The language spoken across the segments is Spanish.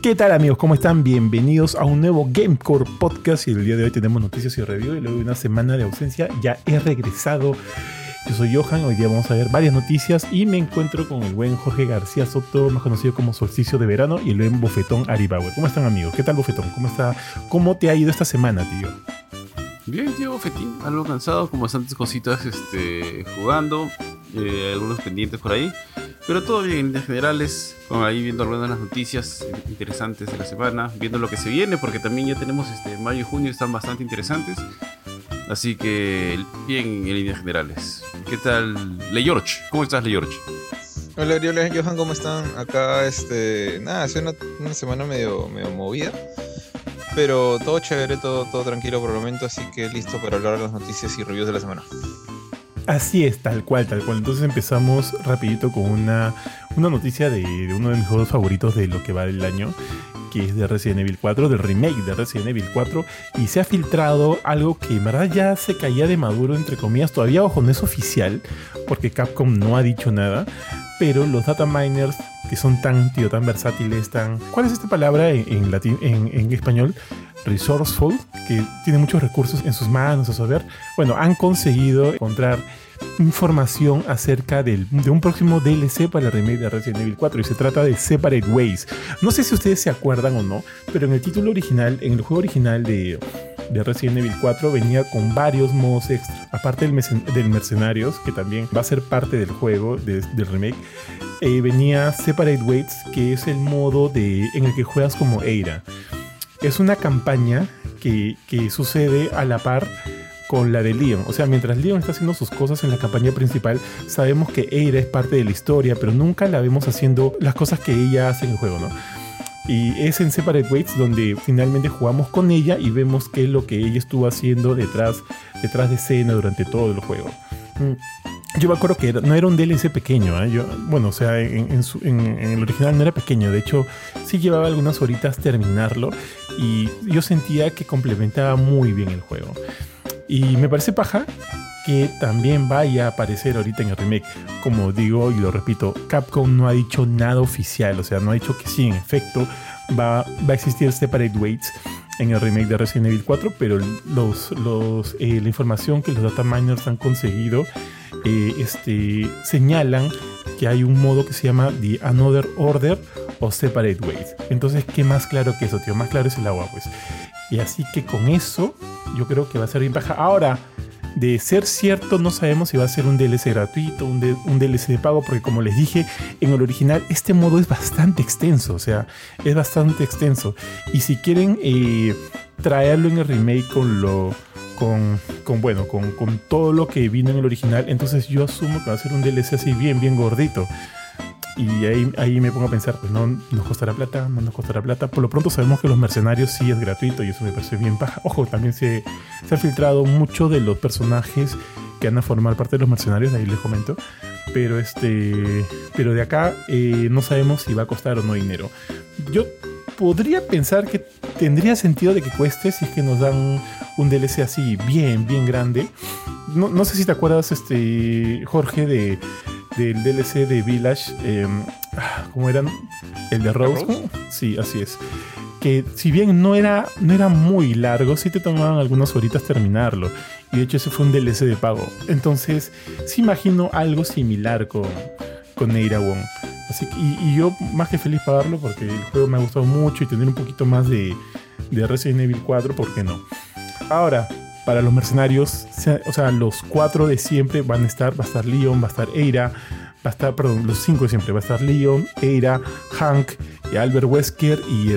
¿Qué tal, amigos? ¿Cómo están? Bienvenidos a un nuevo Gamecore Podcast y el día de hoy tenemos noticias y review y luego de una semana de ausencia ya he regresado. Yo soy Johan, hoy día vamos a ver varias noticias y me encuentro con el buen Jorge García Soto, más conocido como Solsticio de Verano, y el buen Bofetón Ari Bauer. ¿Cómo están, amigos? ¿Qué tal, Bofetón? ¿Cómo te ha ido esta semana, tío? Bien, tío Bofetín, algo cansado, con bastantes cositas jugando, algunos pendientes por ahí, pero todo bien en líneas generales, con ahí viendo algunas de las noticias interesantes de la semana, viendo lo que se viene, porque también ya tenemos mayo y junio, están bastante interesantes, así que bien en líneas generales. ¿Qué tal, Le George? ¿Cómo estás, Le George? Hola, Ariel, Johan, ¿cómo están? Acá, ha sido una semana medio movida, pero todo chévere, todo tranquilo por el momento, así que listo para hablar de las noticias y reviews de la semana. Así es, tal cual. Entonces empezamos rapidito con una noticia de uno de mis juegos favoritos de lo que va del año, que es de Resident Evil 4, del remake de Resident Evil 4, y se ha filtrado algo que en verdad ya se caía de maduro, entre comillas, todavía ojo, no es oficial, porque Capcom no ha dicho nada, pero los data miners, que son tan versátiles, ¿cuál es esta palabra en español? Resourceful, que tiene muchos recursos en sus manos a saber. Bueno, han conseguido encontrar información acerca de un próximo DLC para el remake de Resident Evil 4 y se trata de Separate Ways. No sé si ustedes se acuerdan o no, pero en el título original, en el juego original de Resident Evil 4 venía con varios modos extra, aparte del Mercenarios, que también va a ser parte del juego del remake. Venía Separate Ways, que es el modo en el que juegas como Eira. Es una campaña que sucede a la par con la de Leon. O sea, mientras Leon está haciendo sus cosas en la campaña principal, sabemos que Eira es parte de la historia, pero nunca la vemos haciendo las cosas que ella hace en el juego, ¿no? Y es en Separate Ways donde finalmente jugamos con ella y vemos qué es lo que ella estuvo haciendo detrás de escena durante todo el juego. Yo me acuerdo que no era un DLC pequeño, ¿eh? En el original no era pequeño. De hecho, sí llevaba algunas horitas terminarlo y yo sentía que complementaba muy bien el juego. Y me parece paja que también vaya a aparecer ahorita en el remake. Como digo y lo repito, Capcom no ha dicho nada oficial. O sea, no ha dicho que sí, en efecto, va a existir Separate Ways en el remake de Resident Evil 4, pero la información que los data miners han conseguido señalan que hay un modo que se llama The Another Order o Separate Ways. Entonces, ¿qué más claro que eso, tío? Más claro es el agua, pues. Y así que con eso, yo creo que va a ser bien paja. Ahora, de ser cierto, no sabemos si va a ser un DLC gratuito, un DLC de pago, porque como les dije, en el original este modo es bastante extenso, o sea, es bastante extenso. Y si quieren traerlo en el remake con todo lo que vino en el original, entonces yo asumo que va a ser un DLC así bien gordito. Y ahí me pongo a pensar, pues no nos costará plata, no nos costará plata. Por lo pronto sabemos que los Mercenarios sí es gratuito y eso me parece bien paja. Ojo, también se ha filtrado mucho de los personajes que van a formar parte de los Mercenarios, ahí les comento. Pero de acá no sabemos si va a costar o no dinero. Yo podría pensar que tendría sentido de que cueste si es que nos dan un DLC así bien grande. No sé si te acuerdas, Jorge, del DLC de Village, ¿cómo eran? ¿El de Rose? Sí, así es. Que si bien no era muy largo, sí te tomaban algunas horitas terminarlo. Y de hecho ese fue un DLC de pago. Entonces, sí imagino algo similar con Eira Wong. Así que, y yo más que feliz pagarlo porque el juego me ha gustado mucho y tener un poquito más de Resident Evil 4, ¿por qué no? Ahora, para los Mercenarios, o sea, los 4 de siempre va a estar Leon, va a estar Eira, los 5 de siempre, va a estar Leon, Eira, Hank, y Albert Wesker y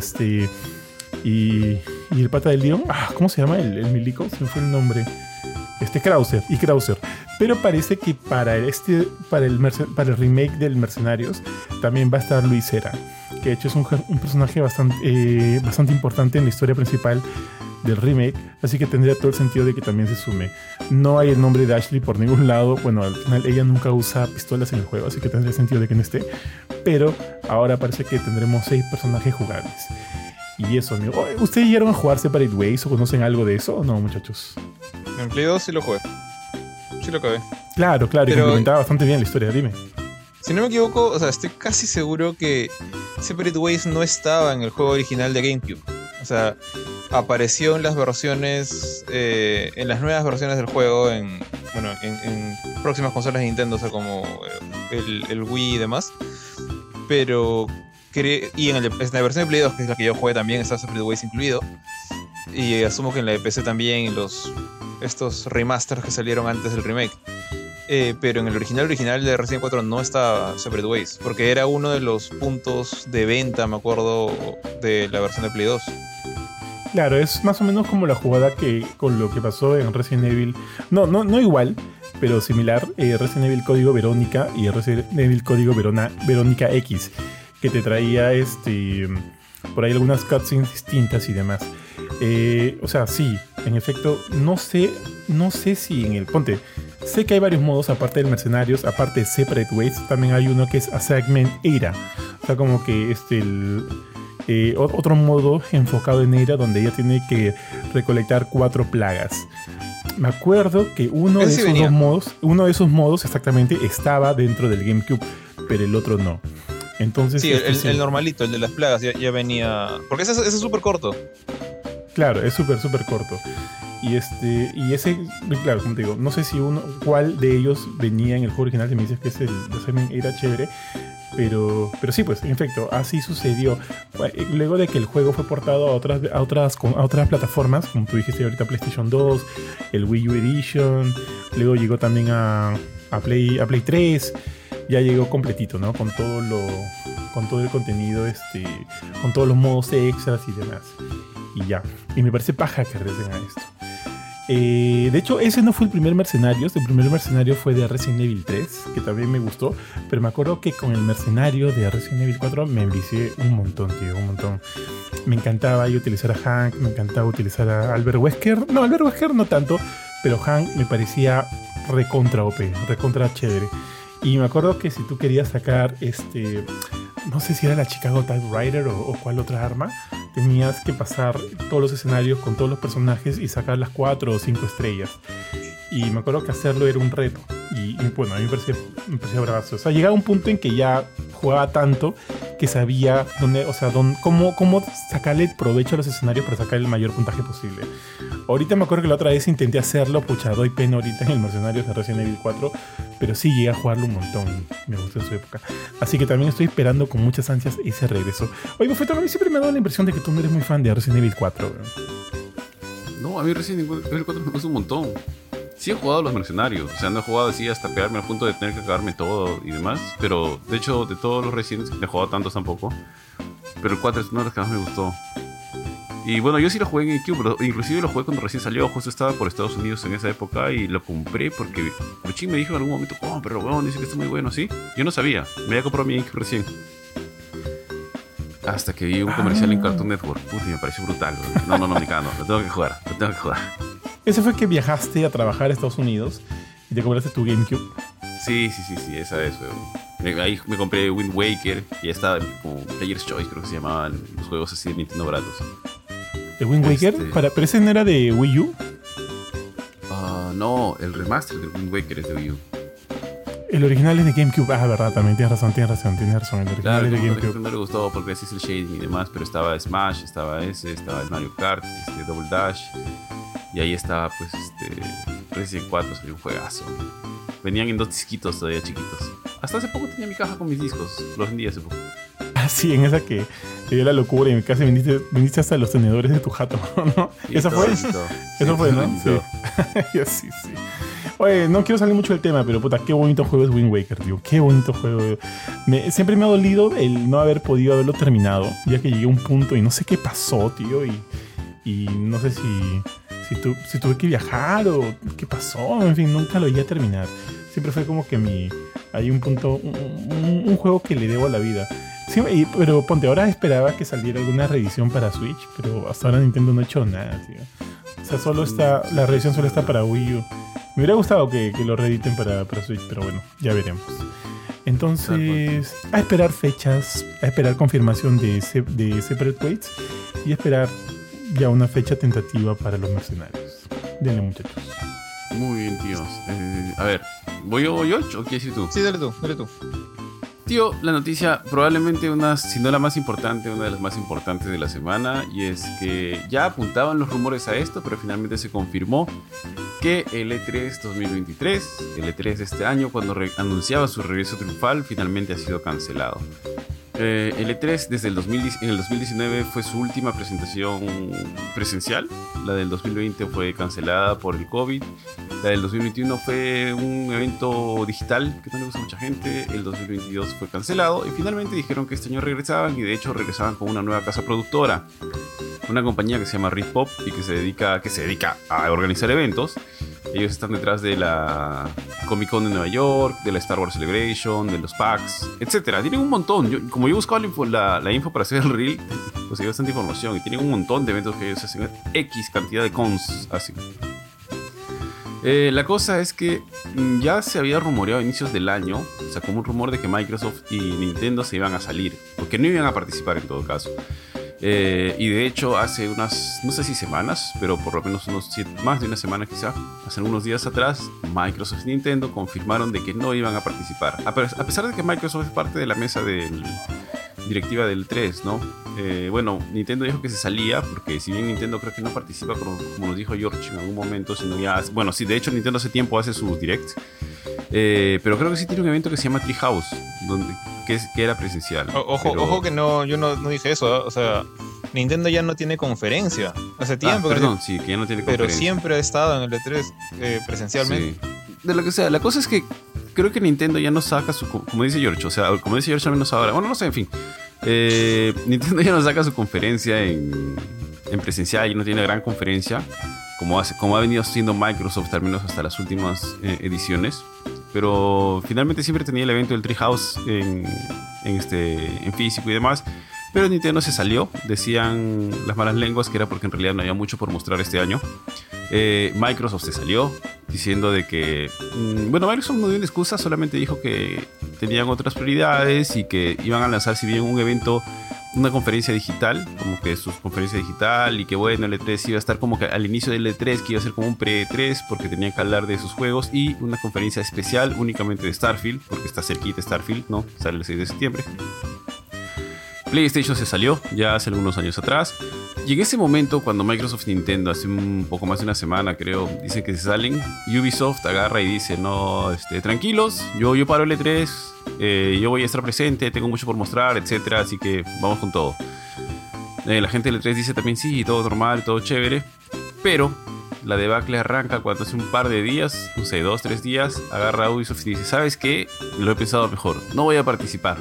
el pata de Leon, ¿cómo se llama? El milico, se me fue el nombre. Krauser. Pero parece que para el remake del Mercenarios también va a estar Luis Serra, que de hecho es un personaje bastante importante en la historia principal del remake, así que tendría todo el sentido de que también se sume. No hay el nombre de Ashley por ningún lado. Bueno, al final ella nunca usa pistolas en el juego, así que tendría sentido de que no esté. Pero ahora parece que tendremos 6 personajes jugables. Y eso, amigo. ¿Ustedes llegaron a jugar Separate Ways o conocen algo de eso o no, muchachos? En Play 2 sí lo jugué. Sí lo acabé. Claro, y complementaba bastante bien la historia, dime. Si no me equivoco, o sea, estoy casi seguro que Separate Ways no estaba en el juego original de GameCube. O sea, apareció en las versiones, en las nuevas versiones del juego, en próximas consolas de Nintendo, o sea, como el Wii y demás. Pero, y en la versión de Play 2, que es la que yo jugué también, está Separate Ways incluido. Y asumo que en la de PC también, y estos remasters que salieron antes del remake. Pero en el original de Resident 4 no está Separate Ways, porque era uno de los puntos de venta, me acuerdo, de la versión de Play 2. Claro, es más o menos como la jugada que con lo que pasó en Resident Evil. No igual, pero similar. Resident Evil Código Verónica y Resident Evil Código Verónica X, que te traía por ahí algunas cutscenes distintas y demás. O sea, sí, en efecto, no sé si en el... Ponte, sé que hay varios modos aparte del Mercenarios, aparte de Separate Ways, también hay uno que es Assignment Era. O sea, como que otro modo enfocado en Era donde ella tiene que recolectar 4 plagas. Me acuerdo que uno de esos modos exactamente estaba dentro del GameCube, pero el otro no. Entonces, sí, el normalito, el de las plagas, ya venía... Porque ese es súper corto. Claro, es súper corto. Y ese, claro, como te digo, no sé si cuál de ellos venía en el juego original, si me dices que es el de era chévere, pero sí, pues, en efecto, así sucedió. Luego de que el juego fue portado a otras plataformas, como tú dijiste ahorita, PlayStation 2, el Wii U Edition, luego llegó también a Play 3, ya llegó completito, ¿no? Con todo el contenido, con todos los modos extras y demás. Y ya. Y me parece paja que regresen a esto. De hecho, ese no fue el primer Mercenarios. El primer Mercenario fue de Resident Evil 3, que también me gustó. Pero me acuerdo que con el Mercenario de Resident Evil 4 me envicié un montón, tío, un montón. Me encantaba ahí utilizar a Hank, me encantaba utilizar a Albert Wesker. No, Albert Wesker no tanto, pero Hank me parecía recontra OP, recontra chévere. Y me acuerdo que si tú querías sacar no sé si era la Chicago Typewriter o cuál otra arma, tenías que pasar todos los escenarios con todos los personajes y sacar las 4 o 5 estrellas. Y me acuerdo que hacerlo era un reto. Y bueno, a mí me parecía bravazo. O sea, llegaba un punto en que ya jugaba tanto que sabía cómo sacarle provecho a los escenarios para sacar el mayor puntaje posible. Ahorita me acuerdo que la otra vez intenté hacerlo, doy pena ahorita en el Mercenarios de Resident Evil 4, pero sí llegué a jugarlo un montón. Me gustó en su época. Así que también estoy esperando con muchas ansias ese regreso. Oye, Bofeto, a mí siempre me ha dado la impresión de que tú no eres muy fan de Resident Evil 4, ¿no? No, a mí Resident Evil 4 me gusta un montón. Sí he jugado a los Mercenarios, o sea, no he jugado así hasta pegarme al punto de tener que acabarme todo y demás, pero de hecho de todos los Resident no he jugado tantos tampoco, pero el 4 es uno de los que más me gustó. Y bueno, yo sí lo jugué en GameCube, pero inclusive lo jugué cuando recién salió, justo estaba por Estados Unidos en esa época y lo compré porque Luchín me dijo en algún momento, pero bueno, dice que está muy bueno, ¿sí? Yo no sabía, me había comprado mi GameCube recién. Hasta que vi un comercial en Cartoon Network, y me pareció brutal. No, ni cagando, lo tengo que jugar. ¿Ese fue que viajaste a trabajar a Estados Unidos y te compraste tu GameCube? Sí, esa es, weón. Ahí me compré Wind Waker y ya estaba como Player's Choice, creo que se llamaban los juegos así de Nintendo baratos. ¿De Wind Waker? ¿Pero ese no era de Wii U? No, el remaster de Wind Waker es de Wii U. El original es de GameCube. Verdad, también tienes razón. El original es de GameCube. No le gustó porque así es el shading y demás, pero estaba Smash, estaba el Mario Kart, Double Dash. Y ahí estaba, pues, Resident 4, salió un juegazo. Venían en 2 disquitos todavía chiquitos. Hasta hace poco tenía mi caja con mis discos. Los vendí hace poco. Sí, en esa que te dio la locura y casi viniste hasta los tenedores de tu jato, ¿no? Sí, ¿Esa fue? Eso fue, ¿no? Sí. Oye, no quiero salir mucho del tema, pero puta, qué bonito juego es Wind Waker, tío. Qué bonito juego. Siempre me ha dolido el no haber podido haberlo terminado, ya que llegué a un punto y no sé qué pasó, tío. Y no sé si tuve que viajar o qué pasó. En fin, nunca lo llegué a terminar. Siempre fue como que hay un punto, un juego que le debo a la vida. Sí, pero ponte, ahora esperaba que saliera alguna reedición para Switch, pero hasta ahora Nintendo no ha hecho nada, tío. O sea, la reedición solo está para Wii U. Me hubiera gustado que lo reediten para Switch, pero bueno, ya veremos. Entonces, a esperar fechas, a esperar confirmación de Separate Ways y a esperar ya una fecha tentativa para los Mercenarios. Denle, muchachos. Muy bien, tíos. A ver, ¿voy yo o quieres ir tú? Sí, dale tú. Tío, la noticia probablemente si no la más importante, una de las más importantes de la semana, y es que ya apuntaban los rumores a esto, pero finalmente se confirmó que el E3 2023, el E3 de este año, cuando anunciaba su regreso triunfal, finalmente ha sido cancelado. El E3 desde en el 2019 fue su última presentación presencial. La del 2020 fue cancelada por el COVID. La del 2021 fue un evento digital que no le gusta a mucha gente. El 2022 fue cancelado y finalmente dijeron que este año regresaban, y de hecho regresaban con una nueva casa productora, una compañía que se llama Red Pop y que se dedica a organizar eventos. Ellos están detrás de la Comic Con de Nueva York, de la Star Wars Celebration, de los PAX, etc. Tienen un montón. Como yo buscaba la info para hacer el reel, pues hay bastante información. Y tienen un montón de eventos que ellos hacen. X cantidad de cons hacen. La cosa es que ya se había rumoreado a inicios del año, o sea, como un rumor de que Microsoft y Nintendo se iban a salir, porque no iban a participar en todo caso. Y de hecho hace unas, no sé si semanas, pero por lo menos más de una semana quizá, hace algunos días atrás, Microsoft y Nintendo confirmaron de que no iban a participar. A pesar de que Microsoft es parte de la mesa directiva del 3, ¿no? Bueno, Nintendo dijo que se salía, porque si bien Nintendo creo que no participa, como nos dijo George en algún momento, sino ya... Bueno, sí, de hecho Nintendo hace tiempo hace sus directs. Pero creo que sí tiene un evento que se llama Treehouse, que era presencial. Ojo que no, yo no dije eso, ¿eh? O sea, Nintendo ya no tiene conferencia. Hace tiempo sí, que ya no tiene conferencia. Pero siempre ha estado en el E3 presencialmente. Sí. De lo que sea, la cosa es que creo que Nintendo ya no saca como dice George, o sea, como dice George al menos ahora, bueno, no sé, en fin. Nintendo ya no saca su conferencia en presencial y no tiene gran conferencia como ha venido haciendo Microsoft, al menos hasta las últimas ediciones. Pero finalmente siempre tenía el evento del Treehouse en físico y demás. Pero Nintendo se salió. Decían las malas lenguas que era porque en realidad no había mucho por mostrar este año. Microsoft se salió diciendo de que... Bueno, Microsoft no dio una excusa, solamente dijo que tenían otras prioridades y que iban a lanzar, si bien un evento, una conferencia digital, como que su conferencia digital, y que bueno, el E3 iba a estar como que al inicio del E3, que iba a ser como un pre-E3 porque tenían que hablar de sus juegos, y una conferencia especial únicamente de Starfield, porque está cerquita Starfield, ¿no? Sale el 6 de septiembre. PlayStation se salió ya hace algunos años atrás, y en ese momento, cuando Microsoft y Nintendo, hace un poco más de una semana creo, dicen que se salen, Ubisoft agarra y dice, no, tranquilos, yo paro el E3, yo voy a estar presente, tengo mucho por mostrar, etcétera, así que vamos con todo. La gente del E3 dice también sí, todo normal, todo chévere, pero la debacle arranca cuando hace un par de días, no sé, 2-3 días, agarra Ubisoft y dice, ¿sabes qué? Lo he pensado mejor, no voy a participar.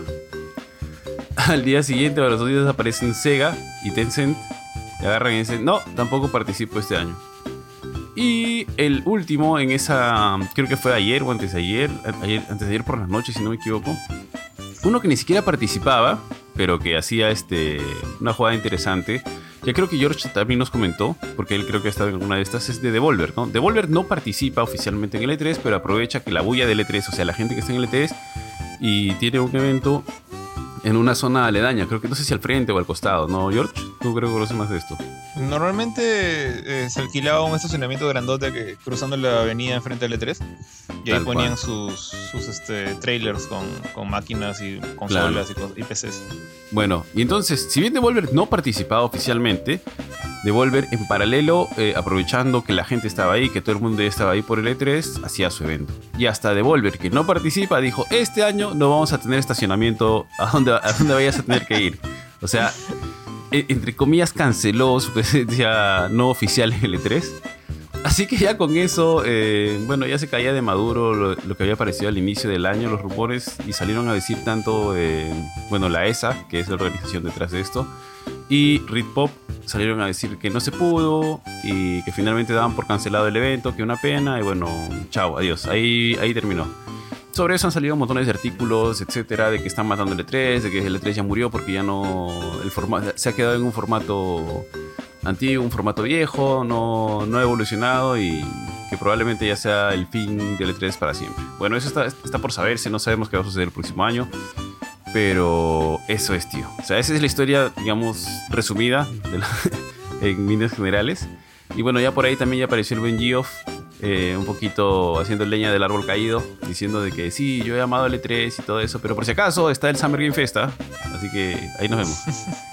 Al día siguiente, o a los 2 días, aparecen Sega y Tencent, y agarran y dicen, no, tampoco participo este año. Y el último en esa, creo que fue ayer o antes de ayer por las noches, si no me equivoco, uno que ni siquiera participaba, pero que hacía una jugada interesante, que creo que George también nos comentó, porque él creo que ha estado en una de estas, es de Devolver, ¿no? Devolver no participa oficialmente en el E3, pero aprovecha que la bulla del E3, o sea, la gente que está en el E3, y tiene un evento en una zona aledaña, creo que no sé si al frente o al costado, ¿no, George? Tú creo que conoces más de esto. Normalmente se alquilaba un estacionamiento grandote cruzando la avenida enfrente del E3, y ahí Tal ponían cual. sus trailers con máquinas y consolas y PCs. Bueno, y entonces, si bien Devolver no participaba oficialmente, Devolver en paralelo, aprovechando que la gente estaba ahí, que todo el mundo ya estaba ahí por el E3, hacía su evento. Y hasta Devolver, que no participa, dijo, este año no vamos a tener estacionamiento a donde vayas a tener que ir. O sea, entre comillas, canceló su presencia no oficial en el E3. Así que ya con eso, bueno, ya se caía de maduro lo que había aparecido al inicio del año, los rumores, y salieron a decir tanto, bueno, la ESA, que es la organización detrás de esto, y Red Pop salieron a decir que no se pudo y que finalmente daban por cancelado el evento, que una pena, y bueno, chao, adiós, ahí terminó. Sobre eso han salido montones de artículos, etcétera, de que están matando el E3, de que el E3 ya murió porque ya no, se ha quedado en un formato antiguo, un formato viejo, no ha evolucionado, y que probablemente ya sea el fin del E3 para siempre. Bueno, eso está por saberse, no sabemos qué va a suceder el próximo año, pero eso es, tío. O sea, esa es la historia, digamos, resumida en líneas generales. Y bueno, ya por ahí también ya apareció el buen Geoff, un poquito haciendo leña del árbol caído, diciendo de que sí, yo he amado el E3 y todo eso, pero por si acaso está el Summer Game Fest, ¿ah? Así que ahí nos vemos.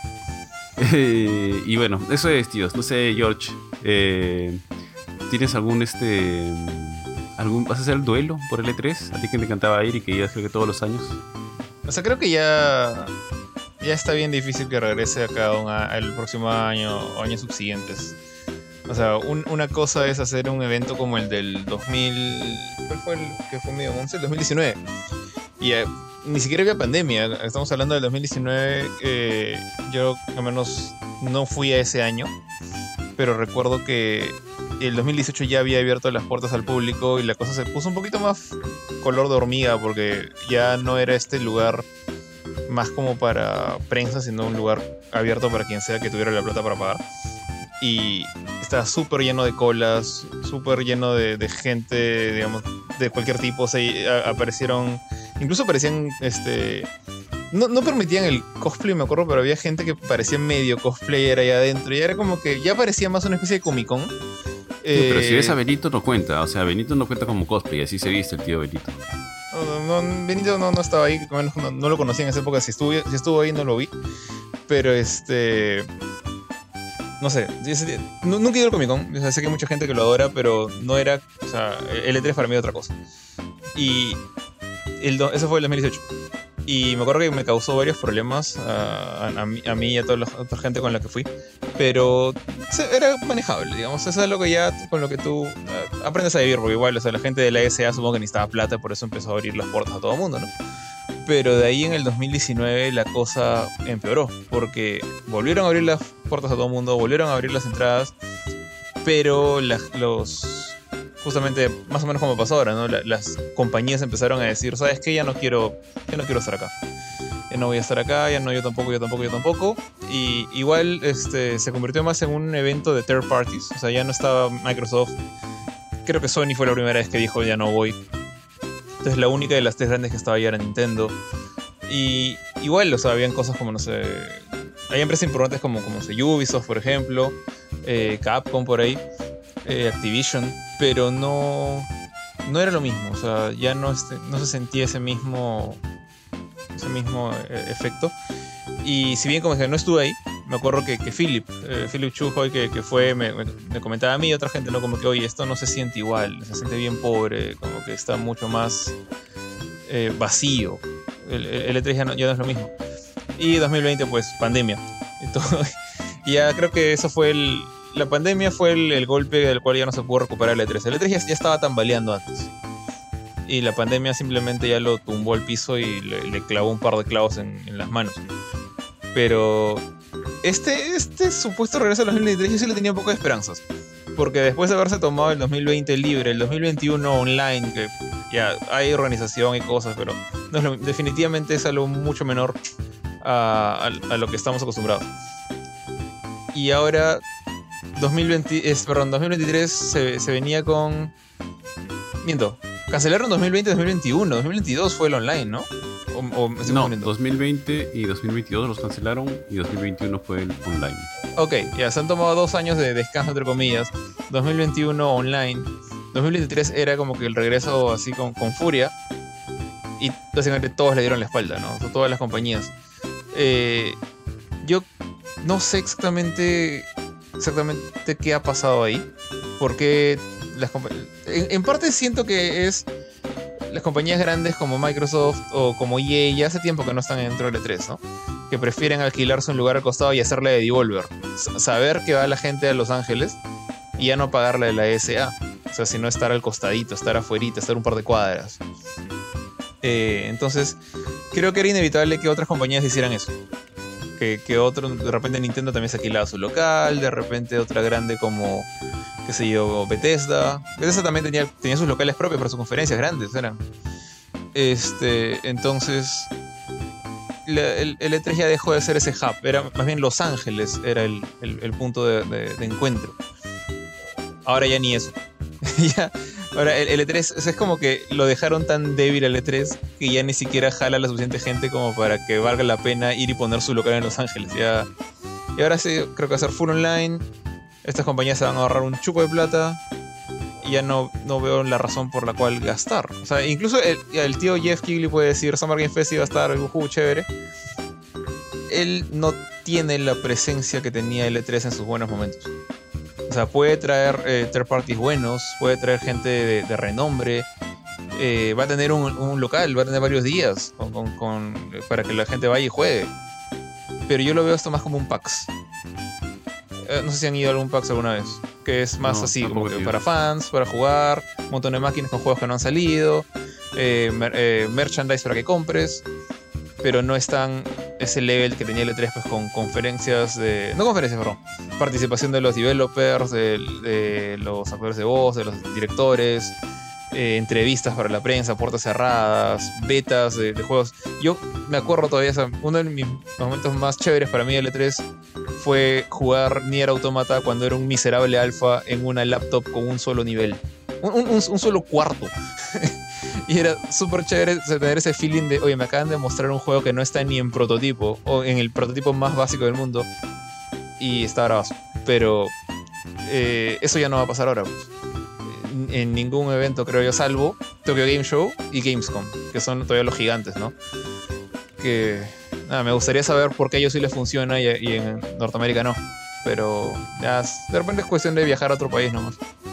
Y bueno, eso es, tíos. No sé, George, ¿tienes vas a hacer el duelo por el E3? A ti que te encantaba ir y que ibas creo que todos los años. O sea, creo que ya está bien difícil que regrese acá el próximo año o años subsiguientes. O sea, una cosa es hacer un evento como el del 2000... ¿Cuál fue el que fue medio 11? El 2019. Y ni siquiera había pandemia. Estamos hablando del 2019. Yo al menos no fui a ese año. Pero recuerdo que el 2018 ya había abierto las puertas al público y la cosa se puso un poquito más color de hormiga porque ya no era este lugar más como para prensa, sino un lugar abierto para quien sea que tuviera la plata para pagar. Y estaba súper lleno de colas, súper lleno de gente, digamos, de cualquier tipo. O sea, aparecieron, incluso parecían, no permitían el cosplay, me acuerdo, pero había gente que parecía medio cosplayer ahí adentro. Y era como que ya parecía más una especie de Comic Con. Pero si ves a Benito no cuenta, o sea, Benito no cuenta como cosplay, así se viste el tío Benito. Benito no estaba ahí, no lo conocía en esa época. Si estuvo ahí no lo vi. Pero no sé, nunca he ido al Comic Con. O sea, sé que hay mucha gente que lo adora, pero no era, o sea, el E3 para mí era otra cosa. Y eso fue el 2018. Y me acuerdo que me causó varios problemas a mí y a toda la otra gente con la que fui. Pero era manejable, digamos. Eso es algo que ya con lo que tú aprendes a vivir. Porque igual, o sea, la gente de la ESA supongo que necesitaba plata, por eso empezó a abrir las puertas a todo el mundo, ¿no? Pero de ahí en el 2019 la cosa empeoró. Porque volvieron a abrir las puertas a todo el mundo, volvieron a abrir las entradas. Pero justamente más o menos como pasó ahora, ¿no? Las compañías empezaron a decir, ¿sabes qué? Ya no quiero estar acá. Ya no voy a estar acá, ya no, yo tampoco. Y igual se convirtió más en un evento de third parties. O sea, ya no estaba Microsoft. Creo que Sony fue la primera vez que dijo, ya no voy. Entonces la única de las tres grandes que estaba ya era Nintendo. Y igual, o sea, habían cosas como, no sé... Hay empresas importantes como Ubisoft, por ejemplo. Capcom por ahí. Activision, pero no era lo mismo, o sea, ya no se sentía ese mismo efecto. Y si bien como que no estuve ahí, me acuerdo que Philip Chujoy, que fue, me comentaba a mí y a otra gente, ¿no? Como que, oye, esto no se siente igual, se siente bien pobre, como que está mucho más vacío. El E3 ya no es lo mismo. Y 2020, pues, pandemia. Y todo. Y ya creo que eso fue la pandemia fue el golpe del cual ya no se pudo recuperar el E3. El E3 ya estaba tambaleando antes. Y la pandemia simplemente ya lo tumbó al piso y le clavó un par de clavos en las manos. Pero este supuesto regreso al 2023 yo sí le tenía un poco de esperanzas. Porque después de haberse tomado el 2020 libre, el 2021 online, que ya hay organización y cosas, pero definitivamente es algo mucho menor a lo que estamos acostumbrados. Y ahora 2023 se venía con... Miento, cancelaron 2020 y 2021. 2022 fue el online, ¿no? No, 2020 y 2022 los cancelaron y 2021 fue el online. Ok, ya se han tomado 2 años de descanso, entre comillas. 2021 online. 2023 era como que el regreso así con furia. Y básicamente todos le dieron la espalda, ¿no? O sea, todas las compañías. Yo no sé exactamente qué ha pasado ahí. Porque en parte siento que es las compañías grandes como Microsoft o como EA ya hace tiempo que no están dentro del E3, ¿no? Que prefieren alquilarse un lugar al costado y hacerle de devolver. Saber que va la gente a Los Ángeles y ya no pagarle de la ESA. O sea, sino estar al costadito, estar afuerita, estar un par de cuadras. Entonces, creo que era inevitable que otras compañías hicieran eso. Que de repente Nintendo también se alquilaba su local, de repente otra grande como, qué sé yo, Bethesda. Bethesda también tenía sus locales propios para sus conferencias grandes, eran. Entonces, el E3 ya dejó de ser ese hub, era más bien Los Ángeles era el punto de encuentro. Ahora ya ni eso. Ahora el E3 es como que lo dejaron tan débil al E3 que ya ni siquiera jala la suficiente gente como para que valga la pena ir y poner su local en Los Ángeles. Y ahora sí, creo que va a ser full online. Estas compañías se van a ahorrar un chupo de plata ya no veo la razón por la cual gastar. O sea, incluso el tío Jeff Keighley puede decir Summer Game Fest iba a estar chévere. Él no tiene la presencia que tenía L3 en sus buenos momentos. O sea, puede traer third parties buenos, puede traer gente de renombre, va a tener un local, va a tener varios días para que la gente vaya y juegue. Pero yo lo veo esto más como un PAX. No sé si han ido a algún PAX alguna vez. Que es más así, como que para fans, para jugar, un montón de máquinas con juegos que no han salido, merchandise para que compres. Pero no están ese level que tenía el E3 pues, con conferencias participación de los developers, de los actores de voz, de los directores, entrevistas para la prensa, puertas cerradas, betas de juegos. Yo me acuerdo todavía, uno de mis momentos más chéveres para mí del E3 fue jugar Nier Automata cuando era un miserable alfa en una laptop con un solo nivel, un solo cuarto. Y era súper chévere tener ese feeling de, oye, me acaban de mostrar un juego que no está ni en prototipo, o en el prototipo más básico del mundo, y está bravazo. Pero eso ya no va a pasar ahora, pues. En ningún evento, creo yo, salvo Tokyo Game Show y Gamescom, que son todavía los gigantes, ¿no? Que me gustaría saber por qué a ellos sí les funciona y en Norteamérica no. Pero ya, de repente es cuestión de viajar a otro país nomás.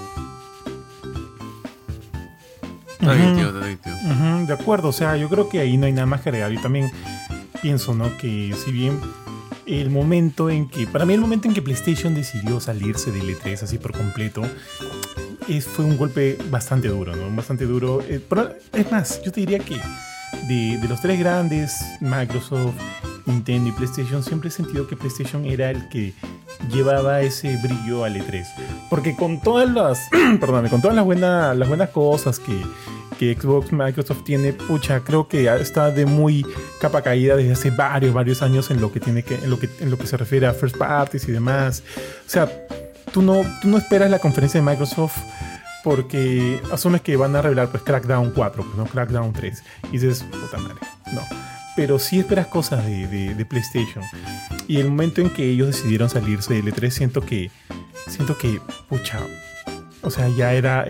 De acuerdo, o sea, yo creo que ahí no hay nada más que agregar. Yo también pienso, ¿no? Que si bien para mí el momento en que PlayStation decidió salirse del E3 así por completo, fue un golpe bastante duro, ¿no? Bastante duro. Pero es más, yo te diría que de los tres grandes, Microsoft, Nintendo y PlayStation, siempre he sentido que PlayStation era el que llevaba ese brillo al E3. Porque con todas las las buenas cosas que Xbox, Microsoft tiene, pucha, creo que está de muy capa caída desde hace varios años en lo que se refiere a first parties y demás. O sea, tú no esperas la conferencia de Microsoft porque asumes que van a revelar pues Crackdown 4, pues, ¿no? Crackdown 3. Y dices, puta madre, no. Pero sí esperas cosas de PlayStation. Y el momento en que ellos decidieron salirse del E3, siento que pucha, o sea, ya era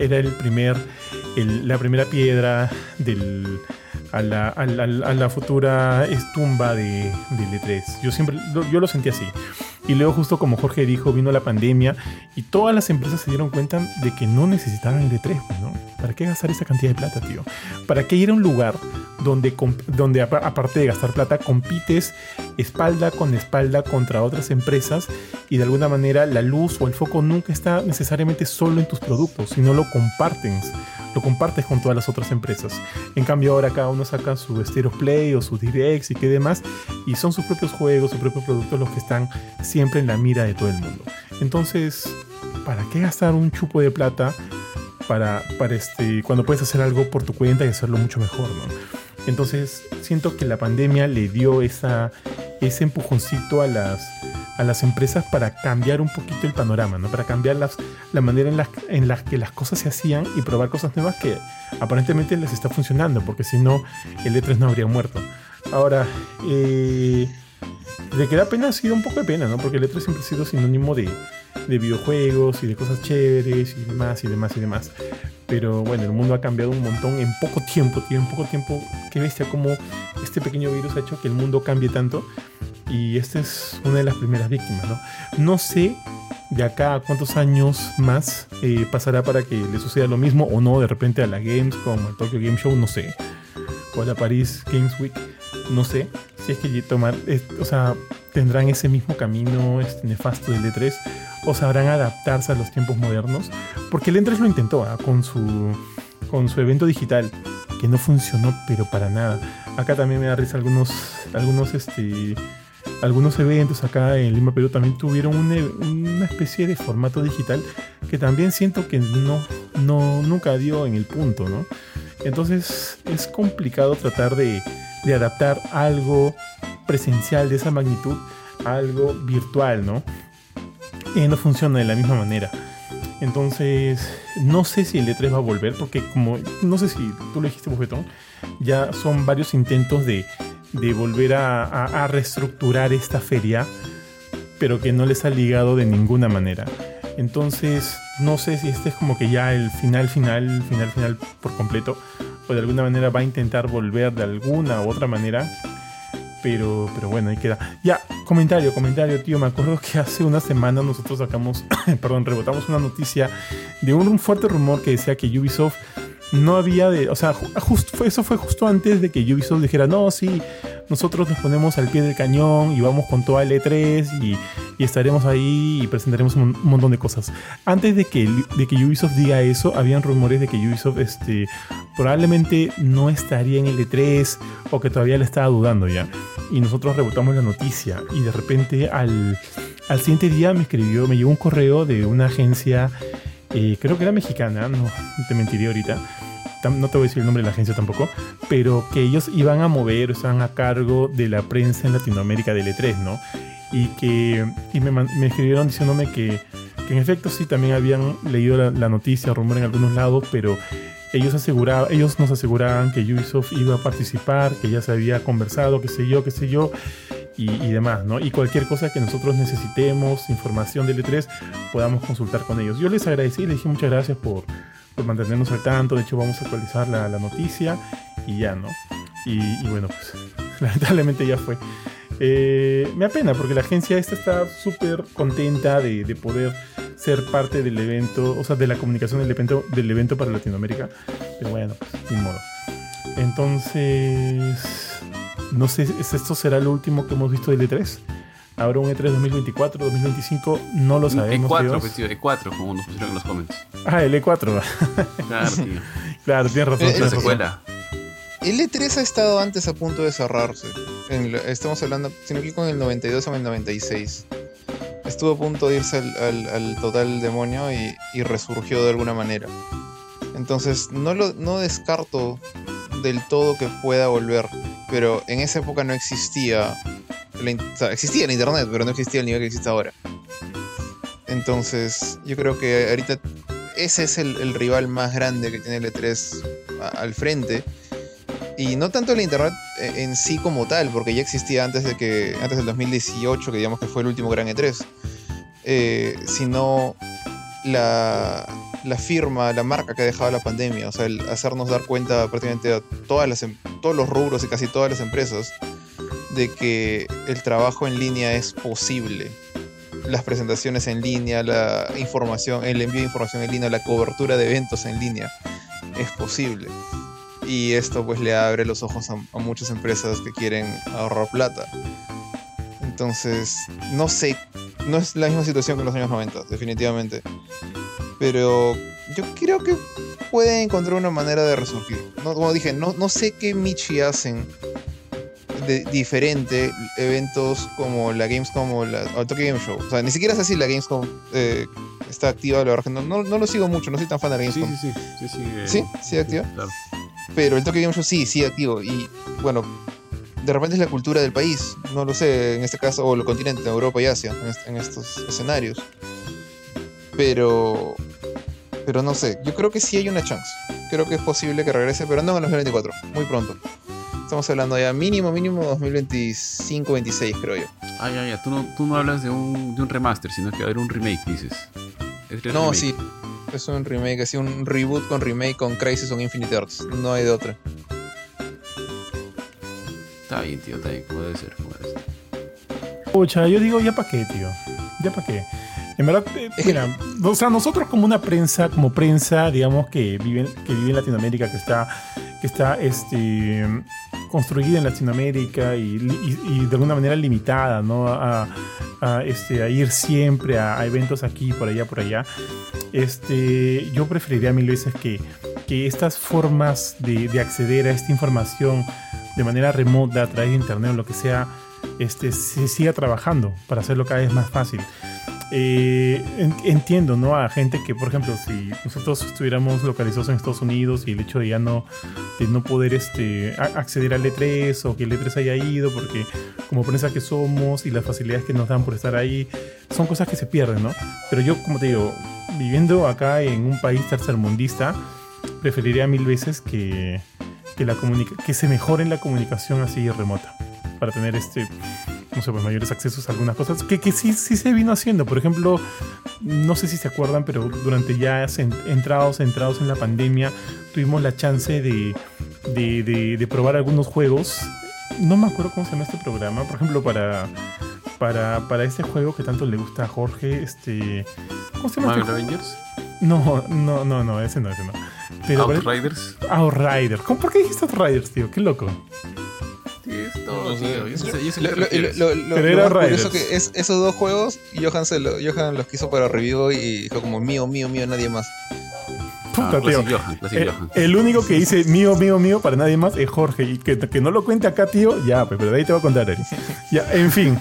la primera piedra a la futura tumba del E3. Yo lo sentí así. Y luego, justo como Jorge dijo, vino la pandemia y todas las empresas se dieron cuenta de que no necesitaban el E3, ¿no? ¿Para qué gastar esa cantidad de plata, tío? ¿Para qué ir a un lugar donde aparte de gastar plata, compites espalda con espalda contra otras empresas y de alguna manera la luz o el foco nunca está necesariamente solo en tus productos, sino lo compartes con todas las otras empresas? En cambio ahora cada uno saca su State of Play o su DirectX y qué demás, y son sus propios juegos, sus propios productos los que están siempre en la mira de todo el mundo. Entonces, ¿para qué gastar un chupo de plata cuando puedes hacer algo por tu cuenta y hacerlo mucho mejor, ¿no? Entonces siento que la pandemia le dio ese empujoncito a las empresas para cambiar un poquito el panorama, ¿no? Para cambiar la manera en la que las cosas se hacían y probar cosas nuevas que aparentemente les está funcionando, porque si no, el E3 no habría muerto. Ahora, de que da pena, ha sido un poco de pena, ¿no? Porque el E3 siempre ha sido sinónimo de videojuegos y de cosas chéveres y demás. Pero bueno, el mundo ha cambiado un montón en poco tiempo, tío. En poco tiempo, qué bestia como este pequeño virus ha hecho que el mundo cambie tanto. Y esta es una de las primeras víctimas, ¿no? No sé de acá a cuántos años más pasará para que le suceda lo mismo o no, de repente a la Gamescom, al Tokyo Game Show, no sé. O a la Paris Games Week, no sé. Si es que tendrán ese mismo camino nefasto del E3 o sabrán adaptarse a los tiempos modernos, porque el E3 lo intentó con su evento digital, que no funcionó pero para nada. Acá también me da risa algunos eventos acá en Lima, Perú también tuvieron una especie de formato digital que también siento que nunca dio en el punto, ¿no? Entonces es complicado tratar de adaptar algo presencial de esa magnitud a algo virtual, ¿no? No funciona de la misma manera. Entonces no sé si el E3 va a volver, porque como no sé si tú lo dijiste, Bofetón, ya son varios intentos de volver a reestructurar esta feria, pero que no les ha ligado de ninguna manera. Entonces, no sé si este es como que ya el final por completo, o de alguna manera va a intentar volver de alguna u otra manera. Pero bueno, ahí queda. Ya, comentario, tío. Me acuerdo que hace una semana nosotros sacamos, rebotamos una noticia de un fuerte rumor que decía que Ubisoft no había de... O sea, eso fue justo antes de que Ubisoft dijera, no, sí, nosotros nos ponemos al pie del cañón y vamos con toda el E3 y estaremos ahí y presentaremos un montón de cosas. Antes de que Ubisoft diga eso, habían rumores de que Ubisoft probablemente no estaría en el E3 o que todavía le estaba dudando ya. Y nosotros rebotamos la noticia y de repente al siguiente día me llegó un correo de una agencia, creo que era mexicana, no te mentiré ahorita, no te voy a decir el nombre de la agencia tampoco, pero que ellos iban a mover, estaban a cargo de la prensa en Latinoamérica del E3, ¿no? Y me escribieron diciéndome que en efecto sí, también habían leído la noticia, rumor en algunos lados, pero ellos nos aseguraban que Ubisoft iba a participar, que ya se había conversado, qué sé yo, y demás, ¿no? Y cualquier cosa que nosotros necesitemos, información del E3, podamos consultar con ellos. Yo les agradecí, les dije muchas gracias por mantenernos al tanto. De hecho, vamos a actualizar la noticia y ya, ¿no? Y bueno, pues lamentablemente ya fue. Me apena porque la agencia esta está súper contenta de poder ser parte del evento, o sea, de la comunicación del evento para Latinoamérica. Pero bueno, pues, ni modo. Entonces, no sé, ¿esto será lo último que hemos visto del E3? ¿Habrá un E3 2024, 2025? No lo sabemos. E4, tío, E4, como nos pusieron en los comments. Ah, el E4. Claro, tío. Claro, tienes razón. La secuela. El E3 ha estado antes a punto de cerrarse. Estamos hablando, si no equivoco, en el 92 o en el 96. Estuvo a punto de irse al total demonio y resurgió de alguna manera. Entonces, no descarto del todo que pueda volver. Pero en esa época no existía... O sea, existía el internet, pero no existía el nivel que existe ahora. Entonces, yo creo que ahorita ese es el rival más grande que tiene el E3 al frente. Y no tanto el internet en sí como tal, porque ya existía antes del 2018, que digamos que fue el último gran E3. Sino la firma, la marca que ha dejado la pandemia. O sea, el hacernos dar cuenta prácticamente a todos los rubros y casi todas las empresas de que el trabajo en línea es posible. Las presentaciones en línea, la información, el envío de información en línea, la cobertura de eventos en línea es posible. Y esto pues le abre los ojos a muchas empresas que quieren ahorrar plata. Entonces, no sé, no es la misma situación que en los años 90, definitivamente. Pero yo creo que pueden encontrar una manera de resurgir. No, como dije, no sé qué Michi hacen de diferente eventos como la Gamescom o el Tokyo Game Show. O sea, ni siquiera sé si la Gamescom está activa, la verdad que no lo sigo mucho, no soy tan fan de la Gamescom. Sí, activa. Claro. Pero el Tokyo Game Show sí, activo. Y bueno, de repente es la cultura del país, no lo sé, en este caso, o el continente, Europa y Asia, en estos escenarios. Pero no sé, yo creo que sí hay una chance. Creo que es posible que regrese, pero no en el 2024, muy pronto. Estamos hablando ya mínimo 2025-26, creo yo. Ya. Tú no hablas de un remaster, sino que va a haber un remake, dices. No, remake. Sí. Es un remake, así un reboot con remake con Crisis on Infinite Earths. No hay de otra. Está bien, tío, está bien. ¿Cómo debe ser? Pucha, yo digo, ¿ya para qué, tío? ¿Ya para qué? En verdad, mira, o sea, nosotros como prensa, digamos, que vive en Latinoamérica, que está construida en Latinoamérica y de alguna manera limitada, ¿no? A ir siempre a eventos aquí, por allá. Yo preferiría mil veces que estas formas de acceder a esta información de manera remota, a través de internet o lo que sea, se siga trabajando para hacerlo cada vez más fácil. Entiendo, ¿no? A gente que, por ejemplo, si nosotros estuviéramos localizados en Estados Unidos y el hecho de no poder acceder al E3 o que el E3 haya ido porque como prensa que somos y las facilidades que nos dan por estar ahí son cosas que se pierden, ¿no? Pero yo, como te digo, viviendo acá en un país tercermundista, preferiría mil veces que se mejore la comunicación así remota para tener no sé, pues mayores accesos a algunas cosas que sí se vino haciendo. Por ejemplo, no sé si se acuerdan, pero durante ya entrados en la pandemia, tuvimos la chance de probar algunos juegos. No me acuerdo cómo se llama este programa. Por ejemplo, para este juego que tanto le gusta a Jorge, ¿cómo se llama? ¿Marvel Avengers? No, ese no. Pero ¿Outriders? Outriders. ¿Por qué dijiste Outriders, tío? Qué loco. Sí, es todo, No sé. tío. Yo sé Lo Pero era más curioso Riders. que es esos dos juegos, Johan los quiso para review y fue como mío, nadie más. Puta, tío. Classic Johan. El único que dice mío para nadie más es Jorge. Y que no lo cuente acá, tío, ya, pero de ahí te voy a contar, Eric. Ya, en fin,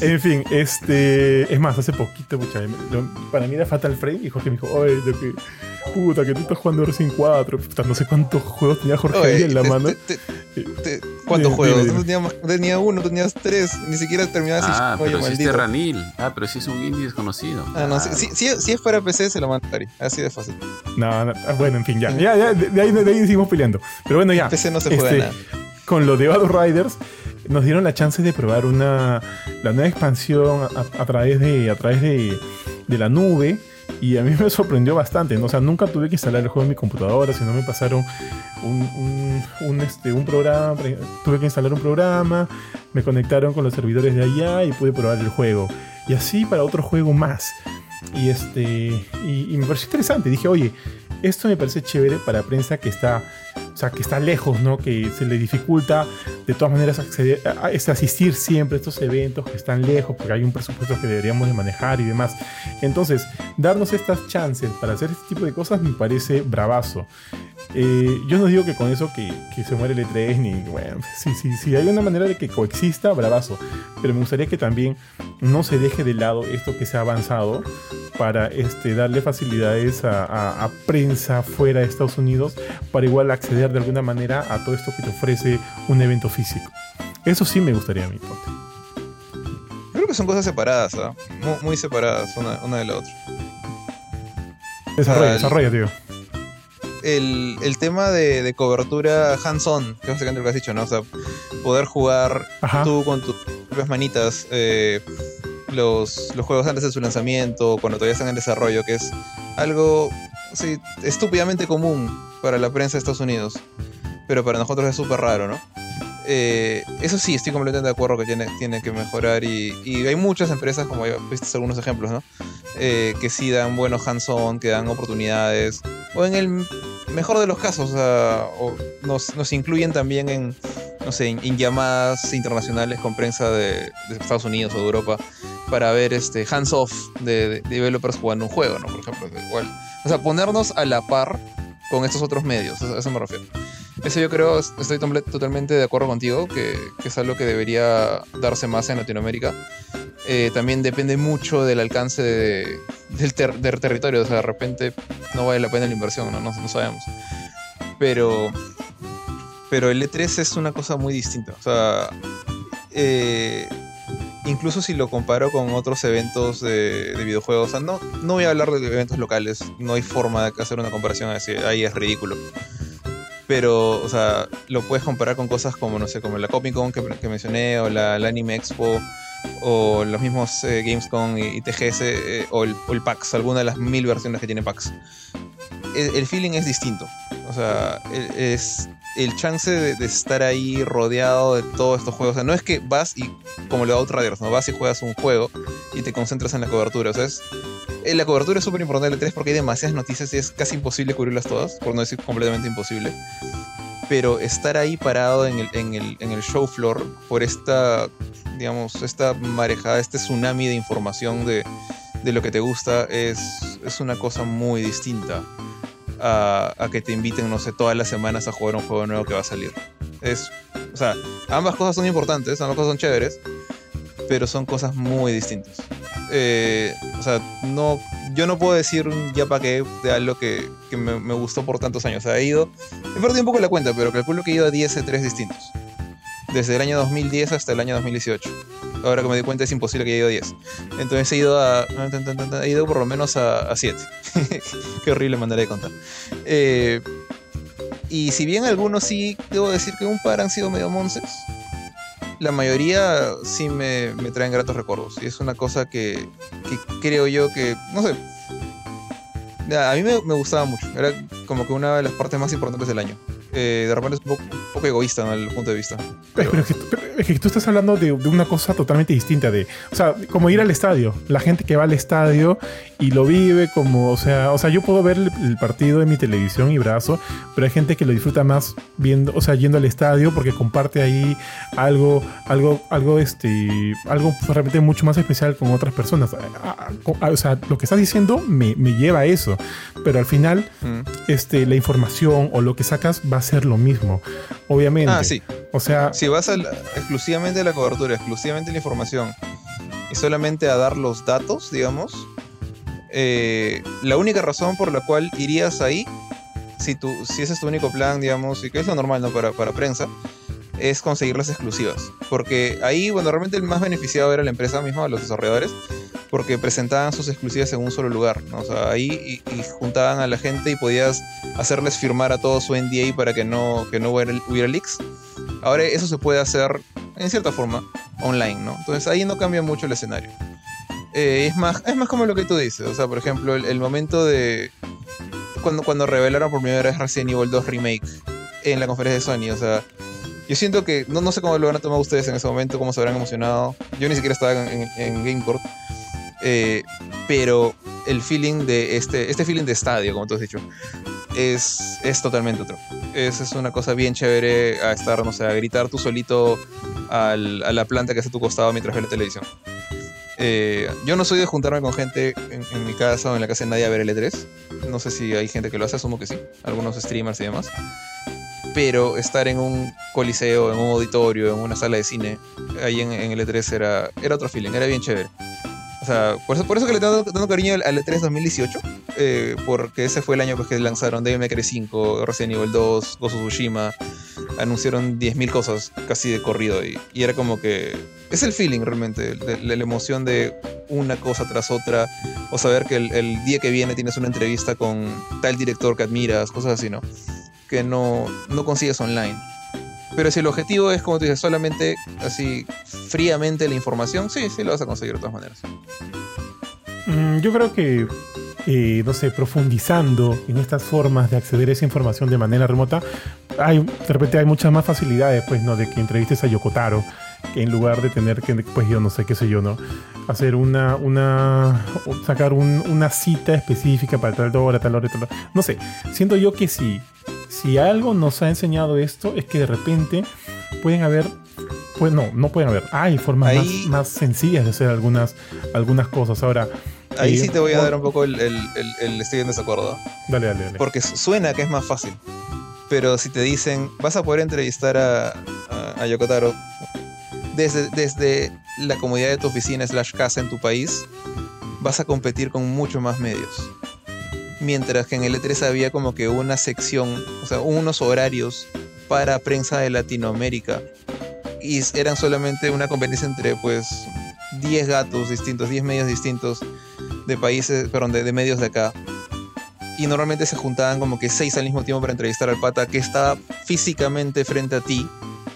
es más, hace poquito, pucha, para mí era Fatal Frame y Jorge me dijo, oye, puta, que tú estás jugando Resident 4, puta, no sé cuántos juegos tenía Jorge ahí en la mano. ¿Cuántos juegos? Dime. No tenía uno, tenías tres, ni siquiera terminabas Pero sí es Terranil. Pero sí es un indie desconocido. No, si es para PC se lo mando a Ari, así de fácil. No, bueno, en fin, ya de ahí seguimos peleando. Pero bueno, ya. En PC no se juega nada. Con lo de Outriders nos dieron la chance de probar la nueva expansión a través de la nube. Y a mí me sorprendió bastante, ¿no? O sea, nunca tuve que instalar el juego en mi computadora, sino me pasaron un programa, tuve que instalar un programa, me conectaron con los servidores de allá y pude probar el juego. Y así para otro juego más. Y me pareció interesante. Dije, oye, esto me parece chévere para prensa que está lejos, ¿no? Que se le dificulta de todas maneras asistir siempre a estos eventos que están lejos porque hay un presupuesto que deberíamos de manejar y demás. Entonces, darnos estas chances para hacer este tipo de cosas me parece bravazo. Yo no digo que con eso que se muere el E3 ni, bueno, si hay una manera de que coexista, bravazo. Pero me gustaría que también no se deje de lado esto que se ha avanzado para darle facilidades a prensa fuera de Estados Unidos para igual acceder de alguna manera a todo esto que te ofrece un evento físico. Eso sí me gustaría a mí, ponte. Creo que son cosas separadas, ¿ah? Muy separadas una de la otra. Desarrolla, tío. El tema de cobertura hands-on, que es básicamente lo que has dicho, ¿no? O sea, poder jugar tú con tus propias manitas los juegos antes de su lanzamiento, cuando todavía están en desarrollo, que es algo estúpidamente común para la prensa de Estados Unidos, pero para nosotros es súper raro, ¿no? Eso sí, estoy completamente de acuerdo que tiene que mejorar y hay muchas empresas, como ya viste algunos ejemplos, ¿no? Que sí dan buenos hands-on, que dan oportunidades, o en el mejor de los casos, o nos incluyen también en llamadas internacionales con prensa de Estados Unidos o de Europa para ver hands-off de developers jugando un juego, ¿no? Por ejemplo, igual. O sea, ponernos a la par con estos otros medios, a eso me refiero. Eso yo creo, estoy totalmente de acuerdo contigo, que es algo que debería darse más en Latinoamérica. También depende mucho del alcance del territorio, o sea, de repente no vale la pena la inversión, no sabemos. Pero el E3 es una cosa muy distinta, o sea, incluso si lo comparo con otros eventos de videojuegos, o sea, no voy a hablar de eventos locales, no hay forma de hacer una comparación así, ahí es ridículo. Pero, o sea, lo puedes comparar con cosas como, no sé, como la Comic Con que mencioné, o la Anime Expo, o los mismos Gamescom y TGS, o el PAX, alguna de las 1000 versiones que tiene PAX. El feeling es distinto. O sea, es el chance de estar ahí rodeado de todos estos juegos. O sea, no es que vas y, como lo de Outriders, ¿no? Vas y juegas un juego y te concentras en la cobertura. O sea, la cobertura es súper importante del E3 porque hay demasiadas noticias y es casi imposible cubrirlas todas, por no decir completamente imposible. Pero estar ahí parado en el show floor por esta marejada, este tsunami de información de lo que te gusta es una cosa muy distinta a que te inviten, no sé, todas las semanas a jugar un juego nuevo que va a salir. O sea, ambas cosas son importantes, ambas cosas son chéveres, pero son cosas muy distintas. O sea, yo no puedo decir ya para qué de algo que me gustó por tantos años. O sea, he perdido un poco la cuenta, pero calculo que he ido a 10 E3 distintos. Desde el año 2010 hasta el año 2018. Ahora que me di cuenta es imposible que haya ido a 10. Entonces he ido por lo menos a 7. Qué horrible manera de contar. Y si bien algunos sí, debo decir que un par han sido medio monces, la mayoría sí me traen gratos recuerdos. Y es una cosa que que creo yo que, no sé, a mí me gustaba mucho. Era como que una de las partes más importantes del año. De repente es un poco egoísta, ¿no? El punto de vista. Pero es que tú estás hablando de una cosa totalmente distinta. O sea, como ir al estadio. La gente que va al estadio y lo vive como... O sea, yo puedo ver el partido en mi televisión y brazo, pero hay gente que lo disfruta más viendo, o sea, yendo al estadio porque comparte ahí algo realmente mucho más especial con otras personas. O sea, lo que estás diciendo me lleva a eso. Pero al final, la información o lo que sacas va a ser lo mismo. Obviamente. Sí. O sea... Si vas exclusivamente a la cobertura, exclusivamente a la información y solamente a dar los datos, digamos, la única razón por la cual irías ahí, si ese es tu único plan, digamos, y que es lo normal, ¿no? Para prensa, es conseguir las exclusivas. Porque ahí, bueno, realmente el más beneficiado era la empresa misma, los desarrolladores, porque presentaban sus exclusivas en un solo lugar, ¿no? O sea, ahí y juntaban a la gente y podías hacerles firmar a todo su NDA para que no hubiera leaks. Ahora eso se puede hacer, en cierta forma, online, ¿no? Entonces ahí no cambia mucho el escenario. Es más como lo que tú dices. O sea, por ejemplo, el momento de... Cuando revelaron por primera vez Resident Evil 2 Remake en la conferencia de Sony, o sea... Yo siento que... No sé cómo lo van a tomar ustedes en ese momento, cómo se habrán emocionado. Yo ni siquiera estaba en Gameport. Pero el feeling de este feeling de estadio, como tú has dicho, es totalmente otro. Es una cosa bien chévere a estar, no sé, a gritar tú solito a la planta que está a tu costado mientras ves la televisión. Yo no soy de juntarme con gente en mi casa o en la casa de nadie a ver el E3. No sé si hay gente que lo hace, asumo que sí. Algunos streamers y demás. Pero estar en un coliseo, en un auditorio, en una sala de cine, ahí en el E3 era otro feeling, era bien chévere. O sea, por eso que le estoy dando cariño al E3 2018, porque ese fue el año pues, que lanzaron Devil May Cry 5, Resident Evil 2, Ghost of Tsushima, anunciaron 10.000 cosas casi de corrido y era como que... Es el feeling realmente, la emoción de una cosa tras otra, o saber que el día que viene tienes una entrevista con tal director que admiras, cosas así, ¿no? Que no consigues online. Pero si el objetivo es, como tú dices, solamente así fríamente la información, sí lo vas a conseguir de todas maneras. Yo creo que, no sé, profundizando en estas formas de acceder a esa información de manera remota, de repente hay muchas más facilidades, pues, ¿no? De que entrevistes a Yoko Taro, que en lugar de tener que, pues, yo no sé, qué sé yo, ¿no? Hacer sacar una cita específica para tal hora. No sé, siento yo que si algo nos ha enseñado esto es que de repente pueden haber, pues no pueden haber, hay formas más sencillas de hacer algunas cosas. Ahora, ahí sí te voy a dar un poco el estoy en desacuerdo. Dale. Porque suena que es más fácil. Pero si te dicen, vas a poder entrevistar a Yoko Taro desde la comodidad de tu oficina / casa en tu país, vas a competir con mucho más medios. Mientras que en el E3 había como que una sección, o sea, unos horarios para prensa de Latinoamérica. Y eran solamente una competencia entre, pues, 10 gatos distintos, 10 medios distintos de países, perdón, de medios de acá. Y normalmente se juntaban como que 6 al mismo tiempo para entrevistar al pata que estaba físicamente frente a ti.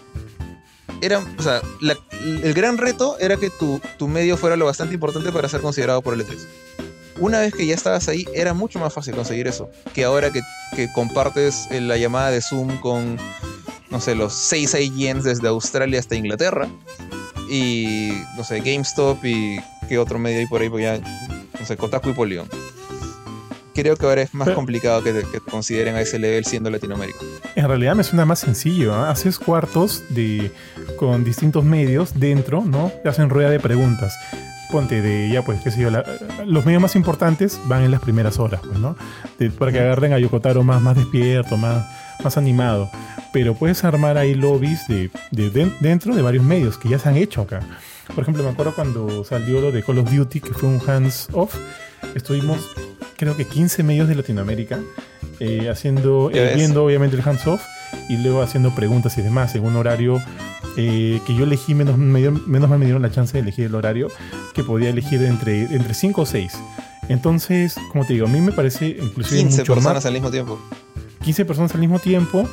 O sea, el gran reto era que tu medio fuera lo bastante importante para ser considerado por el E3. Una vez que ya estabas ahí, era mucho más fácil conseguir eso. Que ahora que compartes la llamada de Zoom con, no sé, los 6 IGNs desde Australia hasta Inglaterra. Y, no sé, GameStop y qué otro medio hay por ahí, pues ya, no sé, Kotaku y Polygon. Creo que ahora es más complicado que te consideren a ese level siendo Latinoamérica. En realidad me suena más sencillo, ¿eh? Haces cuartos con distintos medios dentro, ¿no? Y hacen rueda de preguntas. Ponte ya pues, qué sé yo, los medios más importantes van en las primeras horas, pues, ¿no? Para que agarren a Yoko Taro más despierto, más animado. Pero puedes armar ahí lobbies dentro de varios medios que ya se han hecho acá. Por ejemplo, me acuerdo cuando salió lo de Call of Duty, que fue un hands-off. Estuvimos, creo que 15 medios de Latinoamérica viendo obviamente el hands-off y luego haciendo preguntas y demás en un horario que yo elegí, menos mal me dieron la chance de elegir el horario, que podía elegir entre 5 o 6. Entonces, como te digo, a mí me parece inclusive 15 mucho personas más, al mismo tiempo. 15 personas al mismo tiempo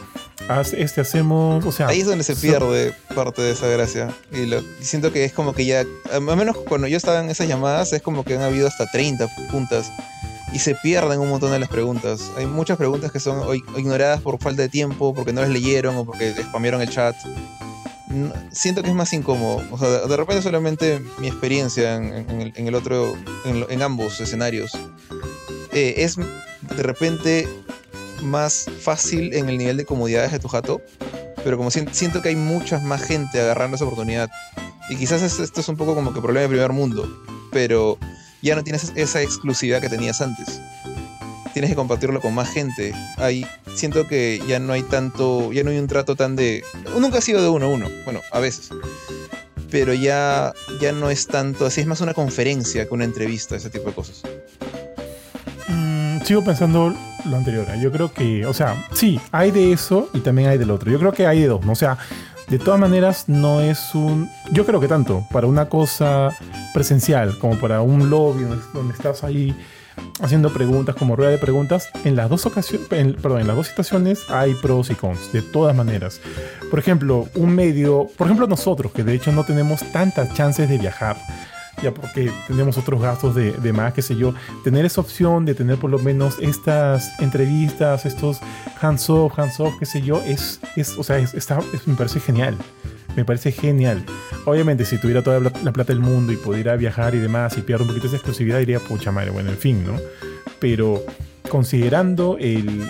hacemos, o sea... Ahí es donde se pierde parte de esa gracia. Y siento que es como que ya, al menos cuando yo estaba en esas llamadas, es como que han habido hasta 30 puntas. Y se pierden un montón de las preguntas. Hay muchas preguntas que son ignoradas por falta de tiempo, porque no las leyeron o porque spamearon el chat. Siento que es más incómodo. O sea, de repente solamente mi experiencia en ambos escenarios es de repente más fácil en el nivel de comodidades de tu jato, pero como siento que hay mucha más gente agarrando esa oportunidad. Y quizás esto es un poco como que problema de primer mundo, pero ya no tienes esa exclusividad que tenías antes. Tienes que compartirlo con más gente. Siento que ya no hay un trato tan de... Nunca ha sido de uno a uno, bueno, a veces. Pero ya no es tanto así, es más una conferencia que una entrevista, ese tipo de cosas. Sigo pensando lo anterior. Yo creo que, o sea, sí, hay de eso y también hay del otro. Yo creo que hay de dos, ¿no? O sea, de todas maneras no es un... Yo creo que tanto para una cosa presencial como para un lobby donde estás ahí haciendo preguntas como rueda de preguntas, en las dos situaciones hay pros y cons, de todas maneras. Por ejemplo, nosotros que de hecho no tenemos tantas chances de viajar, ya porque tenemos otros gastos de más, qué sé yo, tener esa opción de tener por lo menos estas entrevistas, estos hands-off, qué sé yo, me parece genial. Me parece genial. Obviamente, si tuviera toda la plata del mundo y pudiera viajar y demás y pierdo un poquito esa exclusividad, diría, pucha madre, bueno, en fin, ¿no? Pero considerando el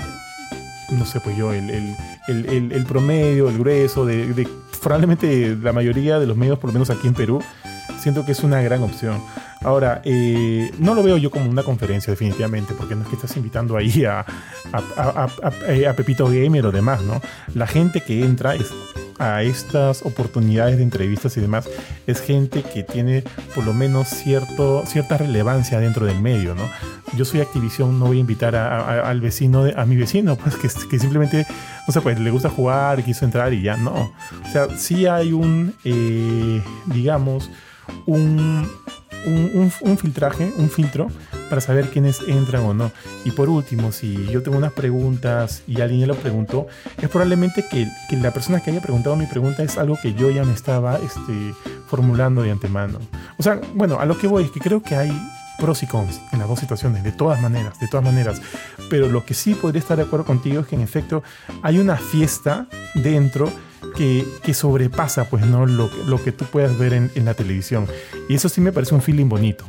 promedio, el grueso de probablemente la mayoría de los medios, por lo menos aquí en Perú, siento que es una gran opción. Ahora, no lo veo yo como una conferencia definitivamente, porque no es que estás invitando ahí a Pepito Gamer o demás, ¿no? La gente que entra a estas oportunidades de entrevistas y demás es gente que tiene por lo menos cierta relevancia dentro del medio, ¿no? Yo soy Activision, no voy a invitar a mi vecino, pues que simplemente, no sé, pues le gusta jugar, quiso entrar y ya, no. O sea, sí hay un filtro para saber quiénes entran o no. Y por último, si yo tengo unas preguntas y alguien ya lo preguntó, es probablemente que la persona que haya preguntado mi pregunta es algo que yo ya me estaba formulando de antemano. O sea, bueno, a lo que voy es que creo que hay pros y cons en las dos situaciones, de todas maneras. Pero lo que sí podría estar de acuerdo contigo es que en efecto hay una fiesta dentro que sobrepasa, pues, ¿no? lo que tú puedas ver en la televisión. Y eso sí me parece un feeling bonito.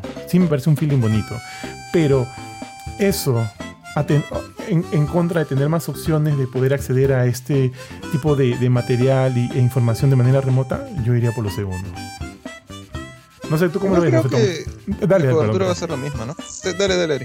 Pero eso, en contra de tener más opciones de poder acceder a este tipo de material e información de manera remota, yo iría por lo segundo. No sé, ¿tú cómo lo ves? Creo que Dale, la cobertura va a ser la misma, ¿no? Dale, Ari.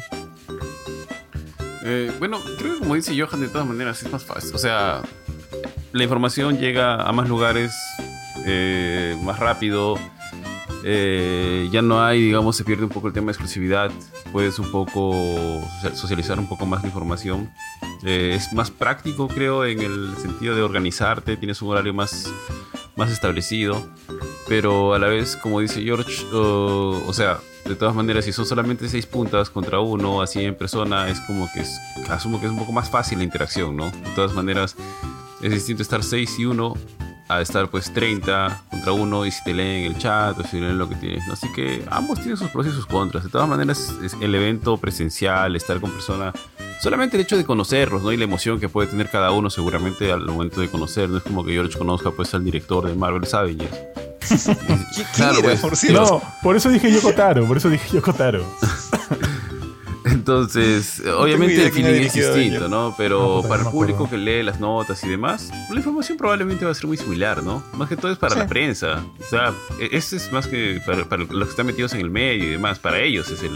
Bueno, creo que como dice Johan, de todas maneras es más fácil. O sea, la información llega a más lugares más rápido. Ya no hay, digamos, se pierde un poco el tema de exclusividad. Puedes un poco socializar un poco más la información. Es más práctico, creo, en el sentido de organizarte. Tienes un horario más establecido. Pero a la vez, como dice George, o sea, de todas maneras, si son solamente 6 puntas contra uno, así en persona, es como que asumo que es un poco más fácil la interacción, ¿no? De todas maneras, es distinto estar 6 y 1 a estar pues 30 contra 1 y si te leen el chat o si leen lo que tienes, ¿no? Así que ambos tienen sus pros y sus contras. De todas maneras, es el evento presencial, estar con personas, solamente el hecho de conocerlos, ¿no? Y la emoción que puede tener cada uno seguramente al momento de conocer. No es como que George conozca pues al director de Marvel Avengers. Claro, pues, no, por eso dije Yoko Taro. Entonces, obviamente el feeling es distinto, ¿no? Pero para el público que lee las notas y demás, la información probablemente va a ser muy similar, ¿no? Más que todo es para la prensa. O sea, ese es más que para los que están metidos en el medio y demás. Para ellos es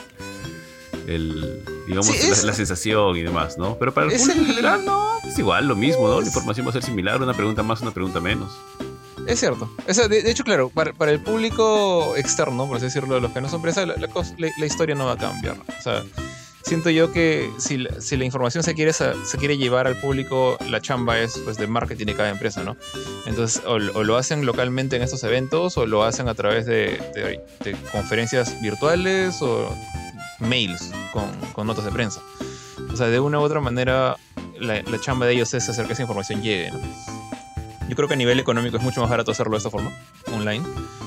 digamos, la sensación y demás, ¿no? Pero para el público en general, no, es igual, lo mismo, ¿no? La información va a ser similar, una pregunta más, una pregunta menos. Es cierto. De hecho, claro, para el público externo, por así decirlo, los que no son prensa, la historia no va a cambiar. O sea, siento yo que si la información se quiere llevar al público, la chamba es pues de marketing de cada empresa, ¿no? Entonces, o lo hacen localmente en estos eventos, o lo hacen a través de conferencias virtuales o mails con notas de prensa. O sea, de una u otra manera, la chamba de ellos es hacer que esa información llegue, ¿no? Yo creo que a nivel económico es mucho más barato hacerlo de esta forma, online.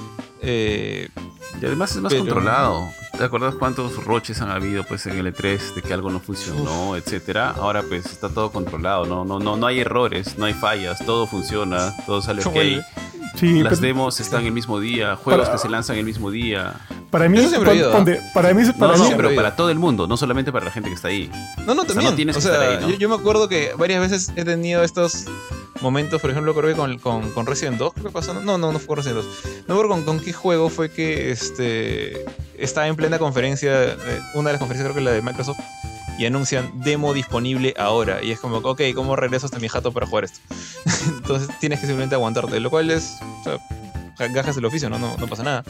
Y además es más controlado. ¿Te acuerdas cuántos roches han habido pues en el E3 de que algo no funcionó, etcétera? Ahora pues está todo controlado, no hay errores, no hay fallas, todo funciona, todo sale ok. Sí, las demos están el mismo día, juegos que se lanzan el mismo día. Para mí, pero para todo el mundo, no solamente para la gente que está ahí. No, también. O sea, no tienes que estar ahí, ¿no? Yo me acuerdo que varias veces he tenido estos momentos, por ejemplo, creo que con Resident 2, creo que pasó. No fue con Resident 2. No recuerdo con qué juego fue que estaba en plena conferencia, una de las conferencias creo que la de Microsoft, y anuncian demo disponible ahora. Y es como, ok, ¿cómo regreso hasta mi jato para jugar esto? Entonces tienes que simplemente aguantarte, lo cual es, o sea, gajas del oficio, no pasa nada.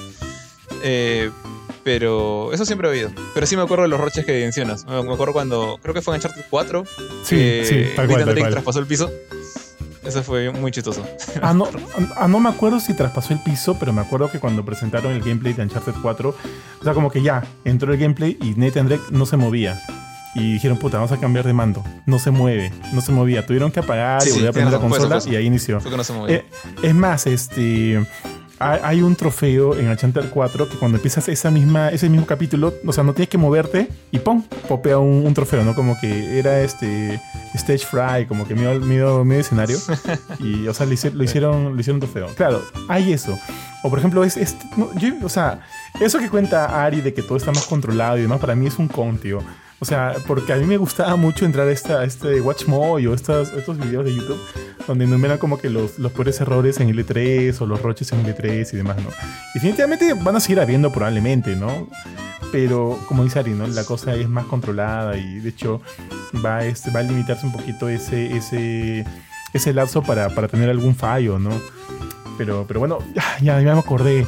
Pero eso siempre ha habido. Pero sí me acuerdo de los roches que mencionas. Me acuerdo cuando, creo que fue en Uncharted 4, tal cual. traspasó el piso. Eso fue muy chistoso. No me acuerdo si traspasó el piso, pero me acuerdo que cuando presentaron el gameplay de Uncharted 4, o sea, como que ya entró el gameplay y Nathan Drake no se movía. Y dijeron, puta, vamos a cambiar de mando. No se movía. Tuvieron que apagar y volver a prender la consola y ahí inició. Fue que no se movía. Es más, hay un trofeo en Uncharted 4 que cuando empiezas ese mismo capítulo, o sea, no tienes que moverte y ¡pum! Popea un trofeo, ¿no? Como que era stage fry, como que medio escenario. Y, o sea, lo hicieron un trofeo. Claro, hay eso. O por ejemplo, o sea, eso que cuenta Ari de que todo está más controlado y demás, para mí es un con, tío. O sea, porque a mí me gustaba mucho entrar a este WatchMojo o estos videos de YouTube donde enumeran como que los peores errores en el E3 o los roches en el E3 y demás, ¿no? Definitivamente van a seguir habiendo probablemente, ¿no? Pero, como dice Ari, ¿no? La cosa es más controlada y de hecho va a limitarse un poquito ese lapso para tener algún fallo, ¿no? Pero bueno, ya me acordé.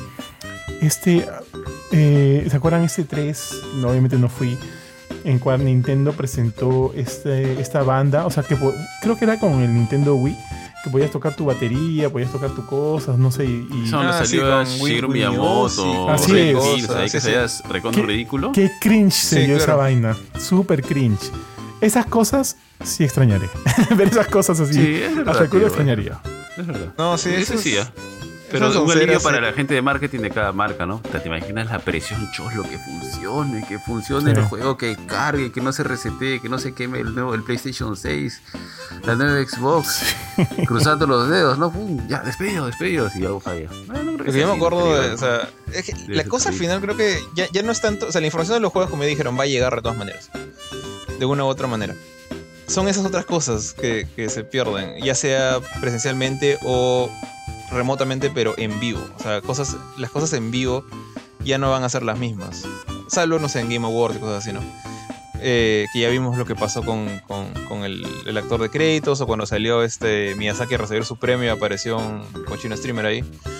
¿Se acuerdan este 3? No, obviamente no fui. En cual Nintendo presentó esta banda, o sea, que creo que era con el Nintendo Wii, que podías tocar tu batería, podías tocar tus cosas, no sé. Salió Shigeru Miyamoto, así es. Ahí que seas recontra ridículo. Qué cringe se dio esa vaina, súper cringe. Esas cosas sí extrañaré. Ver esas cosas así, sí, es verdad, hasta que lo extrañaría. Es verdad. No, sí, eso sí. Pero un alivio para la gente de marketing de cada marca, ¿no? ¿Te imaginas la presión, choslo, que funcione el juego, que cargue, que no se resetee, que no se queme el PlayStation 6, la nueva Xbox, cruzando los dedos, ¿no? ¡Pum! Ya, despedidos y algo falla. Yo me acuerdo o sea, es que la cosa al final creo que ya no es tanto, o sea, la información de los juegos, como me dijeron, va a llegar de todas maneras, de una u otra manera. Son esas otras cosas que se pierden, ya sea presencialmente o remotamente, pero en vivo. O sea, las cosas en vivo ya no van a ser las mismas. Salvo, no sé, en Game Awards y cosas así, ¿no? Que ya vimos lo que pasó con el actor de créditos, o cuando salió Miyazaki a recibir su premio, apareció un cochino streamer ahí.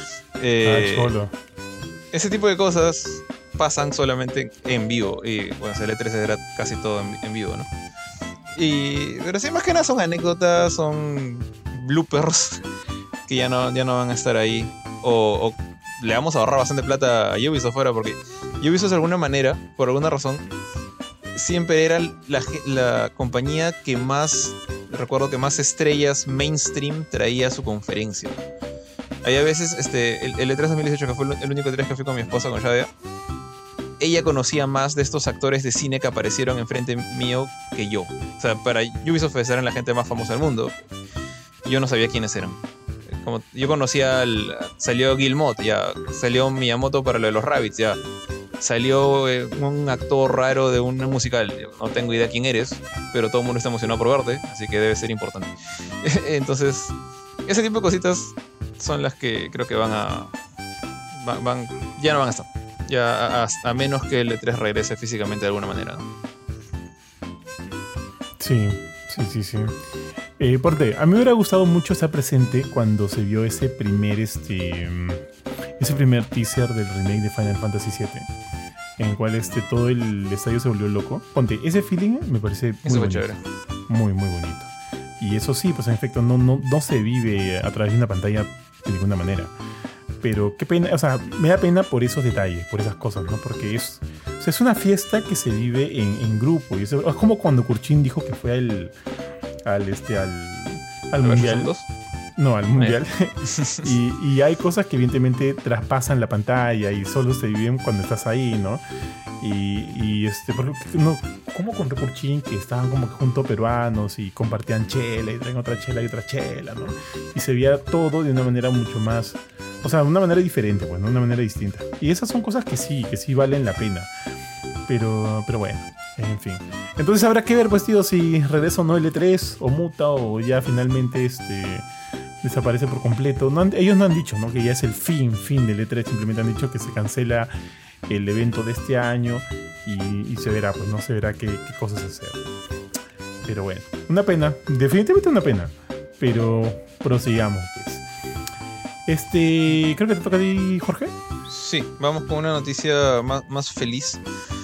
Cholo. Ese tipo de cosas pasan solamente en vivo. Y bueno, el E3 era casi todo en vivo, ¿no? Pero sí, más que nada son anécdotas, son bloopers que ya no van a estar ahí. O le vamos a ahorrar bastante plata a Ubisoft ahora, porque Ubisoft de alguna manera, por alguna razón, siempre era la compañía que más, recuerdo que más estrellas mainstream traía a su conferencia. Hay a veces, el E3 2018, que fue el único E3 que fui con mi esposa, con Shadia, ella conocía más de estos actores de cine que aparecieron enfrente mío que yo. O sea, para Ubisoft eran la gente más famosa del mundo. Yo no sabía quiénes eran. Como yo conocía, salió Guillemot, ya. Salió Miyamoto para lo de los Rabbids, ya. Salió un actor raro de un musical. Yo no tengo idea quién eres, pero todo el mundo está emocionado por verte, así que debe ser importante. Entonces, ese tipo de cositas son las que creo que ya no van a estar. Ya a menos que el E3 regrese físicamente de alguna manera, ¿no? Sí. Porque a mí me hubiera gustado mucho estar presente cuando se vio ese primer teaser del remake de Final Fantasy VII, en el cual todo el estadio se volvió loco. Ponte, ese feeling me parece muy bonito. Chévere. Muy, muy bonito. Y eso sí, pues en efecto no se vive a través de una pantalla de ninguna manera. Pero qué pena, o sea, me da pena por esos detalles, por esas cosas, ¿no? Porque es una fiesta que se vive en grupo. Y es como cuando Kurchin dijo que fue al mundial. 2? No, al mundial. y hay cosas que evidentemente traspasan la pantalla y solo se viven cuando estás ahí, ¿no? Por ejemplo, no, como con Recurchín, que estaban como que junto peruanos y compartían chela y traen otra chela y otra chela, ¿no? Y se veía todo de una manera mucho más, o sea, de una manera diferente, pues, ¿no? Una manera distinta. Y esas son cosas que sí valen la pena. Pero bueno, en fin. Entonces habrá que ver, pues, tío, si regresa o no el E3 o muta o ya finalmente desaparece por completo. Ellos no han dicho, ¿no?, que ya es el fin del E3, simplemente han dicho que se cancela el evento de este año y se verá, pues no se verá qué cosas hacer. Pero bueno, una pena, definitivamente una pena, pero prosigamos, pues. Creo que te toca a ti, Jorge. Sí, vamos con una noticia más feliz.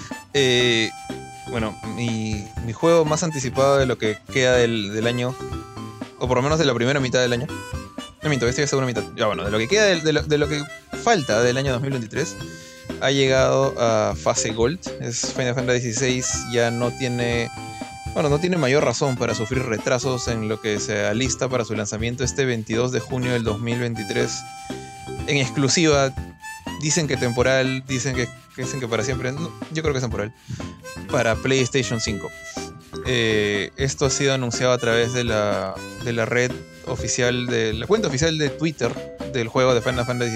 Bueno, mi juego más anticipado de lo que queda del año, o por lo menos de la primera mitad del año. No miento, esta es la segunda mitad. Ya bueno, de lo que queda de lo que falta del año 2023, ha llegado a fase Gold. Es Final Fantasy XVI, ya no tiene mayor razón para sufrir retrasos en lo que se alista para su lanzamiento este 22 de junio del 2023. En exclusiva, dicen que temporal, dicen que para siempre. No, yo creo que es temporal. Para PlayStation 5. Esto ha sido anunciado a través de la red oficial, de la cuenta oficial de Twitter del juego de Final Fantasy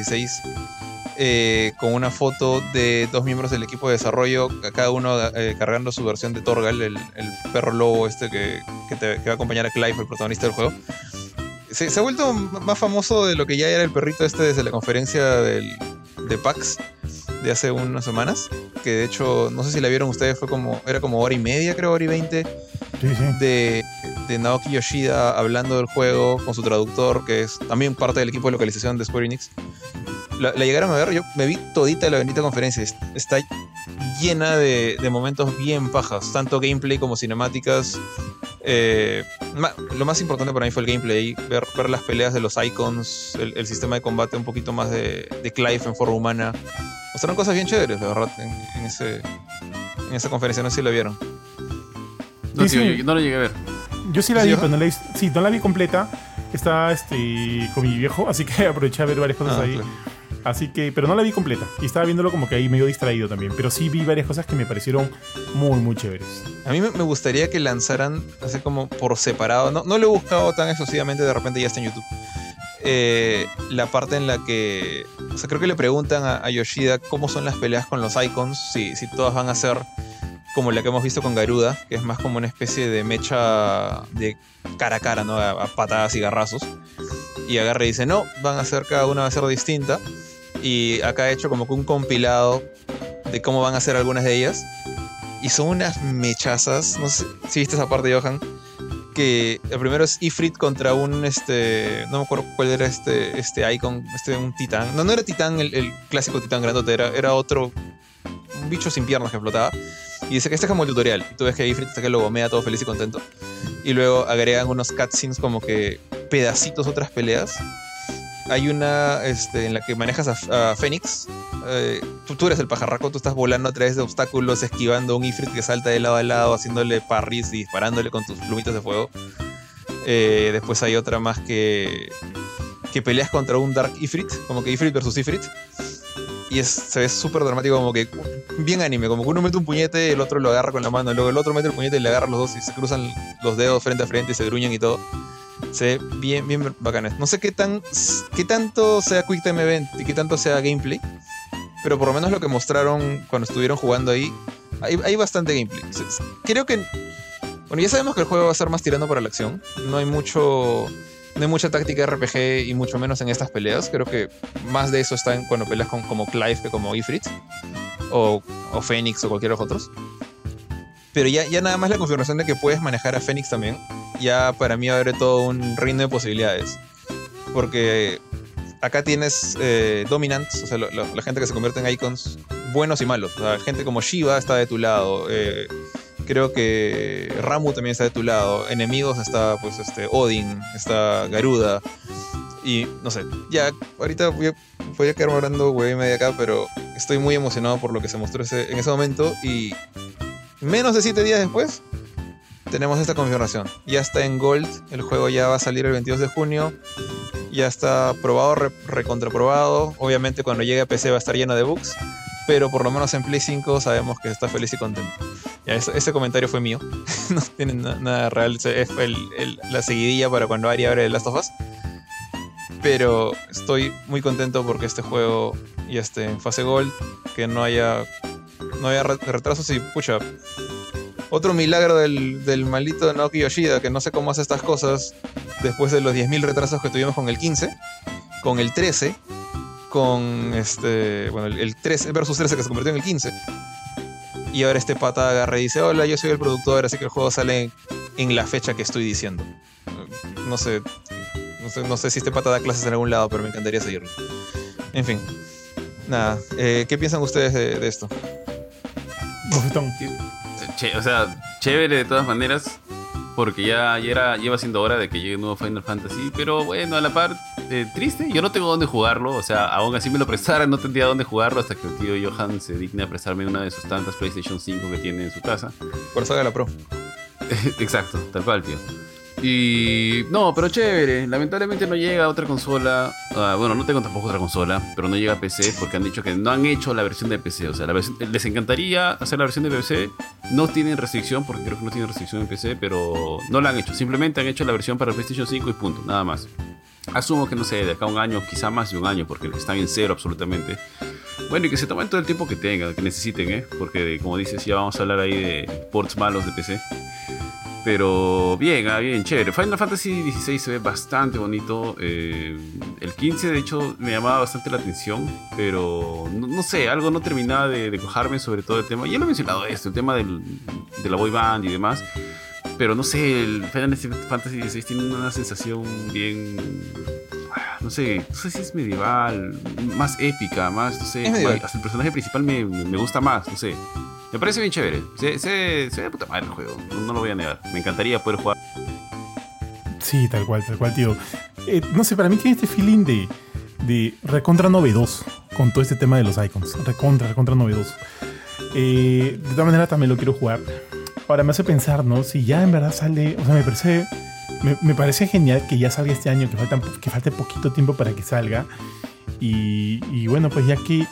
XVI, con una foto de 2 miembros del equipo de desarrollo, cada uno cargando su versión de Torgal, el perro lobo que va a acompañar a Clive, el protagonista del juego. Se ha vuelto más famoso de lo que ya era el perrito desde la conferencia de PAX de hace unas semanas, que de hecho, no sé si la vieron ustedes, era como hora y media, creo, hora y 20, Sí. de Naoki Yoshida hablando del juego con su traductor, que es también parte del equipo de localización de Square Enix. La llegaron a ver, yo me vi todita la bendita conferencia, está llena de momentos bien pajas, tanto gameplay como cinemáticas. Lo más importante para mí fue el gameplay, ver las peleas de los icons, el sistema de combate un poquito más de Clive en forma humana. Mostraron cosas bien chéveres, la verdad, en esa conferencia, no sé si la vieron. No, Sí, tío, sí. yo no la llegué a ver. Yo sí la ¿Sí, vi, Johan? pero no la vi completa. Estaba con mi viejo, así que aproveché a ver varias cosas ahí. Claro. Así que, pero no la vi completa. Y estaba viéndolo como que ahí medio distraído también. Pero sí vi varias cosas que me parecieron muy, muy chéveres. A mí me gustaría que lanzaran así como por separado. No lo he buscado tan exclusivamente, de repente ya está en YouTube. La parte en la que, o sea, creo que le preguntan a Yoshida cómo son las peleas con los icons, si todas van a ser como la que hemos visto con Garuda, que es más como una especie de mecha de cara a cara, ¿no? A patadas y garrazos. Y agarra y dice, no, cada una va a ser distinta. Y acá he hecho como que un compilado de cómo van a ser algunas de ellas. Y son unas mechazas, no sé si viste esa parte, Johan, que el primero es Ifrit contra un, no me acuerdo cuál era este icon, un titán. No era titán, el clásico titán grandote, era otro, un bicho sin piernas que flotaba. Y dice que este es como el tutorial. Y tú ves que Ifrit está que lo gomea todo feliz y contento. Y luego agregan unos cutscenes como que pedacitos, otras peleas. Hay una en la que manejas a Fénix. Tú eres el pajarraco, tú estás volando a través de obstáculos, esquivando un Ifrit que salta de lado a lado, haciéndole parries y disparándole con tus plumitas de fuego. Después hay otra más que peleas contra un Dark Ifrit, como que Ifrit versus Ifrit. Y se ve súper dramático, como que bien anime, como que uno mete un puñete, el otro lo agarra con la mano, luego el otro mete el puñete y le agarra los dos y se cruzan los dedos frente a frente y se gruñen y todo. Se ve bien, bien bacanes. No sé qué tanto sea Quick Time Event y qué tanto sea gameplay, pero por lo menos lo que mostraron cuando estuvieron jugando ahí, hay bastante gameplay. Creo que, bueno, ya sabemos que el juego va a ser más tirando para la acción. No hay mucha táctica RPG y mucho menos en estas peleas. Creo que más de eso está cuando peleas como Clive que como Ifrit o Fénix o cualquiera de los otros. Pero ya nada más la confirmación de que puedes manejar a Fénix también, ya para mí abre todo un reino de posibilidades. Porque acá tienes dominants, o sea, la gente que se convierte en icons, buenos y malos. O sea, gente como Shiva está de tu lado. Creo que Ramu también está de tu lado. Enemigos está pues Odin, está Garuda. Y no sé, ya ahorita voy a quedar hablando güey media acá, pero estoy muy emocionado por lo que se mostró en ese momento. Y menos de 7 días después tenemos esta confirmación. Ya está en Gold, el juego ya va a salir el 22 de junio. Ya está probado, recontraprobado. Obviamente cuando llegue a PC va a estar lleno de bugs. Pero por lo menos en Play 5 sabemos que está feliz y contento. Ya, ese comentario fue mío. No tiene nada real. Es la seguidilla para cuando Ari abre The Last of Us. Pero estoy muy contento porque este juego ya esté en fase Gold. Que no haya retrasos y pucha. Otro milagro del maldito Naoki Yoshida, que no sé cómo hace estas cosas después de los 10.000 retrasos que tuvimos con el 15, con el 13, con el 13 versus 13 que se convirtió en el 15. Y ahora este pata agarra y dice, hola, yo soy el productor, así que el juego sale en la fecha que estoy diciendo. No sé si este pata da clases en algún lado, pero me encantaría seguirlo. En fin, nada, ¿qué piensan ustedes de esto? Bofetón. O sea, chévere de todas maneras, porque ya lleva siendo hora de que llegue un nuevo Final Fantasy, pero bueno, a la par, triste, yo no tengo dónde jugarlo, o sea, aún así me lo prestaran, no tendría dónde jugarlo hasta que el tío Johan se digne a prestarme una de sus tantas PlayStation 5 que tiene en su casa. Por Saga la Pro. Exacto, tal cual, tío. Y no, pero chévere, lamentablemente no llega a otra consola. Bueno, no tengo tampoco otra consola, pero no llega a PC porque han dicho que no han hecho la versión de PC. O sea, les encantaría hacer la versión de PC. No tienen restricción, porque creo que no tienen restricción en PC, pero no la han hecho. Simplemente han hecho la versión para el PlayStation 5 y punto, nada más. Asumo que no sé, de acá a un año, quizá más de un año, porque están en cero absolutamente. Bueno, y que se tomen todo el tiempo que tengan, que necesiten, porque como dices, ya vamos a hablar ahí de ports malos de PC. Pero bien, chévere. Final Fantasy XVI se ve bastante bonito. El 15 de hecho me llamaba bastante la atención, pero no sé, algo no terminaba de cojarme sobre todo el tema. Ya lo he mencionado el tema de la boy band y demás. Pero no sé, el Final Fantasy XVI tiene una sensación bien... No sé si es medieval, más épica, más, no sé, hasta el personaje principal me gusta más, no sé. Me parece bien chévere. Se ve de puta madre el juego. No lo voy a negar. Me encantaría poder jugar. Sí, tal cual, tío. No sé, para mí tiene este feeling de recontra novedoso con todo este tema de los icons. Recontra novedoso. De todas maneras también lo quiero jugar. Ahora me hace pensar, ¿no? Si ya en verdad sale... O sea, me parece genial que ya salga este año, que falte poquito tiempo para que salga. Y bueno, pues ya que...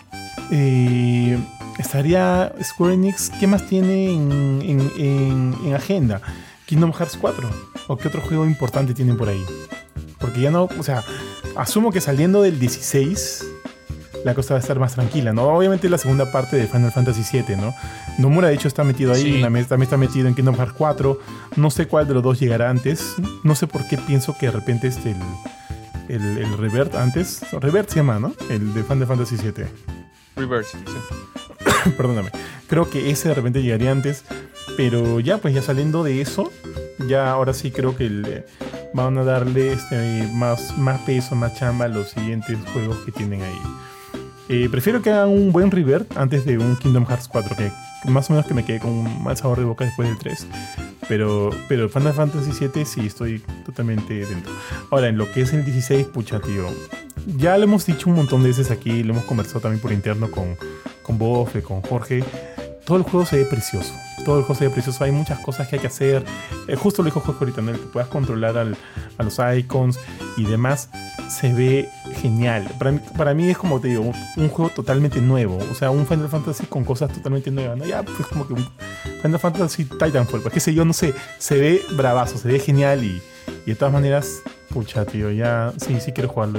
estaría Square Enix, ¿qué más tiene en agenda? Kingdom Hearts 4, o qué otro juego importante tienen por ahí, porque ya no, o sea, asumo que saliendo del 16 la cosa va a estar más tranquila, ¿no? Obviamente la segunda parte de Final Fantasy 7, ¿no? Nomura de hecho está metido ahí, sí. También está metido en Kingdom Hearts 4, no sé cuál de los dos llegará antes, no sé por qué pienso que de repente el Revert antes, Revert se llama, ¿no? El de Final Fantasy 7. Rebirth, sí. Perdóname. Creo que ese de repente llegaría antes. Pero ya, pues ya saliendo de eso, ya ahora sí creo que van a darle más peso, más chamba a los siguientes juegos que tienen ahí. Prefiero que hagan un buen Rebirth antes de un Kingdom Hearts 4, que más o menos que me quede con un mal sabor de boca después del 3. Pero Final Fantasy 7 sí estoy totalmente dentro. Ahora, en lo que es el 16, pucha, tío. Ya lo hemos dicho un montón de veces aquí, lo hemos conversado también por interno con Bofe, con Jorge. Todo el juego se ve precioso. Hay muchas cosas que hay que hacer. Justo lo dijo Jorge ahorita, ¿no? El que puedas controlar a los icons y demás. Se ve genial. Para mí es como te digo, un juego totalmente nuevo. O sea, un Final Fantasy con cosas totalmente nuevas, ¿no? Ya, pues como que un Final Fantasy Titanfall, pues qué sé yo, no sé. Se ve bravazo, se ve genial y de todas maneras, pucha, tío, ya sí quiero jugarlo.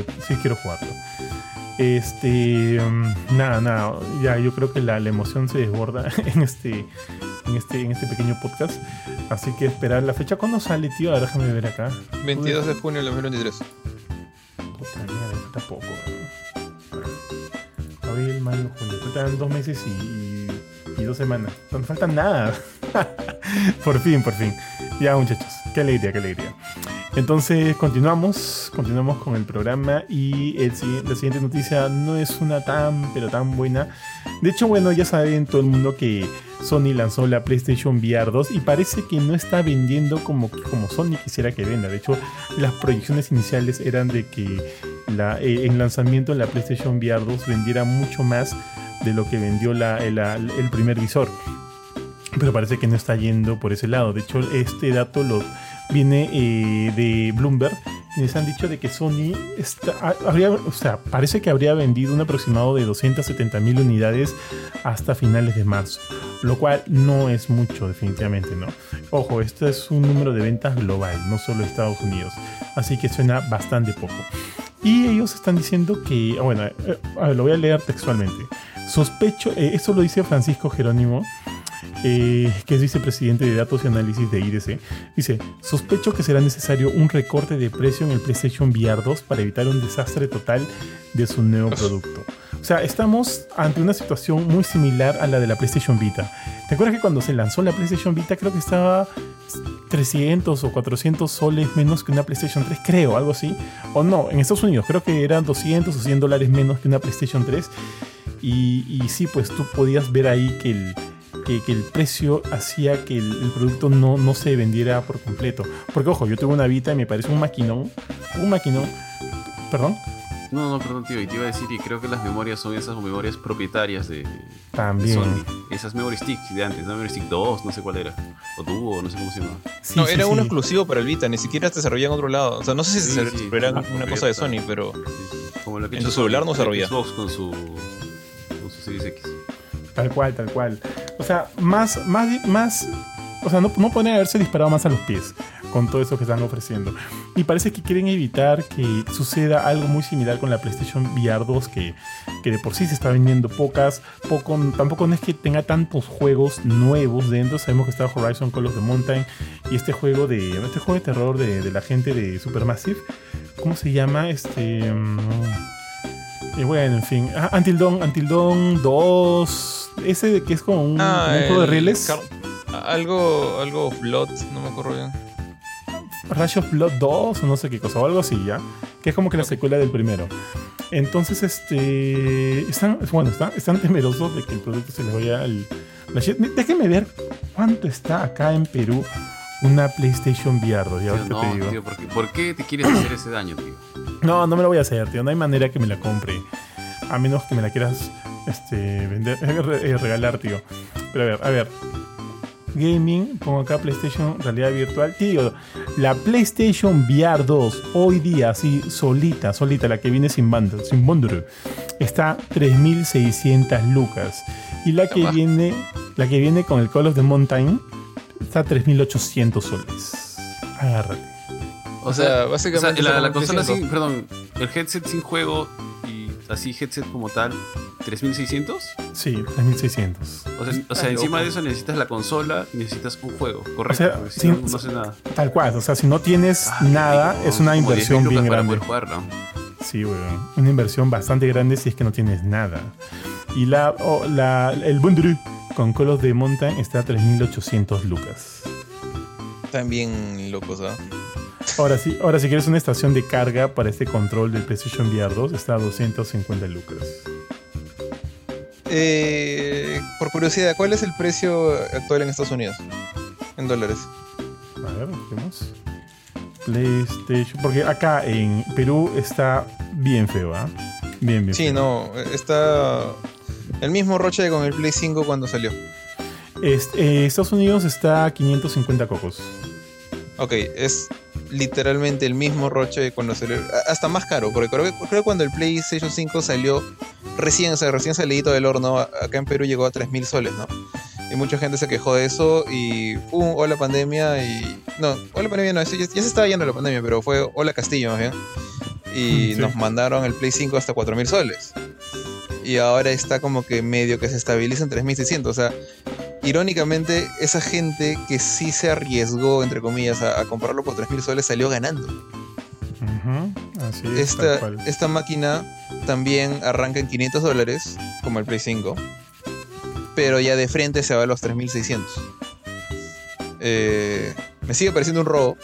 Nada, ya yo creo que la emoción se desborda en este pequeño podcast. Así que esperar la fecha. ¿Cuándo sale, tío? A ver, déjame ver acá. 22 de junio del 2023. Puta mierda, falta poco, ¿no? Abril, mayo, junio. Faltan 2 meses y 2 semanas. No faltan nada. Por fin. Ya, muchachos, qué alegría. Entonces continuamos con el programa y la siguiente noticia no es una pero tan buena. De hecho, bueno, ya saben todo el mundo que Sony lanzó la PlayStation VR 2 y parece que no está vendiendo como Sony quisiera que venda. De hecho, las proyecciones iniciales eran de que en lanzamiento la PlayStation VR 2 vendiera mucho más de lo que vendió el primer visor. pero parece que no está yendo por ese lado. De hecho, este dato viene de Bloomberg. Y les han dicho de que Sony parece que habría vendido un aproximado de 270,000 unidades hasta finales de marzo, lo cual no es mucho definitivamente, ¿no? Ojo, este es un número de ventas global, no solo Estados Unidos, así que suena bastante poco. Y ellos están diciendo que, bueno, lo voy a leer textualmente. Sospecho, esto lo dice Francisco Jerónimo, que es vicepresidente de datos y análisis de IDC. Dice: sospecho que será necesario un recorte de precio en el PlayStation VR 2 para evitar un desastre total de su nuevo producto. O sea, estamos ante una situación muy similar a la de la PlayStation Vita. ¿Te acuerdas que cuando se lanzó la PlayStation Vita creo que estaba 300 o 400 soles menos que una PlayStation 3, creo, algo así? O no, en Estados Unidos creo que eran 200 o 100 dólares menos que una PlayStation 3. Y sí, pues tú podías ver ahí que el precio hacía que el producto no se vendiera por completo. Porque, ojo, yo tuve una Vita y me parece un maquinón. ¿Perdón? No, perdón, tío. Y te iba a decir, y creo que las memorias son esas memorias propietarias de Sony. Esas memory sticks de antes, Memory Stick 2, no sé cuál era. O Duo, no sé cómo se llama. Sí, era uno exclusivo para el Vita, ni siquiera te servía en otro lado. O sea, no sé si era una cosa de Sony, pero como lo que en tu celular no servía. Xbox con su Series X. Tal cual. O sea, o sea, no pueden haberse disparado más a los pies con todo eso que están ofreciendo. Y parece que quieren evitar que suceda algo muy similar con la PlayStation VR 2, que de por sí se está vendiendo tampoco no es que tenga tantos juegos nuevos dentro. Sabemos que está Horizon Call of the Mountain y este juego de terror de la gente de Supermassive. ¿Cómo se llama? Bueno, en fin. Until Dawn 2. Ese que es como un juego de rieles. Algo Blood, no me acuerdo bien. Rush of Blood 2 o no sé qué cosa, o algo así, ¿ya? Que es como que la secuela del primero. Entonces, están temerosos de que el producto se les vaya la shit. Déjenme ver cuánto está acá en Perú una PlayStation VR 2. Tío, te digo. Tío, ¿por qué te quieres hacer ese daño, tío? No me lo voy a hacer, tío. No hay manera que me la compre. A menos que me la quieras regalar, tío. Pero a ver. Gaming, pongo acá PlayStation realidad virtual. Tío, la PlayStation VR 2 hoy día, así solita, la que viene sin bundle, está 3,600 lucas. Y la que viene con el Call of the Mountain está 3,800 soles. Agárrate. O sea, básicamente la consola sin, perdón, el headset sin juego y así headset como tal, 3,600. Sí, 3,600. O sea, encima de eso necesitas la consola y necesitas un juego, correcto. O sea, no sé nada. Tal cual, o sea, si no tienes nada, es una inversión bien grande. Para poder jugar, ¿no? Sí, weón. Una inversión bastante grande si es que no tienes nada. Y el bundle con Call of the Mountain está a 3,800 lucas. Están bien locos, ¿ah? Ahora, si quieres una estación de carga para este control del PlayStation VR 2, está a 250 lucas. Por curiosidad, ¿cuál es el precio actual en Estados Unidos? En dólares. A ver, vemos. PlayStation. Porque acá en Perú está bien feo, ¿ah? Bien sí, feo. No, está el mismo roche con el Play 5 cuando salió. Estados Unidos está a 550 cocos. Ok, es literalmente el mismo roche cuando salió. Hasta más caro, porque creo que cuando el PlayStation 5 salió recién salidito del horno, acá en Perú llegó a 3,000 soles, ¿no? Y mucha gente se quejó de eso y ¡pum! Hola pandemia y... No, hola pandemia no, ya se estaba yendo la pandemia, pero fue hola Castillo más bien. Y sí, nos mandaron el Play 5 hasta 4,000 soles. Y ahora está como que medio que se estabiliza en 3,600, o sea... Irónicamente, esa gente que sí se arriesgó, entre comillas, a comprarlo por 3,000 soles salió ganando. Así es, esta máquina también arranca en 500 dólares, como el Play 5, pero ya de frente se va a los 3,600. Me sigue pareciendo un robo,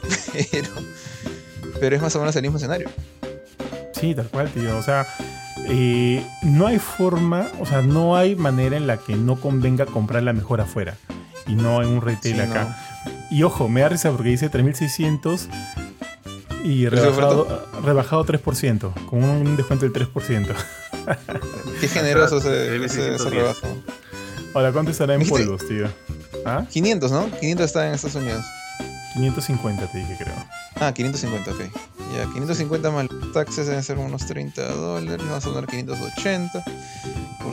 pero es más o menos el mismo escenario. Sí, tal cual, tío. O sea... no hay forma, o sea, no hay manera en la que no convenga comprar mejor afuera y no en un retail acá. No. Y ojo, me da risa porque dice 3,600 y rebajado 3%, con un descuento del 3%. Qué generoso ese rebajo. Ahora, ¿cuánto estará en polvos, tío? ¿Ah? 500, ¿no? 500 está en Estados Unidos. 550 te dije, creo. Ah, 550, ok. Ya, 550 más los taxes deben ser unos $30. Vamos a poner 580 por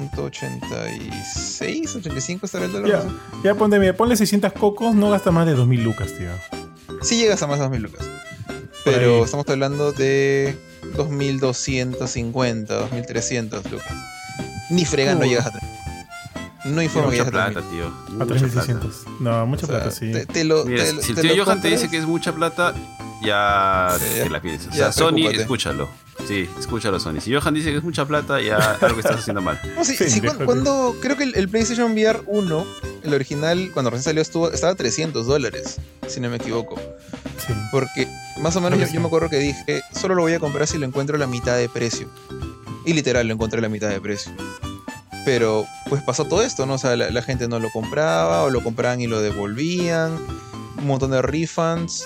3.86, 85 estará el dólar. Ya, ¿No sé? ya ponle 600 cocos, no gasta más de 2000 lucas, tío. Sí llegas a más de 2.000 lucas. Por Pero ahí. estamos hablando de 2.250, 2.300 lucas. Ni fregando Uy. llegas a 3.000. No hay forma que Mucha llegues a 3.000. plata, tío. A Mucha plata. 3600. No, mucha O sea, plata, sí. Mira, si el te tío lo Johan te dice compras, que es mucha plata, ya Sí, te ya- la piensas. O ya sea, Sony, preocúpate. escúchalo. Sí, escúchalo, Sony. Si Johan dice que es mucha plata, ya algo estás haciendo mal. No, sí, Sí, sí, mejor cuando creo que el PlayStation VR 1, el original, cuando recién salió, estaba a $300, si no me equivoco. Sí. Porque más o menos Creo que yo sí. me acuerdo que dije, solo lo voy a comprar si lo encuentro a la mitad de precio. Y literal, lo encontré a la mitad de precio. Pero pues pasó todo esto, ¿no? O sea, la gente no lo compraba, o lo compraban y lo devolvían, un montón de refunds.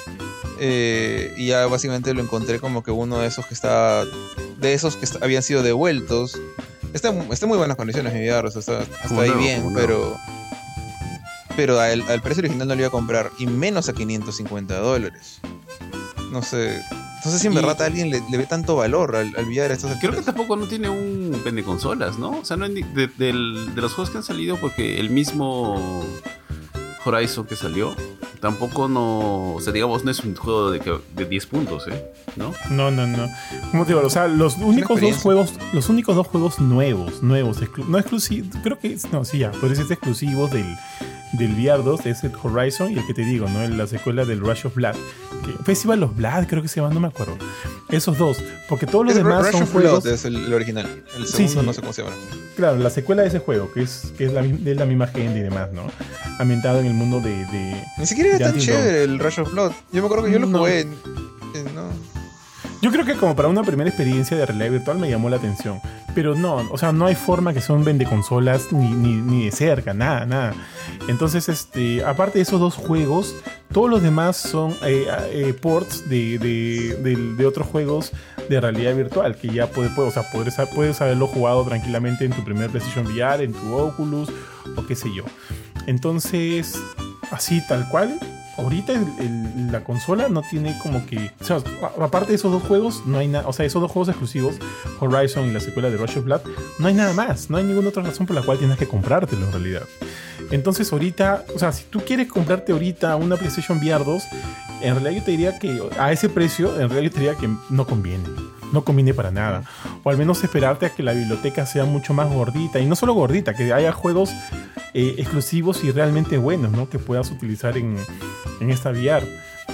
Y ya básicamente lo encontré como que uno de esos que estaba. De esos que habían sido devueltos. Está en muy buenas condiciones, mi VR, o sea, está Como ahí nuevo, bien, como pero. Pero al precio original no lo iba a comprar. Y menos a $550. No sé. No sé si en Y- verdad a alguien le ve tanto valor al VR a estas Creo que alturas. tampoco no tiene un vende consolas, ¿no? O sea, no de los juegos que han salido, porque el mismo Horizon que salió, tampoco no. O sea, digamos, no es un juego de 10 puntos, ¿eh? ¿No? No. Como te digo, o sea, los únicos dos juegos nuevos, no exclusivos, creo que no, sí, ya, podría ser exclusivos del VR 2 es el Horizon y el que te digo, ¿no? La secuela del Rush of Blood. Festival of Blood, creo que se llama, no me acuerdo. Esos dos, porque todos los demás Rush son of juegos. Blood es el original. El Sí, segundo sí. no sé cómo se llama. Claro, la secuela de ese juego, que es de la misma gente y demás, ¿no? Ambientado en el mundo de Ni siquiera era de tan Until chévere el Rush of Blood. Yo me acuerdo que yo lo No. jugué. No. Yo creo que como para una primera experiencia de realidad virtual me llamó la atención. Pero no, o sea, no hay forma que son vende consolas ni de cerca, nada. Entonces, aparte de esos dos juegos, todos los demás son ports de otros juegos de realidad virtual que ya puedes haberlo jugado tranquilamente en tu primer PlayStation VR, en tu Oculus o qué sé yo. Entonces, así tal cual. Ahorita la consola no tiene como que. O sea, aparte de esos dos juegos, no hay nada. O sea, esos dos juegos exclusivos, Horizon y la secuela de Rush of Blood, no hay nada más. No hay ninguna otra razón por la cual tienes que comprártelo en realidad. Entonces, ahorita, o sea, si tú quieres comprarte ahorita una PlayStation VR 2, en realidad yo te diría que a ese precio, en realidad yo te diría que no conviene. No conviene para nada. O al menos esperarte a que la biblioteca sea mucho más gordita. Y no solo gordita, que haya juegos exclusivos y realmente buenos, ¿no? Que puedas utilizar en esta VR.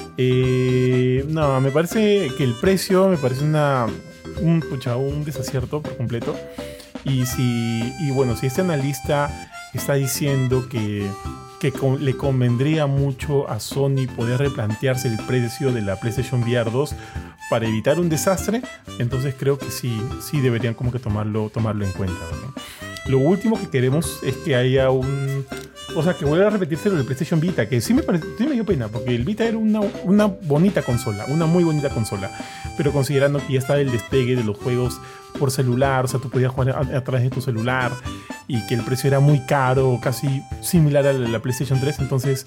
No, me parece que el precio me parece un desacierto por completo. Y bueno, si este analista está diciendo que le convendría mucho a Sony poder replantearse el precio de la PlayStation VR 2 para evitar un desastre, entonces creo que sí deberían como que tomarlo en cuenta, ¿no? Lo último que queremos es que haya o sea, que vuelva a repetirse lo del PlayStation Vita, que sí me dio pena, porque el Vita era una bonita consola, una muy bonita consola, pero considerando que ya estaba el despegue de los juegos por celular, o sea, tú podías jugar a través de tu celular, y que el precio era muy caro, casi similar a la PlayStation 3, entonces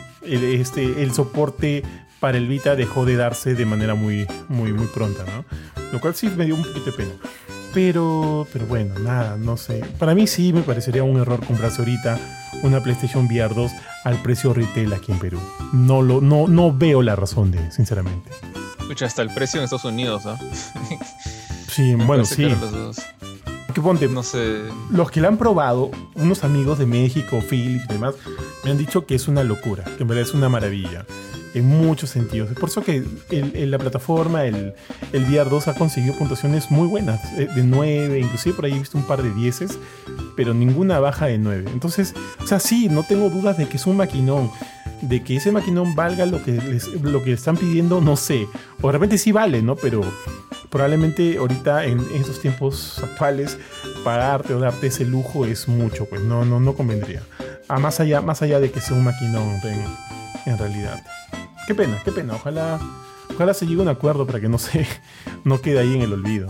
el soporte para el Vita dejó de darse de manera muy pronta, ¿no? Lo cual sí me dio un poquito de pena. Pero bueno, nada, no sé. Para mí sí me parecería un error comprarse ahorita una PlayStation VR 2 al precio retail aquí en Perú. No veo la razón sinceramente. Escucha, hasta el precio en Estados Unidos, ¿ah? Sí, Me bueno, parece sí. caro los dos. Que ponte, No sé. los que la han probado, unos amigos de México, Philips y demás, me han dicho que es una locura, que en verdad es una maravilla. En muchos sentidos. Es por eso que la plataforma, el VR 2 ha conseguido puntuaciones muy buenas, de 9, inclusive por ahí he visto un par de 10, pero ninguna baja de 9. Entonces, o sea, sí, no tengo dudas de que es un maquinón. De que ese maquinón valga lo que están pidiendo, no sé. O de repente sí vale, ¿no? Pero probablemente ahorita en estos tiempos actuales pagarte o darte ese lujo es mucho, pues no convendría. Más allá de que sea un maquinón en realidad. Qué pena. Ojalá se llegue a un acuerdo para que no quede ahí en el olvido,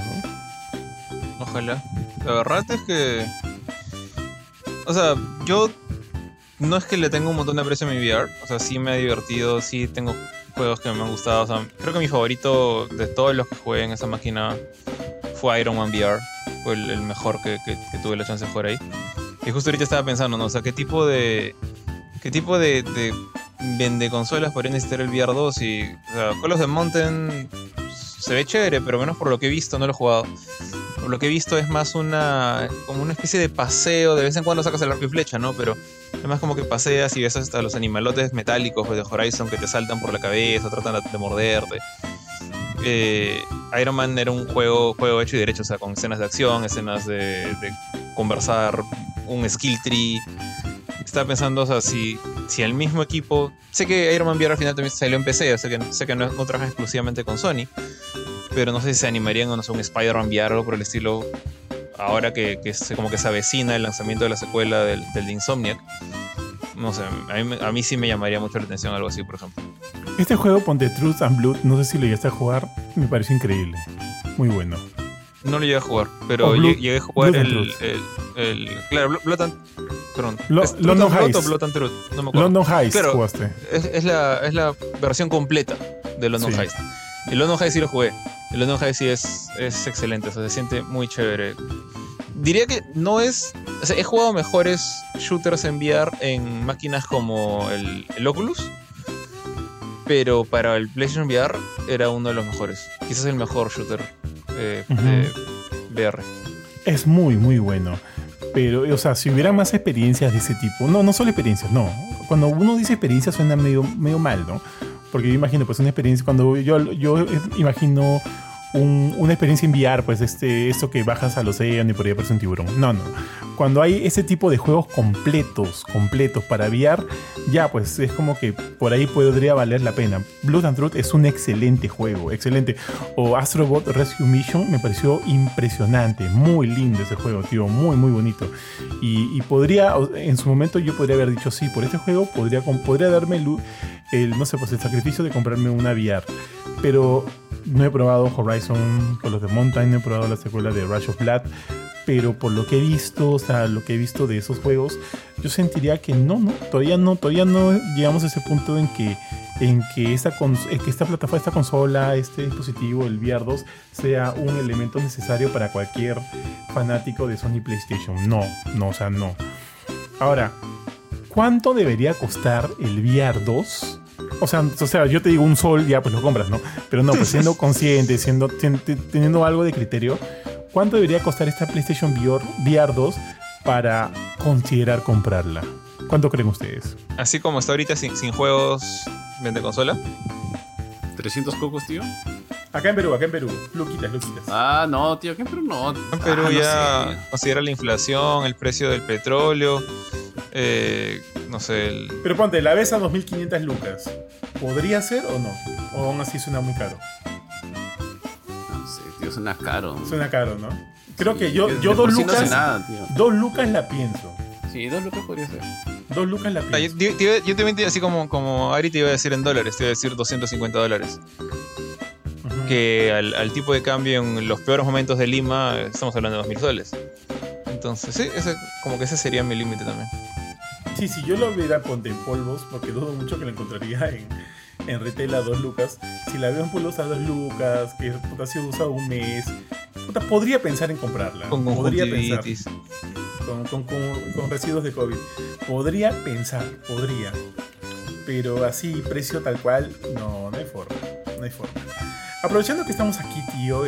¿no? Ojalá. La verdad es que. O sea, yo no es que le tenga un montón de aprecio a mi VR, o sea, sí me ha divertido, sí tengo juegos que me han gustado, o sea, creo que mi favorito de todos los que jugué en esa máquina fue Iron Man VR, fue el mejor que tuve la chance de jugar ahí. Y justo ahorita estaba pensando, ¿no? O sea, ¿qué tipo de vende consolas podría necesitar el VR 2? Y, o sea, Call of the Mountain se ve chévere, pero menos por lo que he visto, no lo he jugado. Por lo que he visto es más como una especie de paseo, de vez en cuando sacas el arco y flecha, ¿no? Pero es más como que paseas y ves hasta los animalotes metálicos de Horizon que te saltan por la cabeza, tratan de morderte. Iron Man era un juego hecho y derecho, o sea, con escenas de acción, escenas de conversar, un skill tree. Estaba pensando, o sea, si el mismo equipo... Sé que Iron Man VR al final también salió en PC, o sea que sé que no trabaja exclusivamente con Sony, pero no sé si se animarían a, no sé, un Spider-Man VR o algo por el estilo, ahora que como que se avecina el lanzamiento de la secuela del de Insomniac. No sé, a mí sí me llamaría mucho la atención algo así, por ejemplo. Este juego, ponte Truth and Blood, no sé si lo llegaste a jugar, me pareció increíble. Muy bueno. No lo llegué a jugar, pero llegué a jugar claro, Blood and... Perdón. London Heist. O Blood and Truth, no me acuerdo. London Heist claro, jugaste. Es la versión completa de London Heist. El London Heist sí lo jugué. El London Heist sí es excelente, o sea, se siente muy chévere. Diría que no es... O sea, he jugado mejores shooters en VR en máquinas como el Oculus, pero para el PlayStation VR era uno de los mejores. Quizás el mejor shooter de VR. Es muy, muy bueno. Pero, o sea, si hubiera más experiencias de ese tipo... No solo experiencias, no. Cuando uno dice experiencia suena medio mal, ¿no? Porque yo imagino, pues, una experiencia... Cuando yo imagino una experiencia en VR, pues, esto que bajas al océano y por ahí aparece un tiburón. No. Cuando hay ese tipo de juegos completos para VR, ya, pues, es como que por ahí podría valer la pena. Blood and Truth es un excelente juego, excelente. O Astrobot Rescue Mission me pareció impresionante, muy lindo ese juego, tío, muy, muy bonito. Y podría, en su momento yo podría haber dicho, sí, por este juego podría darme no sé, pues el sacrificio de comprarme una VR. Pero no he probado Horizon Call of the Mountain, no he probado la secuela de Rush of Blood, pero por lo que he visto, o sea, lo que he visto de esos juegos, yo sentiría que todavía no llegamos a ese punto en que esta plataforma, esta consola, este dispositivo, el VR 2, sea un elemento necesario para cualquier fanático de Sony PlayStation. No. Ahora, ¿cuánto debería costar el VR 2? O sea, yo te digo un sol, ya pues lo compras, ¿no? Pero no, pues siendo consciente, teniendo algo de criterio, ¿cuánto debería costar esta PlayStation VR 2 para considerar comprarla? ¿Cuánto creen ustedes? Así como está ahorita sin juegos, ¿vende consola? 300 cocos, tío. Acá en Perú. Luquitas. Ah, no, tío, acá en Perú no. En Perú ya sé, considera la inflación, el precio del petróleo, no sé. Pero ponte, la ves a 2.500 lucas. ¿Podría ser o no? ¿O aún así suena muy caro? No sé, tío, suena caro. Suena caro, ¿no? Creo que yo 2 lucas. lucas. No sé nada, tío. 2 lucas la pienso. Sí, 2 lucas podría ser. 2 lucas la pienso. Yo también así como Ari te iba a decir en dólares, te iba a decir $250. Que al tipo de cambio en los peores momentos de Lima estamos hablando de $2.000. Entonces, sí, como que ese sería mi límite también. Sí, si yo lo viera ponte en polvos, porque dudo mucho que lo encontraría en retail a 2 lucas. Si la veo en polvos a 2 lucas, que puta, ha sido usado un mes, puta, podría pensar en comprarla. Podría pensar. Con residuos de COVID. Podría. Pero así, precio tal cual, no hay forma. Aprovechando que estamos aquí, tío,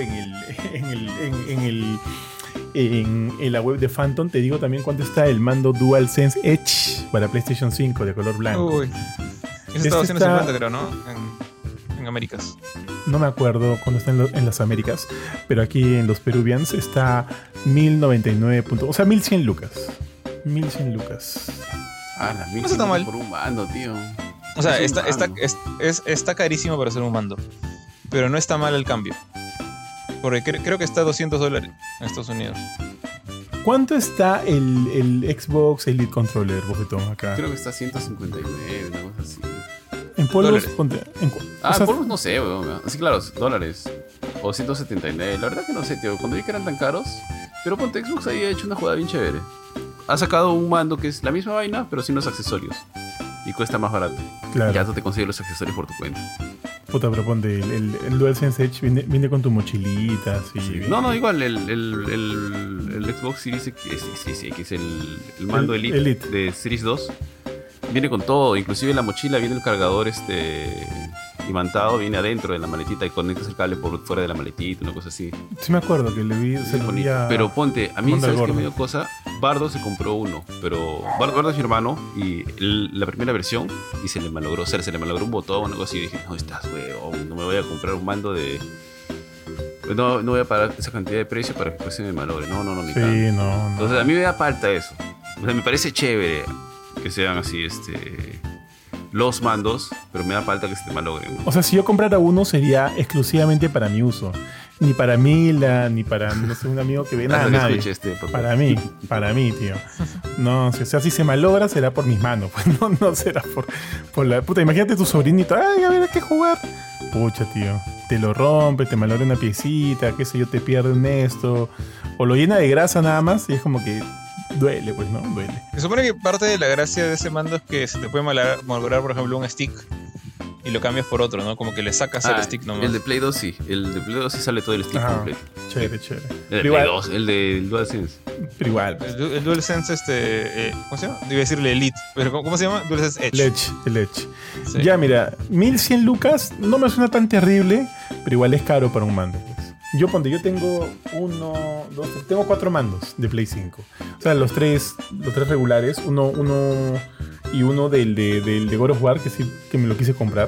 en la web de Phantom, te digo también cuánto está el mando DualSense Edge para PlayStation 5 de color blanco. Uy, eso está 250, creo, ¿no? En Américas. No me acuerdo cuándo está en las Américas, pero aquí en los Peruvians está 1.099 puntos, o sea, 1.100 lucas. 1.100 lucas. Ah, las 1.100 no está mal por un mando, tío. O sea, está carísimo para ser un mando, pero no está mal el cambio. Porque creo que está $200 en Estados Unidos. ¿Cuánto está el Xbox Elite Controller, Bofetón, acá? Creo que está 159, una cosa así. En polvos, ponte. En polvos no sé, weón. Así claro, dólares. O 179. La verdad que no sé, tío. Cuando vi que eran tan caros. Pero ponte, Xbox ahí ha hecho una jugada bien chévere. ha sacado un mando que es la misma vaina, pero sin los accesorios. Y cuesta más barato. Claro. Ya tú te consigues los accesorios por tu cuenta. Puta, pero ponte, el DualSense Edge viene con tu mochilita, así. Sí. No, igual, el Xbox Series X, sí, que es el mando Elite de Series 2. Viene con todo, inclusive la mochila viene el cargador imantado, viene adentro de la maletita y conectas el cable por fuera de la maletita, una cosa así. Sí me acuerdo que le vi, se lo vi a... Pero ponte, a mí, Manda ¿sabes el qué gordo. me dio cosa? Bardo se compró uno, pero Bardo es mi hermano y la primera versión y se le malogró, se le malogró un botón, una cosa así, y dije, no, estás huevón, no me voy a comprar un mando de... No voy a pagar esa cantidad de precio para que después se me malogre. No, ni Sí, cagando. no. Entonces a mí me da falta eso. O sea, me parece chévere que sean así, los mandos, pero me da falta que se te malogren, ¿no? O sea, si yo comprara uno sería exclusivamente para mi uso. Ni para Mila, ni para, no sé, un amigo que ve nada, Hasta que nadie. escuche este podcast. Para mí, tío. No, o sea, si se malogra será por mis manos, pues no será por la puta. Imagínate tu sobrinito, ay, a ver, hay que jugar. Pucha, tío. Te lo rompe, te malogra una piecita, qué sé yo, te pierde un esto. O lo llena de grasa nada más y es como que duele, pues, ¿no? Duele. Se supone que parte de la gracia de ese mando es que se te puede malograr, por ejemplo, un stick y lo cambias por otro, ¿no? Como que le sacas el stick nomás. El de Play 2 sí. El de Play 2 sí sale todo el stick Ajá. completo. Chévere. El de Pero Play igual, 2, el del DualSense. pero igual. Pues. El DualSense, ¿cómo se llama? Debe decirle Elite, pero ¿cómo se llama? DualSense Edge. El Edge. Sí. Ya, mira, 1100 lucas no me suena tan terrible, pero igual es caro para un mando. Pues. Yo tengo tengo 4 mandos de Play 5. O sea, los tres regulares, uno y uno del de God of War, que sí que me lo quise comprar.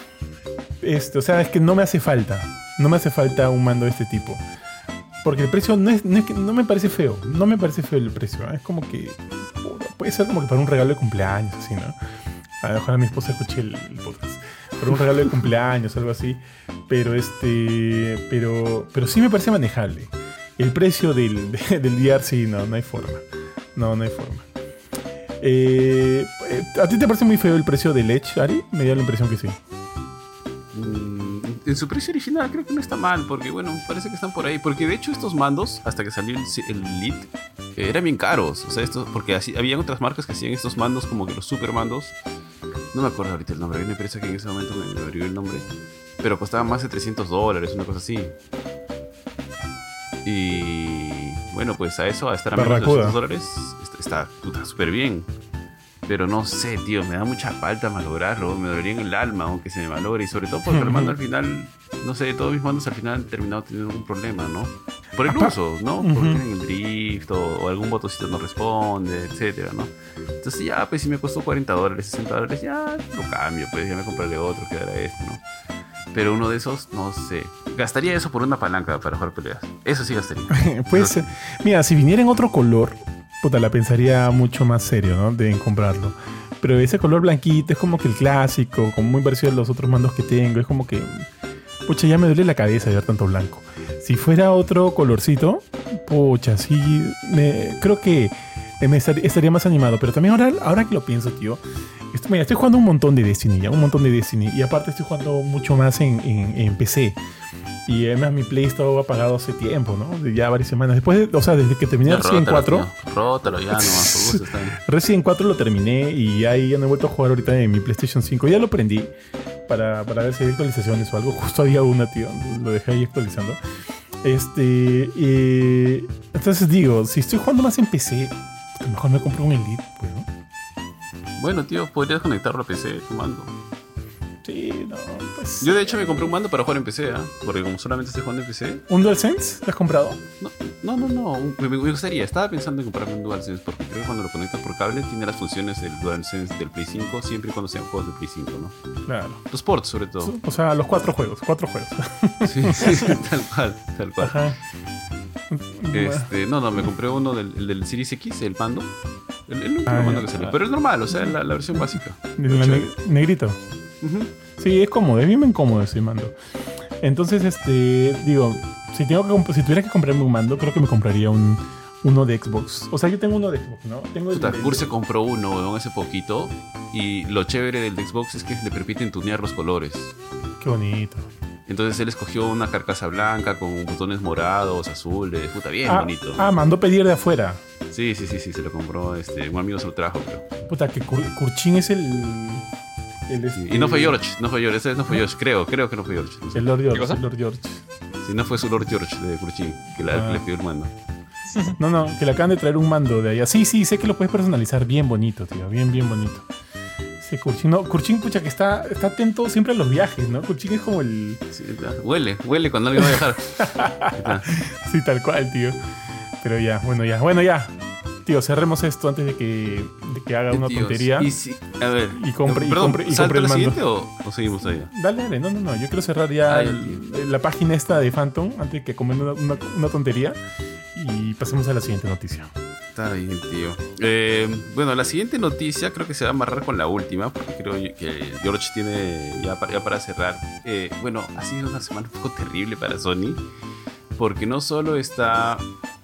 O sea, es que no me hace falta. No me hace falta un mando de este tipo. Porque el precio no me parece feo. No me parece feo el precio. Es como que... Puede ser como que para un regalo de cumpleaños, así, ¿no? Ojalá mi esposa escuche el podcast. Para un regalo de cumpleaños, algo así. Pero pero sí me parece manejable. El precio del VR, sí, no hay forma. No hay forma. ¿A ti te parece muy feo el precio del Edge, Ari? Me dio la impresión que sí. En su precio original creo que no está mal, porque bueno, parece que están por ahí. Porque de hecho estos mandos, hasta que salió el Elite, eran bien caros. O sea, porque habían otras marcas que hacían estos mandos como que los super mandos. No me acuerdo ahorita el nombre, hay una empresa que en ese momento me abrió el nombre. Pero costaban más de $300, una cosa así. Y bueno, pues a estar a menos de $200 está súper bien. Pero no sé, tío, me da mucha falta malograrlo. Me dolería en el alma aunque se me malogre. Y sobre todo porque el mando al final, no sé, todos mis mandos al final han terminado teniendo un problema, ¿no? Por el uso, ¿no? Porque tienen el drift o algún botoncito no responde, etcétera, ¿no? Entonces ya, pues si me costó $40, $60, ya lo cambio, pues ya me compraré otro, quedará este, ¿no? Pero uno de esos, no sé. Gastaría eso por una palanca para jugar peleas. Eso sí gastaría. Pues, mira, si viniera en otro color, puta, la pensaría mucho más serio, ¿no? De comprarlo. Pero ese color blanquito es como que el clásico, como muy parecido a los otros mandos que tengo. Es como que, pucha, ya me duele la cabeza de ver tanto blanco. Si fuera otro colorcito, pucha, sí, creo que estaría más animado. Pero también ahora que lo pienso, tío, mira, estoy jugando un montón de Destiny, y aparte estoy jugando mucho más en PC. Y además mi Play estaba apagado hace tiempo, ¿no? Ya varias semanas. Desde que terminé Resident 4. Rótalo ya nomás, por gusto está bien. Resident 4 lo terminé y ahí ya no he vuelto a jugar ahorita en mi PlayStation 5. Ya lo prendí para ver si hay actualizaciones o algo. Justo había una, tío. Lo dejé ahí actualizando. Entonces digo, si estoy jugando más en PC, pues mejor me compro un Elite, pues, ¿no? Bueno, tío, podrías conectarlo a PC, tu mando. Sí, no, pues... Yo de hecho me compré un mando para jugar en PC, porque como solamente estoy jugando en PC... ¿Un DualSense? ¿Te has comprado? No. Me gustaría, estaba pensando en comprarme un DualSense, porque creo que cuando lo conectas por cable tiene las funciones del DualSense del Play 5, siempre y cuando sean juegos de Play 5, ¿no? Claro. Los ports, sobre todo. O sea, los 4 juegos. Sí, tal cual. Ajá. No, me compré uno del Series X, el mando. El último mando que salió. Pero es normal, o sea, la versión básica. Negrito. Uh-huh. Sí, es cómodo, es bien cómodo ese mando. Entonces, digo, si tuviera que comprarme un mando, creo que me compraría uno de Xbox. O sea, yo tengo uno de Xbox, ¿no? Kurt se compró uno, weón, hace poquito. Y lo chévere del de Xbox es que le permiten tunear los colores. Qué bonito. Entonces él escogió una carcasa blanca con botones morados, azules, puta, bien bonito. Mandó pedir de afuera. Sí, se lo compró, un amigo se lo trajo, creo. Puta, que Kurchin es el Sí, y no fue George, esa vez no fue George, creo que no fue George. No sé. El Lord George, ¿Qué cosa? el Lord George. Si no fue su Lord George de Kurchin, que le pidió el mando. No, que le acaban de traer un mando de allá. Sí, sé que lo puedes personalizar bien bonito, tío, bien bonito. Ese Kurchin, no, Kurchin, pucha, que está atento siempre a los viajes, ¿no? Kurchin es como el... Sí, huele cuando alguien va a viajar. Sí, tal cual, tío. Pero bueno, ya. Tío, cerremos esto antes de que haga una tontería. Y sí, a ver. Y compre ¿salta el la mando. siguiente o seguimos todavía? Dale, no. Yo quiero cerrar ya la página esta de Phantom antes de que comen una tontería y pasemos a la siguiente noticia. Está bien, tío. Bueno, la siguiente noticia creo que se va a amarrar con la última, porque creo que George tiene ya para cerrar. Bueno, ha sido una semana un poco terrible para Sony, porque no solo está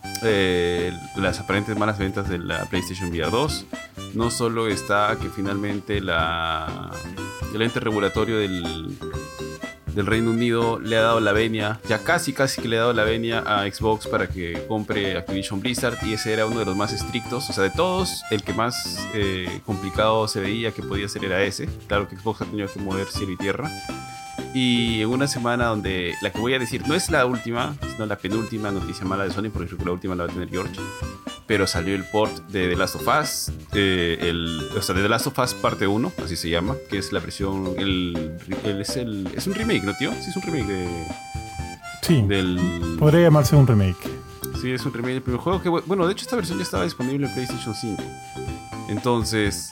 las aparentes malas ventas de la PlayStation VR 2, no solo está que finalmente el ente regulatorio del Reino Unido le ha dado la venia, ya casi que le ha dado la venia a Xbox para que compre Activision Blizzard, y ese era uno de los más estrictos, o sea, de todos, el que más complicado se veía que podía ser era ese. Claro que Xbox ha tenido que mover cielo y tierra. Y en una semana donde la que voy a decir no es la última, sino la penúltima noticia mala de Sony, porque creo que la última la va a tener George, pero salió el port de The Last of Us, de The Last of Us parte 1, así se llama, que es la versión, es un remake, ¿no, tío? Sí, es un remake Sí, podría llamarse un remake. Sí, es un remake del primer juego, que bueno, de hecho esta versión ya estaba disponible en PlayStation 5. Entonces...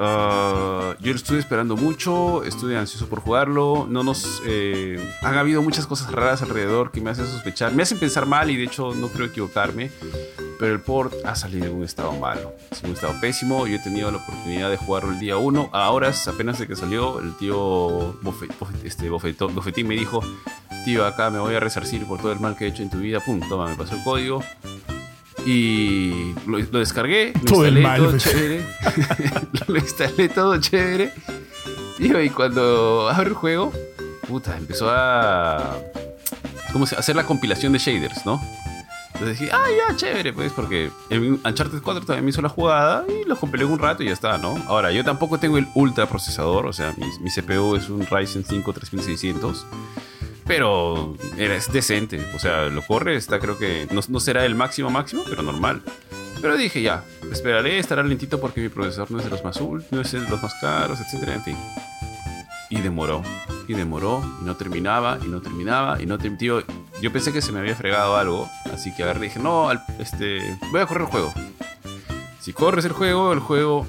yo lo estuve esperando mucho, estuve ansioso por jugarlo. Han habido muchas cosas raras alrededor que me hacen sospechar, me hacen pensar mal, y de hecho no creo equivocarme, pero el port ha salido en un estado malo, en un estado pésimo. Yo he tenido la oportunidad de jugarlo el día 1, a horas apenas de que salió. El tío Bofetín me dijo: tío, acá me voy a resarcir por todo el mal que he hecho en tu vida. Pum, toma, me pasó el código. Y lo descargué, lo instalé todo chévere. Lo instalé todo chévere. Tío, y cuando abro el juego, puta, empezó a hacer la compilación de shaders, ¿no? Entonces dije, ya, chévere, pues, porque en Uncharted 4 también me hizo la jugada y lo compilé en un rato y ya está, ¿no? Ahora, yo tampoco tengo el ultra procesador, o sea, mi CPU es un Ryzen 5 3600. Pero es decente, o sea, lo corre, creo que no será el máximo, pero normal. Pero dije, ya, esperaré, estará lentito porque mi procesador no es de los más no es de los más caros, etcétera, en fin. Y demoró, y no terminaba. Tío, yo pensé que se me había fregado algo, así que agarré y dije, no, voy a correr el juego. Si corres el juego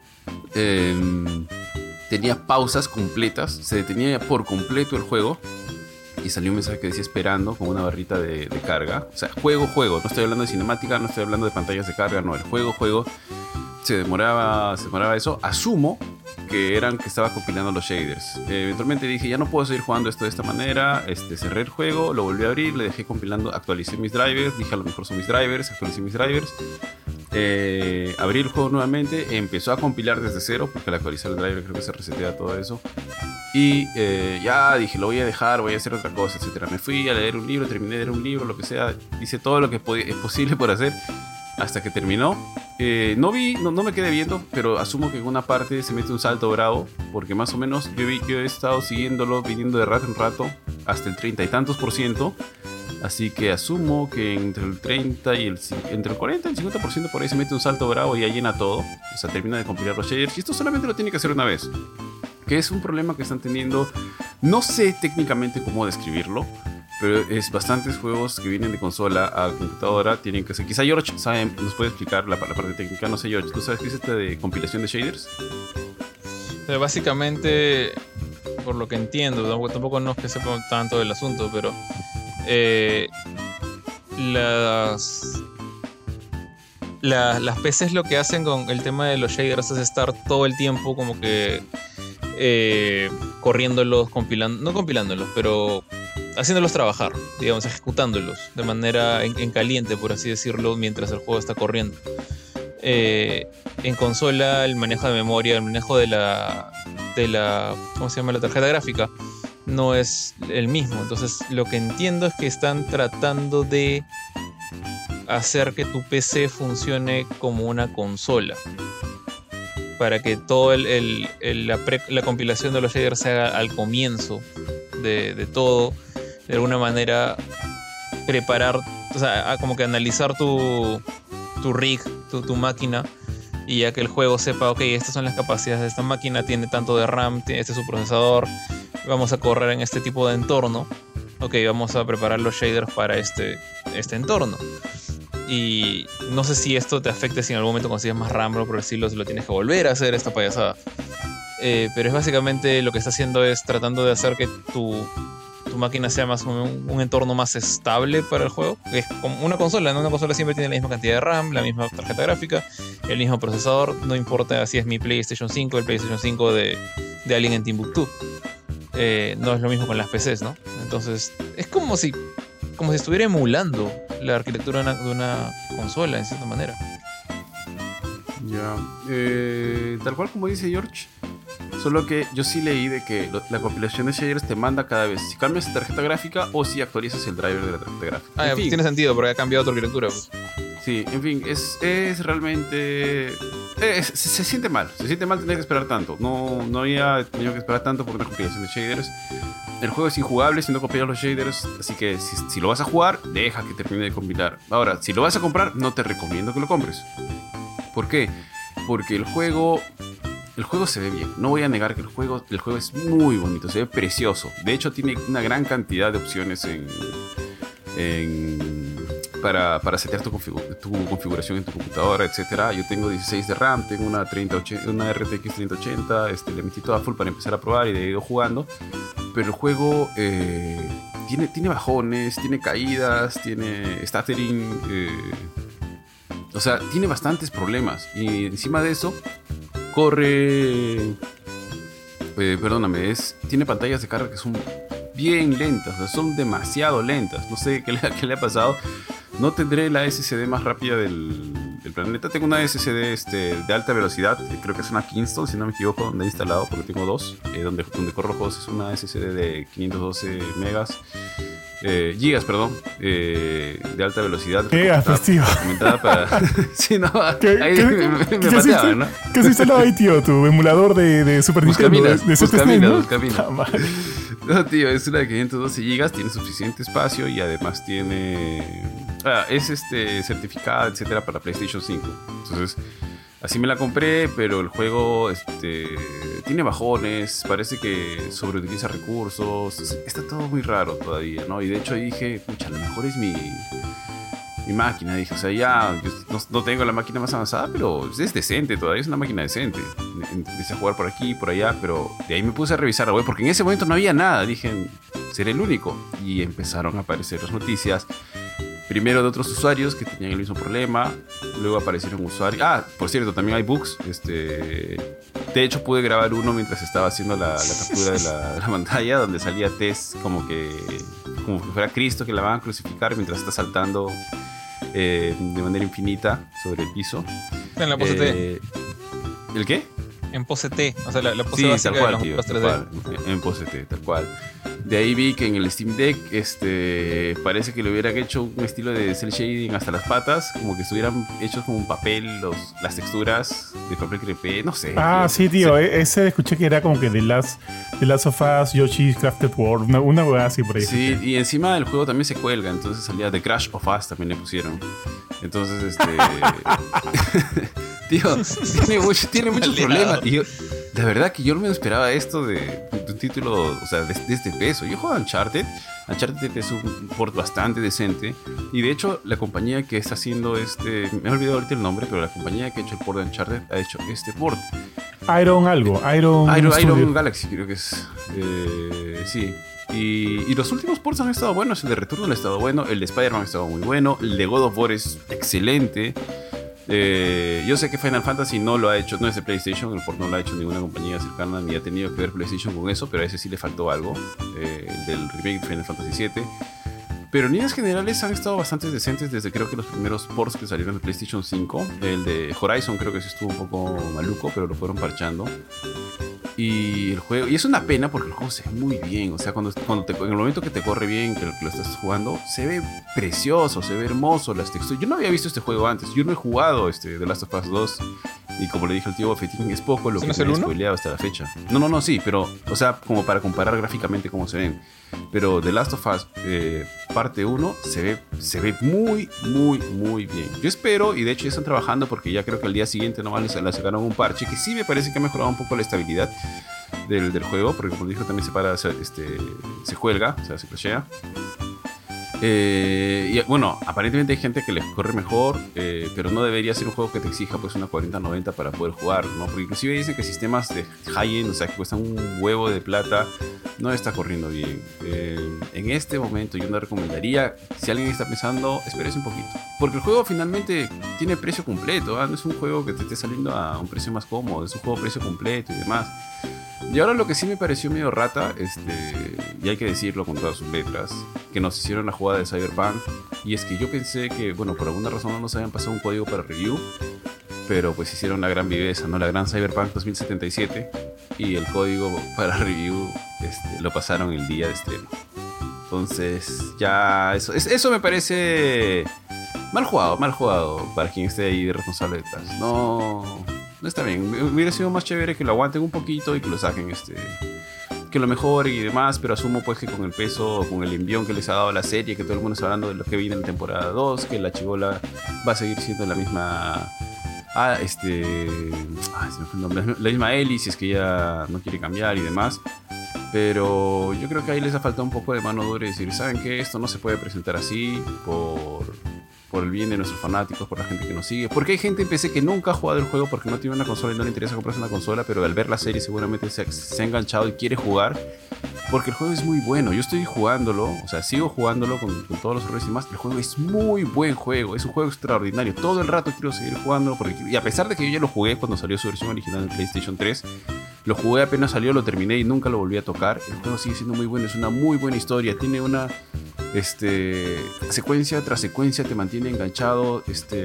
tenía pausas completas, se detenía por completo el juego. Y salió un mensaje que decía esperando, con una barrita de carga. O sea, juego. No estoy hablando de cinemática, no estoy hablando de pantallas de carga, no. El juego. Se demoraba eso. Asumo que estaba compilando los shaders. Eventualmente dije, ya no puedo seguir jugando esto de esta manera. Cerré el juego, lo volví a abrir, le dejé compilando, actualicé mis drivers. Dije, a lo mejor son mis drivers, actualicé mis drivers. Abrí el juego nuevamente, empezó a compilar desde cero, porque al actualizar el driver creo que se resetea todo eso. Y ya dije, lo voy a dejar, voy a hacer otra cosa, etcétera. Me fui a leer un libro, terminé de leer un libro, lo que sea. Hice todo lo que es posible por hacer hasta que terminó. No me quedé viendo, pero asumo que en una parte se mete un salto bravo, porque más o menos yo he estado siguiéndolo, viniendo de rato en rato, hasta el 30 y tantos %. Así que asumo que entre el 30 y entre el 40 y el 50% por ahí se mete un salto bravo y ya llena todo. O sea, termina de compilar los shaders. Y esto solamente lo tiene que hacer una vez, que es un problema que están teniendo. No sé técnicamente cómo describirlo, pero es bastantes juegos que vienen de consola a computadora tienen que hacer. Quizá George nos puede explicar la parte técnica. No sé, George, ¿tú sabes qué es esta de compilación de shaders? Básicamente, por lo que entiendo, tampoco no es que sepa tanto del asunto, pero las PCs lo que hacen con el tema de los shaders es estar todo el tiempo como que corriéndolos, no compilándolos, pero haciéndolos trabajar, digamos, ejecutándolos de manera en caliente, por así decirlo, mientras el juego está corriendo. En consola, el manejo de memoria, el manejo de la ¿cómo se llama? La tarjeta gráfica no es el mismo. Entonces lo que entiendo es que están tratando de hacer que tu PC funcione como una consola, para que todo la compilación de los shaders se haga al comienzo de todo, de alguna manera preparar, o sea, como que analizar tu rig, tu máquina, y ya que el juego sepa, ok, estas son las capacidades de esta máquina, tiene tanto de RAM, este es su procesador, vamos a correr en este tipo de entorno, ok, vamos a preparar los shaders para este entorno. Y no sé si esto te afecte si en algún momento consigues más RAM o por el estilo, si lo tienes que volver a hacer esta payasada. Pero es básicamente lo que está haciendo es tratando de hacer que tu máquina sea más un entorno más estable para el juego. Es como una consola, ¿no? Una consola siempre tiene la misma cantidad de RAM, la misma tarjeta gráfica, el mismo procesador. No importa si es mi PlayStation 5, el PlayStation 5 de alguien en Timbuktu. No es lo mismo con las PCs, ¿no? Entonces es como si estuviera emulando la arquitectura de una consola, en cierta manera. Ya. Tal cual como dice George. Solo que yo sí leí de que la compilación de shaders te manda cada vez si cambias de tarjeta gráfica o si actualizas el driver de la tarjeta gráfica. En fin, tiene sentido porque ha cambiado tu arquitectura. Pues. Sí, en fin, es realmente... se siente mal tener que esperar tanto. No había tenido que esperar tanto por una compilación de shaders. El juego es injugable si no compilas los shaders, así que si lo vas a jugar, deja que termine de compilar. Ahora, si lo vas a comprar, no te recomiendo que lo compres. ¿Por qué? Porque el juego se ve bien. No voy a negar que el juego es muy bonito, se ve precioso. De hecho, tiene una gran cantidad de opciones para setear tu configuración en tu computadora, etc. Yo tengo 16 de RAM, tengo una RTX 3080, le metí toda full para empezar a probar y de ahí he ido jugando. Pero el juego tiene bajones, tiene caídas, tiene stuttering, o sea, tiene bastantes problemas. Y encima de eso, tiene pantallas de carga que son bien lentas, o sea, son demasiado lentas. No sé qué le ha pasado. No tendré la SSD más rápida del planeta. Tengo una SSD de alta velocidad, creo que es una Kingston, si no me equivoco, donde he instalado, porque tengo dos. Donde corro juegos es una SSD de 512 gigas, de alta velocidad. Pues, tío. Comentada para... sí, no, ahí me pateaban, ¿no? ¿Qué has instalado ahí, tío? Tu emulador de Super Nintendo. Buscaminas. No, tío, es una de 512 gigas, tiene suficiente espacio y además es certificada, etcétera, para PlayStation 5. Entonces, así me la compré, pero el juego tiene bajones, parece que sobreutiliza recursos, está todo muy raro todavía, ¿no? Y de hecho dije, pucha, a lo mejor es mi máquina. Dije, o sea, ya yo no tengo la máquina más avanzada, pero es decente todavía, es una máquina decente. Empecé a jugar por aquí, por allá, pero de ahí me puse a revisar la web, porque en ese momento no había nada. Dije, seré el único. Y empezaron a aparecer las noticias. Primero de otros usuarios que tenían el mismo problema. Luego aparecieron usuarios... por cierto, también hay bugs. De hecho, pude grabar uno mientras estaba haciendo la captura de la pantalla, donde salía Tess como que fuera Cristo, que la van a crucificar mientras está saltando de manera infinita sobre el piso. En la pose T. ¿El qué? En pose T. O sea, la pose básica tal cual, de los 3D. Tal cual, en pose T, tal cual. De ahí vi que en el Steam Deck parece que le hubieran hecho un estilo de cel shading hasta las patas, como que estuvieran hechos como un papel, las texturas de papel crepé, no sé. Sí, tío, ese escuché que era como que de las of Us, Yoshi's Crafted World, una hueá así por ahí. Sí, y encima del juego también se cuelga, entonces salía The Crash of Us, también le pusieron. Entonces, tío, tiene muchos problemas. Y la verdad que yo no me esperaba esto de un título, o sea, de este peso. Yo juego a Uncharted. Uncharted es un port bastante decente. Y de hecho, la compañía que está haciendo me he olvidado ahorita el nombre, pero la compañía que ha hecho el port de Uncharted ha hecho este port. Iron Galaxy, creo que es. Sí. Y los últimos ports han estado buenos. El de Returnal ha estado bueno. El de Spider-Man ha estado muy bueno. El de God of War es excelente. Yo sé que Final Fantasy no lo ha hecho, no es de PlayStation, el port no lo ha hecho ninguna compañía cercana ni ha tenido que ver PlayStation con eso, pero a ese sí le faltó algo, el del remake de Final Fantasy VII. Pero en líneas generales han estado bastante decentes desde creo que los primeros ports que salieron de PlayStation 5. El de Horizon creo que sí estuvo un poco maluco, pero lo fueron parchando. Y el juego, y es una pena porque el juego se ve muy bien, o sea, en el momento que te corre bien, que lo estás jugando, se ve precioso, se ve hermoso las texturas. Yo no había visto este juego antes, yo no he jugado The Last of Us 2, y como le dije al tío Bofetín, es poco lo que me he spoileado hasta la fecha. No, sí, pero, o sea, como para comparar gráficamente cómo se ven. Pero The Last of Us parte 1 se ve muy, muy, muy bien. Yo espero, y de hecho ya están trabajando porque ya creo que al día siguiente nomás le sacaron un parche que sí me parece que ha mejorado un poco la estabilidad del juego, porque como dijo también se cuelga, o sea, se crashea. Y bueno, aparentemente hay gente que les corre mejor, pero no debería ser un juego que te exija pues una 4090 para poder jugar, ¿no? Porque inclusive dicen que sistemas de high-end, o sea, que cuestan un huevo de plata, no está corriendo bien. En este momento yo no recomendaría, si alguien está pensando, espérese un poquito, porque el juego finalmente tiene precio completo, ¿eh? No es un juego que te esté saliendo a un precio más cómodo, es un juego a precio completo y demás. Y ahora lo que sí me pareció medio rata, y hay que decirlo con todas sus letras, que nos hicieron la jugada de Cyberpunk, y es que yo pensé que, bueno, por alguna razón no nos habían pasado un código para review, pero pues hicieron la gran viveza, ¿no? La gran Cyberpunk 2077, y el código para review lo pasaron el día de estreno. Entonces, ya eso me parece mal jugado para quien esté ahí de responsable detrás. No está bien. Hubiera sido más chévere que lo aguanten un poquito y que lo saquen, que lo mejoren y demás, pero asumo pues que con el peso, con el envión que les ha dado la serie, que todo el mundo está hablando de lo que viene en la temporada 2, que la chibola va a seguir siendo la misma... se me fue el nombre. La misma Ellie, si es que ella no quiere cambiar y demás. Pero yo creo que ahí les ha faltado un poco de mano dura y decir, ¿saben qué? Esto no se puede presentar así por el bien de nuestros fanáticos, por la gente que nos sigue. Porque hay gente en PC que nunca ha jugado el juego porque no tiene una consola y no le interesa comprarse una consola, pero al ver la serie seguramente se ha enganchado y quiere jugar. Porque el juego es muy bueno. Yo estoy jugándolo, o sea, sigo jugándolo con todos los errores y más. El juego es muy buen juego, es un juego extraordinario. Todo el rato quiero seguir jugando. Y a pesar de que yo ya lo jugué cuando salió su versión original en PlayStation 3, lo jugué apenas salió, lo terminé y nunca lo volví a tocar. El juego sigue siendo muy bueno, es una muy buena historia. Tiene una secuencia tras secuencia, te mantiene enganchado,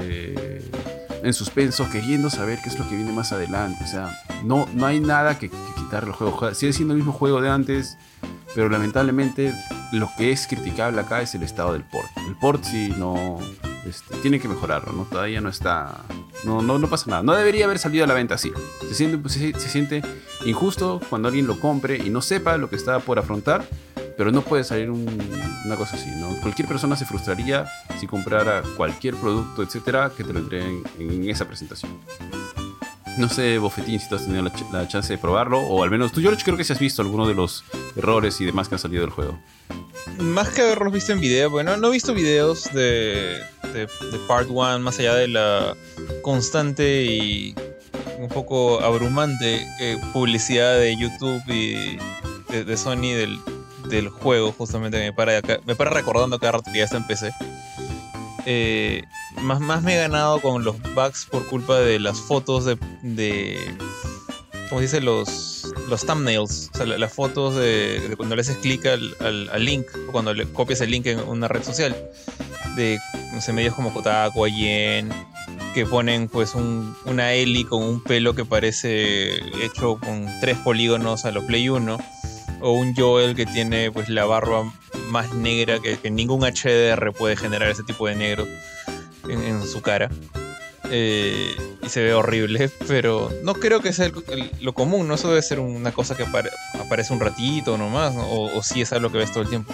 en suspenso, queriendo saber qué es lo que viene más adelante. O sea, no hay nada que quitarle al juego. Sigue siendo el mismo juego de antes, pero lamentablemente lo que es criticable acá es el estado del port. El port sí no... tiene que mejorarlo, ¿no? Todavía no está... No pasa nada. No debería haber salido a la venta así. Se siente injusto cuando alguien lo compre y no sepa lo que está por afrontar, pero no puede salir una cosa así, ¿no? Cualquier persona se frustraría si comprara cualquier producto, etcétera, que te lo entreguen en esa presentación. No sé, Bofetín, si tú has tenido la chance de probarlo, o al menos tú, George, creo que si has visto alguno de los errores y demás que han salido del juego. Más que haberlos visto en video, bueno, no he visto videos de Part 1, más allá de la constante y un poco abrumante publicidad de YouTube y de Sony del juego, justamente, que me para recordando cada rato que ya está en PC. Más me he ganado con los bugs por culpa de las fotos de ¿cómo se dice? Los thumbnails, o sea, las fotos de cuando le haces clic al link, o cuando le copias el link en una red social, de, no sé, medios como Kotaku, IGN, que ponen pues una Ellie con un pelo que parece hecho con 3 polígonos a lo Play 1, o un Joel que tiene pues la barba más negra que ningún HDR puede generar ese tipo de negro en su cara. Y se ve horrible, pero no creo que sea lo común, ¿no? Eso debe ser una cosa que aparece un ratito nomás, ¿no? O sí es algo que ves todo el tiempo.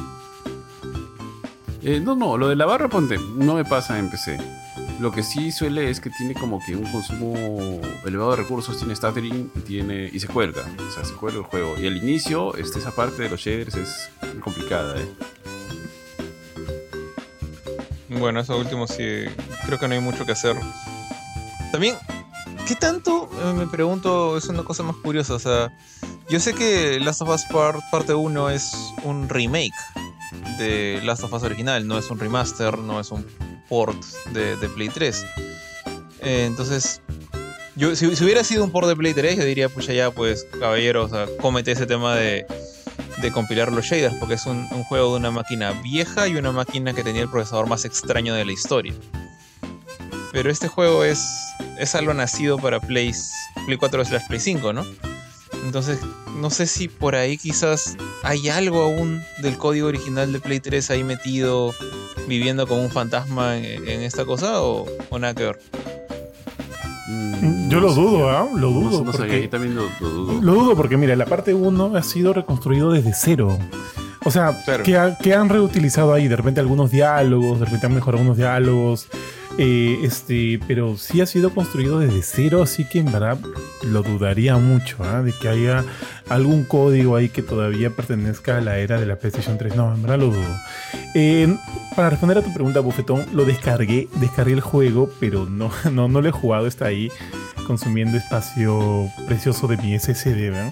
No, lo de la barra, ponte, no me pasa en PC. Lo que sí suele es que tiene como que un consumo elevado de recursos, tiene stuttering y se cuelga. O sea, se cuelga el juego. Y al inicio, esa parte de los shaders es complicada, Bueno, eso último sí, creo que no hay mucho que hacer. También, ¿qué tanto? Me pregunto, es una cosa más curiosa. O sea, yo sé que Last of Us parte 1 es un remake de Last of Us original, no es un remaster, no es un port de Play 3. Entonces, si hubiera sido un port de Play 3, yo diría, pues ya, pues, caballero, o sea, cómete ese tema de compilar los shaders, porque es un juego de una máquina vieja y una máquina que tenía el procesador más extraño de la historia. Pero este juego es algo nacido para Play 4/Play 5, ¿no? Entonces, no sé si por ahí quizás hay algo aún del código original de Play 3 ahí metido, viviendo como un fantasma en esta cosa, o nada que ver. Yo lo dudo, ¿ah? Lo dudo. No porque... sé, yo también lo dudo. Lo dudo porque, mira, la parte 1 ha sido reconstruido desde cero. O sea, Claro. que han reutilizado ahí de repente algunos diálogos, de repente han mejorado unos diálogos, pero sí ha sido construido desde cero, así que en verdad lo dudaría mucho, ¿ah? De que haya algún código ahí que todavía pertenezca a la era de la PlayStation 3. No, en verdad lo dudo. Para responder a tu pregunta, Bufetón, lo descargué el juego, pero no lo he jugado, está ahí consumiendo espacio precioso de mi SSD, ¿verdad?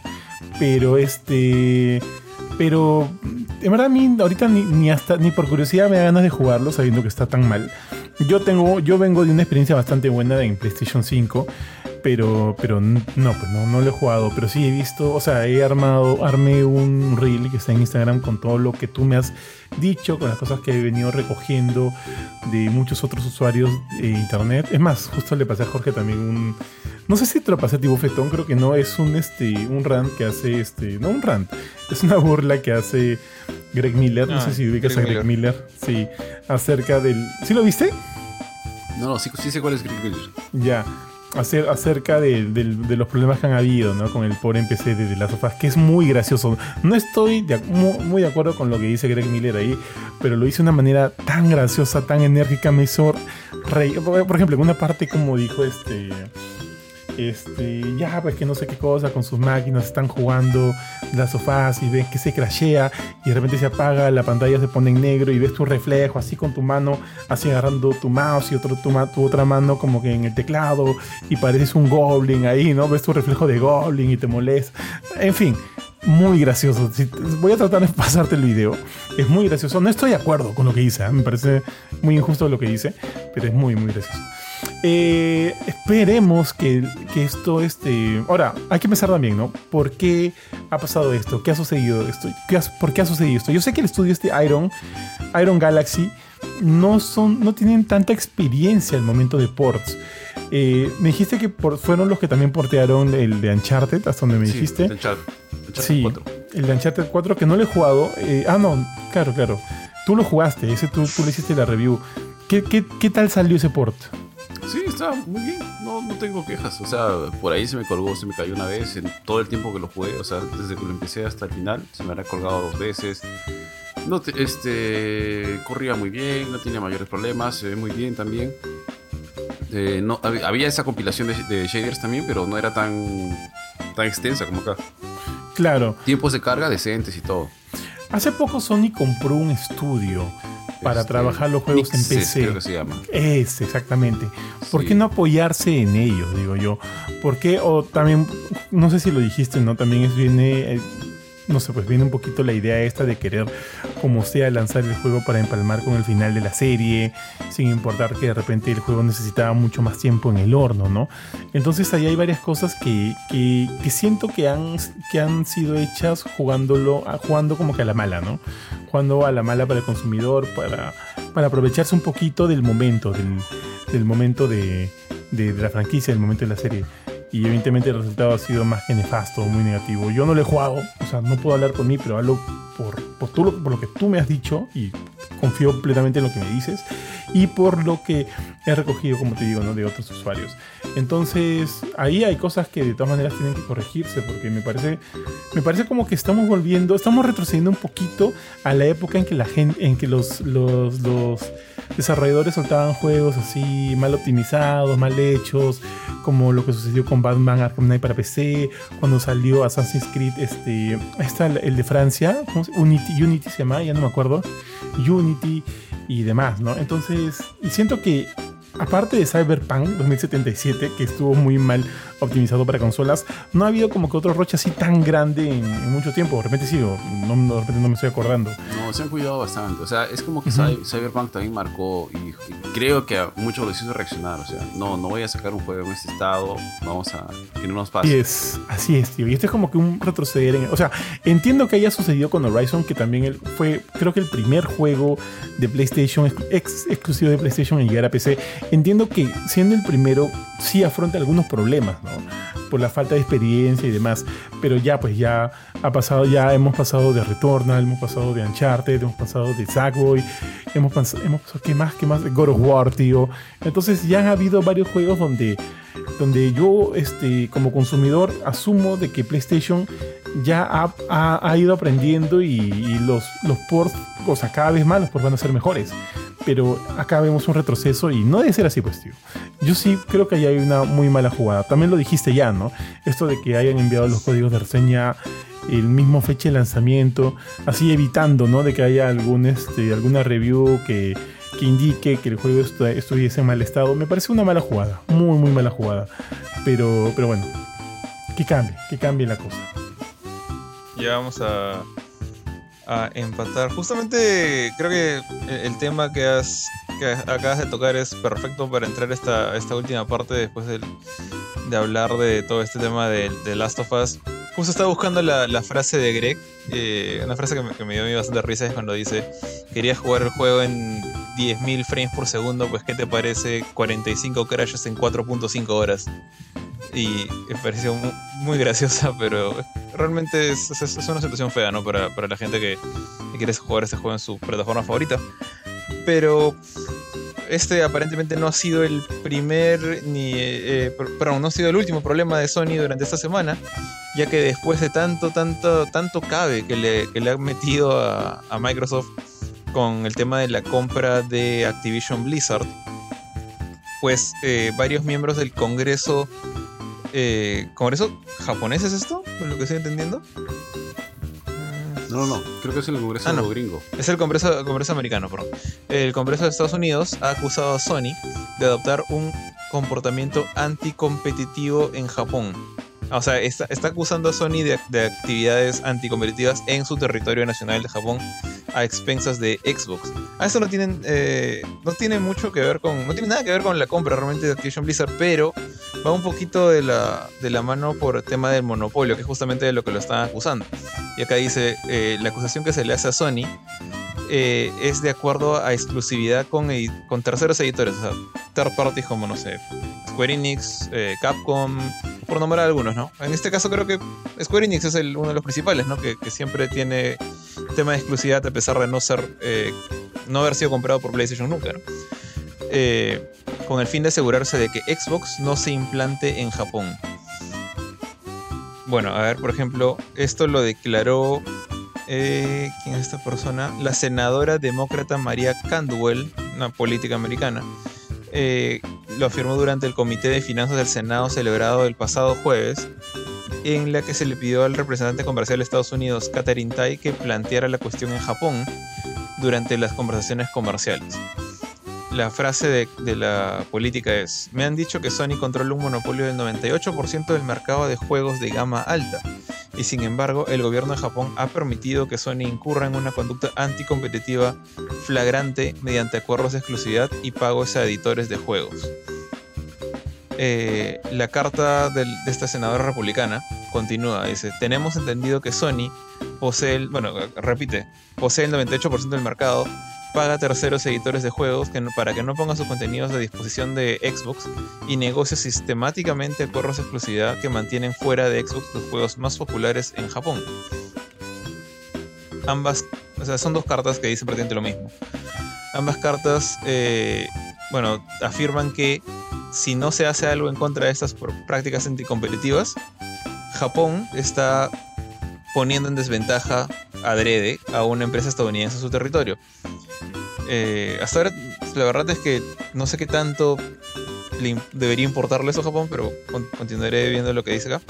Pero en verdad a mí ahorita ni por curiosidad me da ganas de jugarlo sabiendo que está tan mal. Yo vengo de una experiencia bastante buena en PlayStation 5, pero no lo he jugado. Pero sí he visto, o sea, armé un reel que está en Instagram con todo lo que tú me has dicho, con las cosas que he venido recogiendo de muchos otros usuarios de internet. Es más, justo le pasé a Jorge también no sé si te lo pasé a ti, Bufetón, creo que no, es un rant que hace, no un rant, es una burla que hace Greg Miller, no sé si ubicas a Greg Miller, sí, acerca del... ¿Sí lo viste? No, sí sé cuál es Greg Miller. Ya, acerca de los problemas que han habido, ¿no? Con el pobre NPC de The Last of Us, que es muy gracioso. No estoy muy de acuerdo con lo que dice Greg Miller ahí, pero lo hizo de una manera tan graciosa, tan enérgica, me hizo reír. Por ejemplo, en una parte como dijo ya pues que no sé qué cosa con sus máquinas están jugando las sofás y ves que se crashea y de repente se apaga, la pantalla se pone en negro y ves tu reflejo así con tu mano, así agarrando tu mouse y tu otra mano como que en el teclado y pareces un goblin ahí, ¿no? Ves tu reflejo de goblin y te molesta. En fin, muy gracioso. Voy a tratar de pasarte el video. Es muy gracioso. No estoy de acuerdo con lo que dice, ¿eh? Me parece muy injusto lo que dice, pero es muy, muy gracioso. Esperemos que esto Ahora, hay que pensar también, ¿no? ¿Por qué ha pasado esto? ¿Qué ha sucedido esto? ¿Por qué ha sucedido esto? Yo sé que el estudio Iron Galaxy no tienen tanta experiencia al momento de ports. Me dijiste que fueron los que también portearon el de Uncharted, hasta donde me dijiste. Uncharted sí, 4. El de Uncharted 4 que no lo he jugado. No, claro. Tú lo jugaste, tú le hiciste la review. ¿Qué tal salió ese port? Sí, está muy bien, no tengo quejas. O sea, por ahí se me cayó una vez en todo el tiempo que lo jugué. O sea, desde que lo empecé hasta el final, se me habrá colgado 2 veces. Corría muy bien, no tenía mayores problemas, se ve muy bien también. Había esa compilación de shaders también, pero no era tan extensa como acá. Claro. Tiempos de carga decentes y todo. Hace poco Sony compró un estudio para trabajar los juegos en PC. Creo que se llama. Exactamente. ¿Por Sí. qué no apoyarse en ellos, digo yo? ¿Por qué? O también, no sé si lo dijiste, ¿no? También viene un poquito la idea esta de querer, como sea, lanzar el juego para empalmar con el final de la serie, sin importar que de repente el juego necesitaba mucho más tiempo en el horno, ¿no? Entonces ahí hay varias cosas que siento que han sido hechas jugando como que a la mala, ¿no? Jugando a la mala para el consumidor, para aprovecharse un poquito del momento, del momento de la franquicia, del momento de la serie. Y evidentemente el resultado ha sido más que nefasto, muy negativo. Yo no lo he jugado, o sea, no puedo hablar por mí, pero hablo por lo que tú me has dicho y confío plenamente en lo que me dices y por lo que he recogido, como te digo, ¿no? De otros usuarios. Entonces, ahí hay cosas que de todas maneras tienen que corregirse, porque me parece como que estamos retrocediendo un poquito a la época en que los desarrolladores soltaban juegos así mal optimizados, mal hechos, como lo que sucedió con Batman Arkham Knight para PC, cuando salió Assassin's Creed, el de Francia, Unity se llama, ya no me acuerdo, Unity y demás, ¿no? Entonces, y siento que aparte de Cyberpunk 2077, que estuvo muy mal optimizado para consolas, no ha habido como que otro roche así tan grande en mucho tiempo. De repente sí, de repente no me estoy acordando. No, se han cuidado bastante. O sea, es como que Cyberpunk también marcó y creo que a muchos los hizo reaccionar. O sea, no voy a sacar un juego en este estado, vamos a que no nos pase. Así es, tío. Y esto es como que un retroceder o sea, entiendo que haya sucedido con Horizon, que también fue, creo que el primer juego de PlayStation, exclusivo de PlayStation en llegar a PC. Entiendo que siendo el primero sí afronta algunos problemas, ¿no? por la falta de experiencia y demás. Pero ya, pues ya hemos pasado de Returnal, hemos pasado de Uncharted, hemos pasado de Sackboy, hemos pasado, ¿qué más? God of War, tío. Entonces ya han habido varios juegos donde yo, como consumidor, asumo de que PlayStation ya ha ido aprendiendo y los ports, o sea, cada vez más los ports van a ser mejores. Pero acá vemos un retroceso y no debe ser así, pues, tío. Yo sí creo que ahí hay una muy mala jugada. También lo dijiste ya, ¿no? Esto de que hayan enviado los códigos de reseña el mismo fecha de lanzamiento, así evitando, ¿no? De que haya alguna review que indique que el juego estuviese en mal estado. Me parece una mala jugada, muy, muy mala jugada. Pero bueno, que cambie la cosa. Ya vamos a empatar. Justamente creo que el tema que acabas de tocar es perfecto para entrar a esta última parte después de hablar de todo este tema de Last of Us. Justo estaba buscando la frase de Greg, una frase que me dio a mí bastante risa, es cuando dice: querías jugar el juego en 10.000 frames por segundo, pues ¿qué te parece 45 crashes en 4.5 horas? Y me pareció muy graciosa, pero realmente es una situación fea, ¿no? Para la gente que quiere jugar este juego en su plataforma favorita. Pero aparentemente no ha sido el primer no ha sido el último problema de Sony durante esta semana, ya que después de tanto cabe que le han metido a Microsoft con el tema de la compra de Activision Blizzard, pues varios miembros del Congreso japonés, ¿es esto? ¿Por lo que estoy entendiendo? No, creo que es el Congreso gringo. Es el Congreso americano, perdón. El Congreso de Estados Unidos ha acusado a Sony de adoptar un comportamiento anticompetitivo en Japón. O sea, está acusando a Sony de actividades anticompetitivas en su territorio nacional de Japón a expensas de Xbox. Eso no tiene nada que ver con la compra realmente de Activision Blizzard, pero va un poquito de la mano por el tema del monopolio, que es justamente de lo que lo están acusando. Y acá dice, la acusación que se le hace a Sony es de acuerdo a exclusividad con terceros editores, o sea, third parties como, no sé, Square Enix, Capcom, por nombrar algunos, ¿no? En este caso creo que Square Enix es uno de los principales, ¿no? Que siempre tiene tema de exclusividad a pesar de no haber sido comprado por PlayStation nunca, ¿no? Con el fin de asegurarse de que Xbox no se implante en Japón. Bueno, a ver, por ejemplo, esto lo declaró ¿quién es esta persona? La senadora demócrata Maria Cantwell, una política americana. Lo afirmó durante el Comité de Finanzas del Senado celebrado el pasado jueves, en la que se le pidió al representante comercial de Estados Unidos, Katherine Tai, que planteara la cuestión en Japón durante las conversaciones comerciales. La frase de la política es: me han dicho que Sony controla un monopolio del 98% del mercado de juegos de gama alta, y sin embargo el gobierno de Japón ha permitido que Sony incurra en una conducta anticompetitiva flagrante mediante acuerdos de exclusividad y pagos a editores de juegos. La carta de esta senadora republicana continúa, dice: tenemos entendido que Sony posee el 98% del mercado, paga a terceros editores de juegos para que no pongan sus contenidos a disposición de Xbox y negocia sistemáticamente acuerdos de exclusividad que mantienen fuera de Xbox los juegos más populares en Japón. Ambas, o sea, son dos cartas que dicen prácticamente lo mismo. Ambas cartas, afirman que si no se hace algo en contra de estas prácticas anticompetitivas, Japón está poniendo en desventaja adrede a una empresa estadounidense en su territorio. Hasta ahora la verdad es que no sé qué tanto debería importarle eso a Japón, pero continuaré viendo lo que dice acá.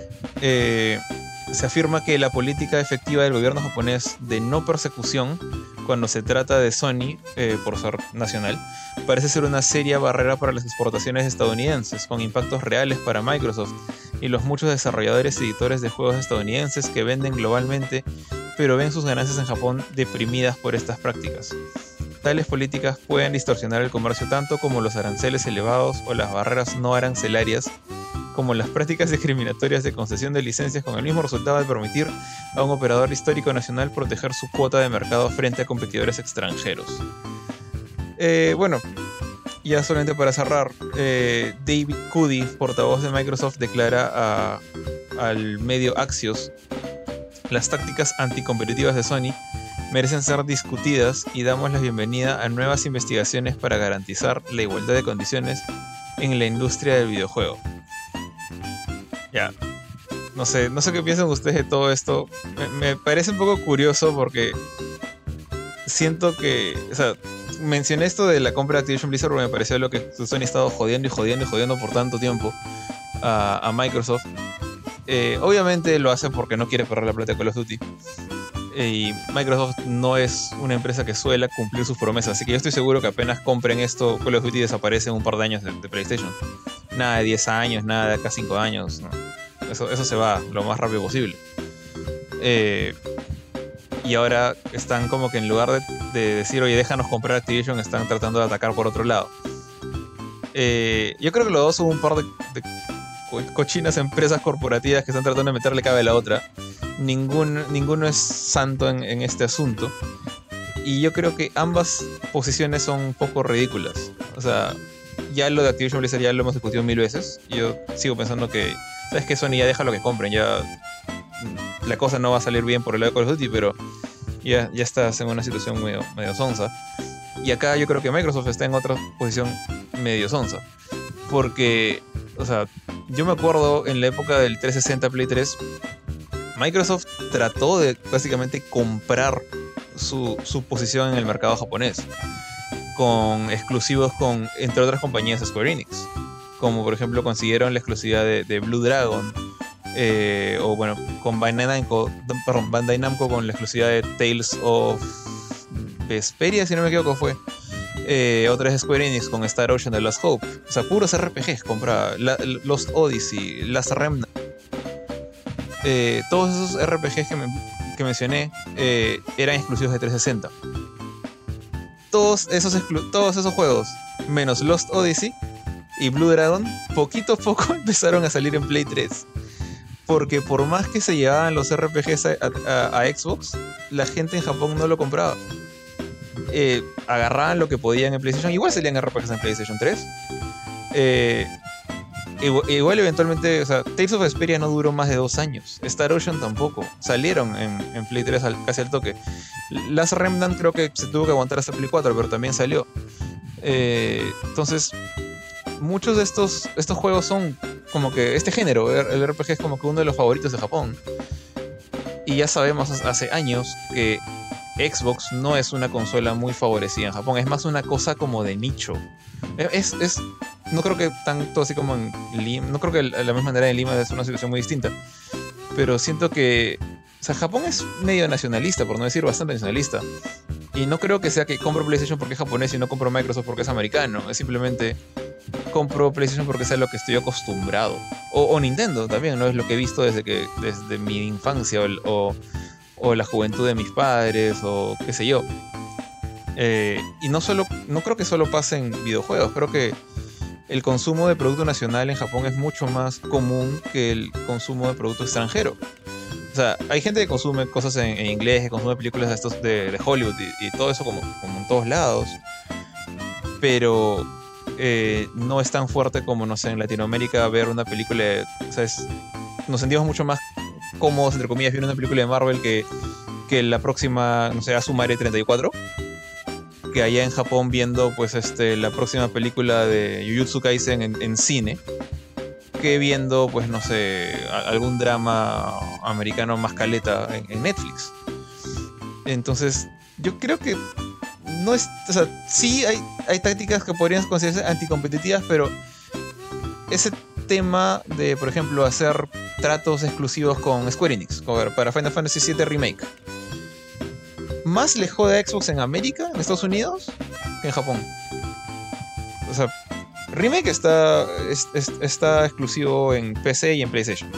Se afirma que la política efectiva del gobierno japonés de no persecución cuando se trata de Sony, por ser nacional, parece ser una seria barrera para las exportaciones estadounidenses, con impactos reales para Microsoft y los muchos desarrolladores y editores de juegos estadounidenses que venden globalmente, pero ven sus ganancias en Japón deprimidas por estas prácticas. Tales políticas pueden distorsionar el comercio tanto como los aranceles elevados o las barreras no arancelarias, como las prácticas discriminatorias de concesión de licencias, con el mismo resultado de permitir a un operador histórico nacional proteger su cuota de mercado frente a competidores extranjeros. ya solamente para cerrar, David Cuddy, portavoz de Microsoft, declara al medio Axios: las tácticas anticompetitivas de Sony merecen ser discutidas y damos la bienvenida a nuevas investigaciones para garantizar la igualdad de condiciones en la industria del videojuego. Ya, no sé qué piensan ustedes de todo esto. Me parece un poco curioso porque siento que, o sea, mencioné esto de la compra de Activision Blizzard porque me pareció lo que Sony ha estado jodiendo por tanto tiempo a Microsoft. Obviamente lo hace porque no quiere perder la plata de Call of Duty. Y Microsoft no es una empresa que suele cumplir sus promesas, así que yo estoy seguro que apenas compren esto, Call of Duty desaparece en un par de años de PlayStation. Nada de 10 años, nada de acá 5 años, ¿no? Eso se va lo más rápido posible. Y ahora están como que en lugar de decir, oye, déjanos comprar Activision, están tratando de atacar por otro lado. Yo creo que los dos son un par de cochinas empresas corporativas que están tratando de meterle cabe a la otra. Ninguno es santo en este asunto. Y yo creo que ambas posiciones son un poco ridículas. O sea, ya lo de Activision Blizzard ya lo hemos discutido 1000 veces. Yo sigo pensando que, ¿sabes qué? Sony ya deja lo que compren. Ya la cosa no va a salir bien por el lado de Call of Duty, pero ya estás en una situación medio sonsa. Y acá yo creo que Microsoft está en otra posición medio sonsa. Porque, o sea, yo me acuerdo en la época del 360 Play 3, Microsoft trató de básicamente comprar su posición en el mercado japonés, con exclusivos con, entre otras compañías, Square Enix. Como por ejemplo consiguieron la exclusividad de Blue Dragon, o bueno, con Bandai Namco con la exclusividad de Tales of Vesperia, si no me equivoco fue. Otra es Square Enix con Star Ocean de Lost Hope. O sea, puros RPGs compraba. Lost Odyssey, Last Remnant. Todos esos RPGs que mencioné eran exclusivos de 360. Todos esos juegos, menos Lost Odyssey y Blue Dragon, poquito a poco empezaron a salir en Play 3. Porque por más que se llevaban los RPGs a Xbox, la gente en Japón no lo compraba. Agarraban lo que podían en PlayStation. Igual salían RPGs en PlayStation 3. Igual eventualmente, o sea, Tales of Vesperia no duró más de 2 años. Star Ocean tampoco. Salieron en Play 3 casi al toque. Last Remnant creo que se tuvo que aguantar hasta Play 4, pero también salió. Entonces, muchos de estos juegos son como que este género, el RPG es como que uno de los favoritos de Japón. Y ya sabemos hace años que Xbox no es una consola muy favorecida en Japón, es más una cosa como de nicho. No creo que tanto así como en Lima, no creo que de la misma manera en Lima es una situación muy distinta, pero siento que, o sea, Japón es medio nacionalista, por no decir bastante nacionalista, y no creo que sea que compro PlayStation porque es japonés y no compro Microsoft porque es americano. Es simplemente compro PlayStation porque es a lo que estoy acostumbrado, o Nintendo también, no es lo que he visto desde mi infancia o la juventud de mis padres, o qué sé yo. Y no creo que solo pase en videojuegos, creo que el consumo de producto nacional en Japón es mucho más común que el consumo de producto extranjero. O sea, hay gente que consume cosas en inglés, que consume películas de Hollywood y todo eso como en todos lados, pero no es tan fuerte como, no sé, en Latinoamérica ver una película, o sea, nos sentimos mucho más cómodos, entre comillas, viendo una película de Marvel que la próxima, no sé, Asumare 34, que allá en Japón viendo pues la próxima película de Jujutsu Kaisen en cine, que viendo pues no sé, algún drama americano más caleta en Netflix. Entonces yo creo que no es, o sea, sí hay tácticas que podrían considerarse anticompetitivas, pero ese tema de, por ejemplo, hacer tratos exclusivos con Square Enix para Final Fantasy VII Remake, más le jode a Xbox en América, en Estados Unidos, que en Japón. O sea, Remake está exclusivo en PC y en PlayStation.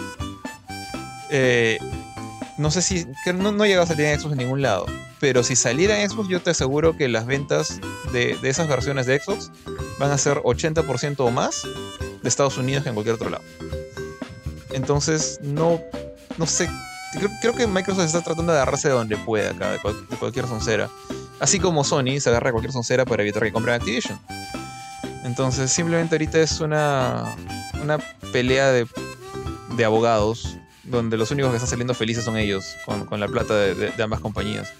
No sé si... No llega a salir en Xbox en ningún lado. Pero si saliera en Xbox, yo te aseguro que las ventas de esas versiones de Xbox van a ser 80% o más de Estados Unidos que en cualquier otro lado. Entonces, no sé... Creo que Microsoft está tratando de agarrarse de donde pueda acá, de cualquier soncera. Así como Sony se agarra de cualquier soncera para evitar que compren Activision. Entonces simplemente ahorita es una pelea de abogados donde los únicos que están saliendo felices son ellos con la plata de ambas compañías.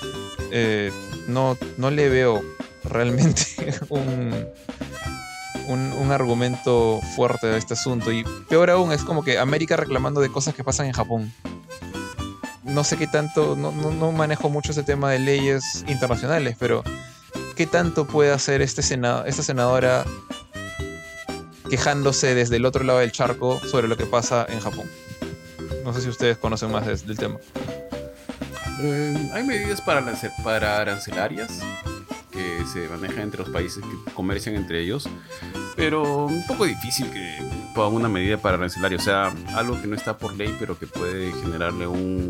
No le veo realmente un argumento fuerte a este asunto. Y peor aún, es como que América reclamando de cosas que pasan en Japón. No sé qué tanto, no manejo mucho ese tema de leyes internacionales, pero ¿qué tanto puede hacer esta senadora quejándose desde el otro lado del charco sobre lo que pasa en Japón? No sé si ustedes conocen más del tema. Hay medidas para arancelarias que se manejan entre los países que comercian entre ellos, pero un poco difícil que pongan una medida para arancelaria, o sea, algo que no está por ley, pero que puede generarle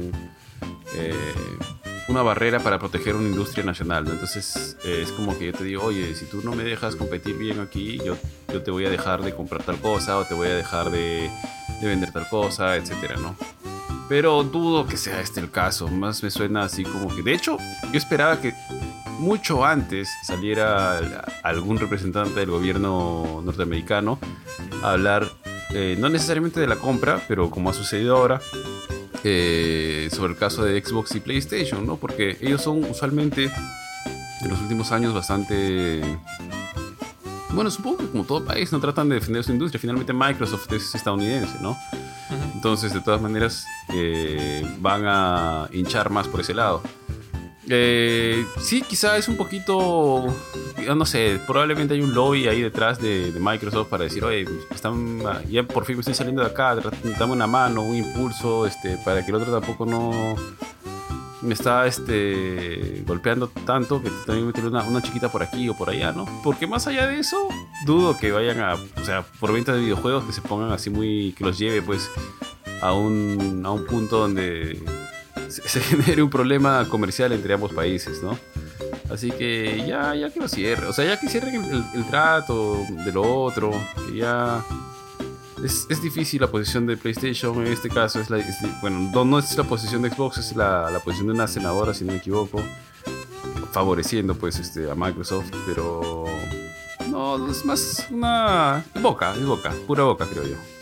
una barrera para proteger una industria nacional, ¿no? Entonces es como que yo te digo, oye, si tú no me dejas competir bien aquí, yo te voy a dejar de comprar tal cosa, o te voy a dejar de vender tal cosa, etcétera, ¿no? Pero dudo que sea este el caso. Más me suena así como que... De hecho, yo esperaba que mucho antes saliera algún representante del gobierno norteamericano a hablar, no necesariamente de la compra, pero como ha sucedido ahora, sobre el caso de Xbox y PlayStation, ¿no? Porque ellos son usualmente, en los últimos años, bastante... Bueno, supongo que como todo país no tratan de defender su industria. Finalmente Microsoft es estadounidense, ¿no? Entonces, de todas maneras, van a hinchar más por ese lado. Sí, quizá es un poquito... No sé, probablemente hay un lobby ahí detrás de Microsoft para decir, oye, ya por fin me estoy saliendo de acá, dame una mano, un impulso, para que el otro tampoco no me está golpeando tanto, que también meter una chiquita por aquí o por allá, ¿no? Porque más allá de eso, dudo que vayan o sea, por venta de videojuegos, que se pongan así que los lleve pues a un punto donde se genere un problema comercial entre ambos países, ¿no? Así que ya que lo cierre, o sea, ya que cierren el trato de lo otro, que ya... Es difícil la posición de PlayStation en este caso. Bueno, no es la posición de Xbox, es la posición de una senadora, si no me equivoco, favoreciendo pues a Microsoft, pero no, es más una boca, pura boca, creo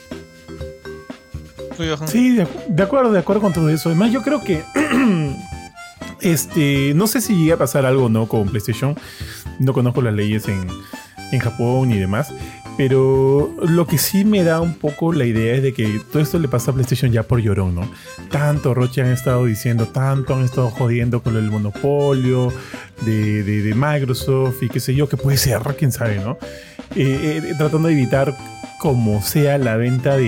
yo. Sí, de acuerdo con todo eso. Además, yo creo que no sé si llega a pasar algo, ¿no? Con PlayStation. No conozco las leyes en Japón y demás. Pero lo que sí me da un poco la idea es de que todo esto le pasa a PlayStation ya por llorón, ¿no? Tanto Roche han estado diciendo, tanto han estado jodiendo con el monopolio de Microsoft y qué sé yo, que puede ser, quién sabe, ¿no? Tratando de evitar como sea la venta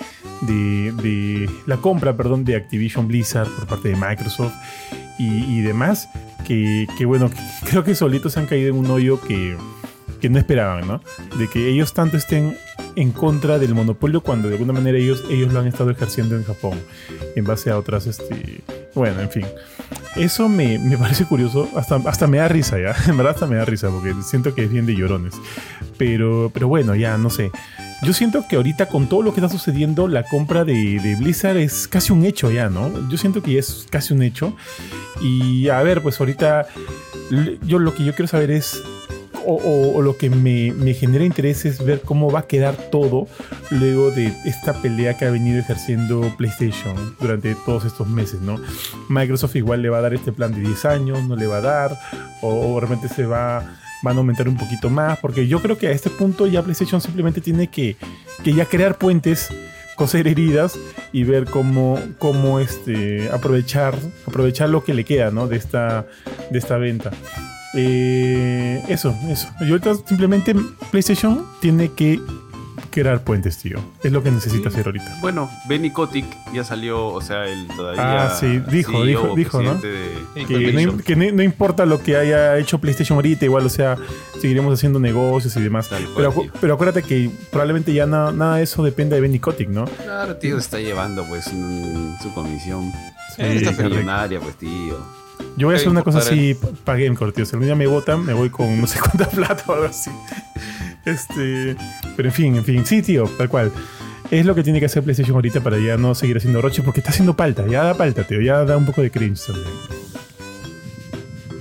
la compra, perdón, de Activision Blizzard por parte de Microsoft y demás, que bueno, creo que solitos se han caído en un hoyo que no esperaban, ¿no? De que ellos tanto estén en contra del monopolio cuando de alguna manera ellos lo han estado ejerciendo en Japón en base a otras, bueno, en fin. Eso me parece curioso, hasta me da risa ya, en verdad hasta me da risa porque siento que es bien de llorones. Pero bueno, ya no sé. Yo siento que ahorita con todo lo que está sucediendo, la compra de Blizzard es casi un hecho ya, ¿no? Yo siento que ya es casi un hecho. Y a ver, pues ahorita lo que yo quiero saber es... O lo que me genera interés es ver cómo va a quedar todo luego de esta pelea que ha venido ejerciendo PlayStation durante todos estos meses, ¿no? Microsoft igual le va a dar este plan de 10 años, no le va a dar, o realmente van a aumentar un poquito más, porque yo creo que a este punto ya PlayStation simplemente tiene que ya crear puentes, coser heridas y ver cómo aprovechar lo que le queda, ¿no? de esta venta. Eso. Y ahorita simplemente PlayStation tiene que crear puentes, tío. Es lo que necesita hacer ahorita. Bueno, Benny Kotick ya salió, o sea, él todavía... sí, dijo, ¿no? Que no importa lo que haya hecho PlayStation ahorita, igual, o sea, seguiremos haciendo negocios y demás. Pero acuérdate que probablemente ya nada de eso depende de Benny Kotick, ¿no? Claro, tío, está llevando pues su comisión. Sí, está millonaria, pues, tío. Yo voy a hacer una cosa así para GameCore, tío. Si algún día me votan, me voy con no sé cuánta plata o algo así. Pero en fin. Sí, tío, tal cual. Es lo que tiene que hacer PlayStation ahorita para ya no seguir haciendo roche, porque está haciendo palta. Ya da palta, tío. Ya da un poco de cringe también.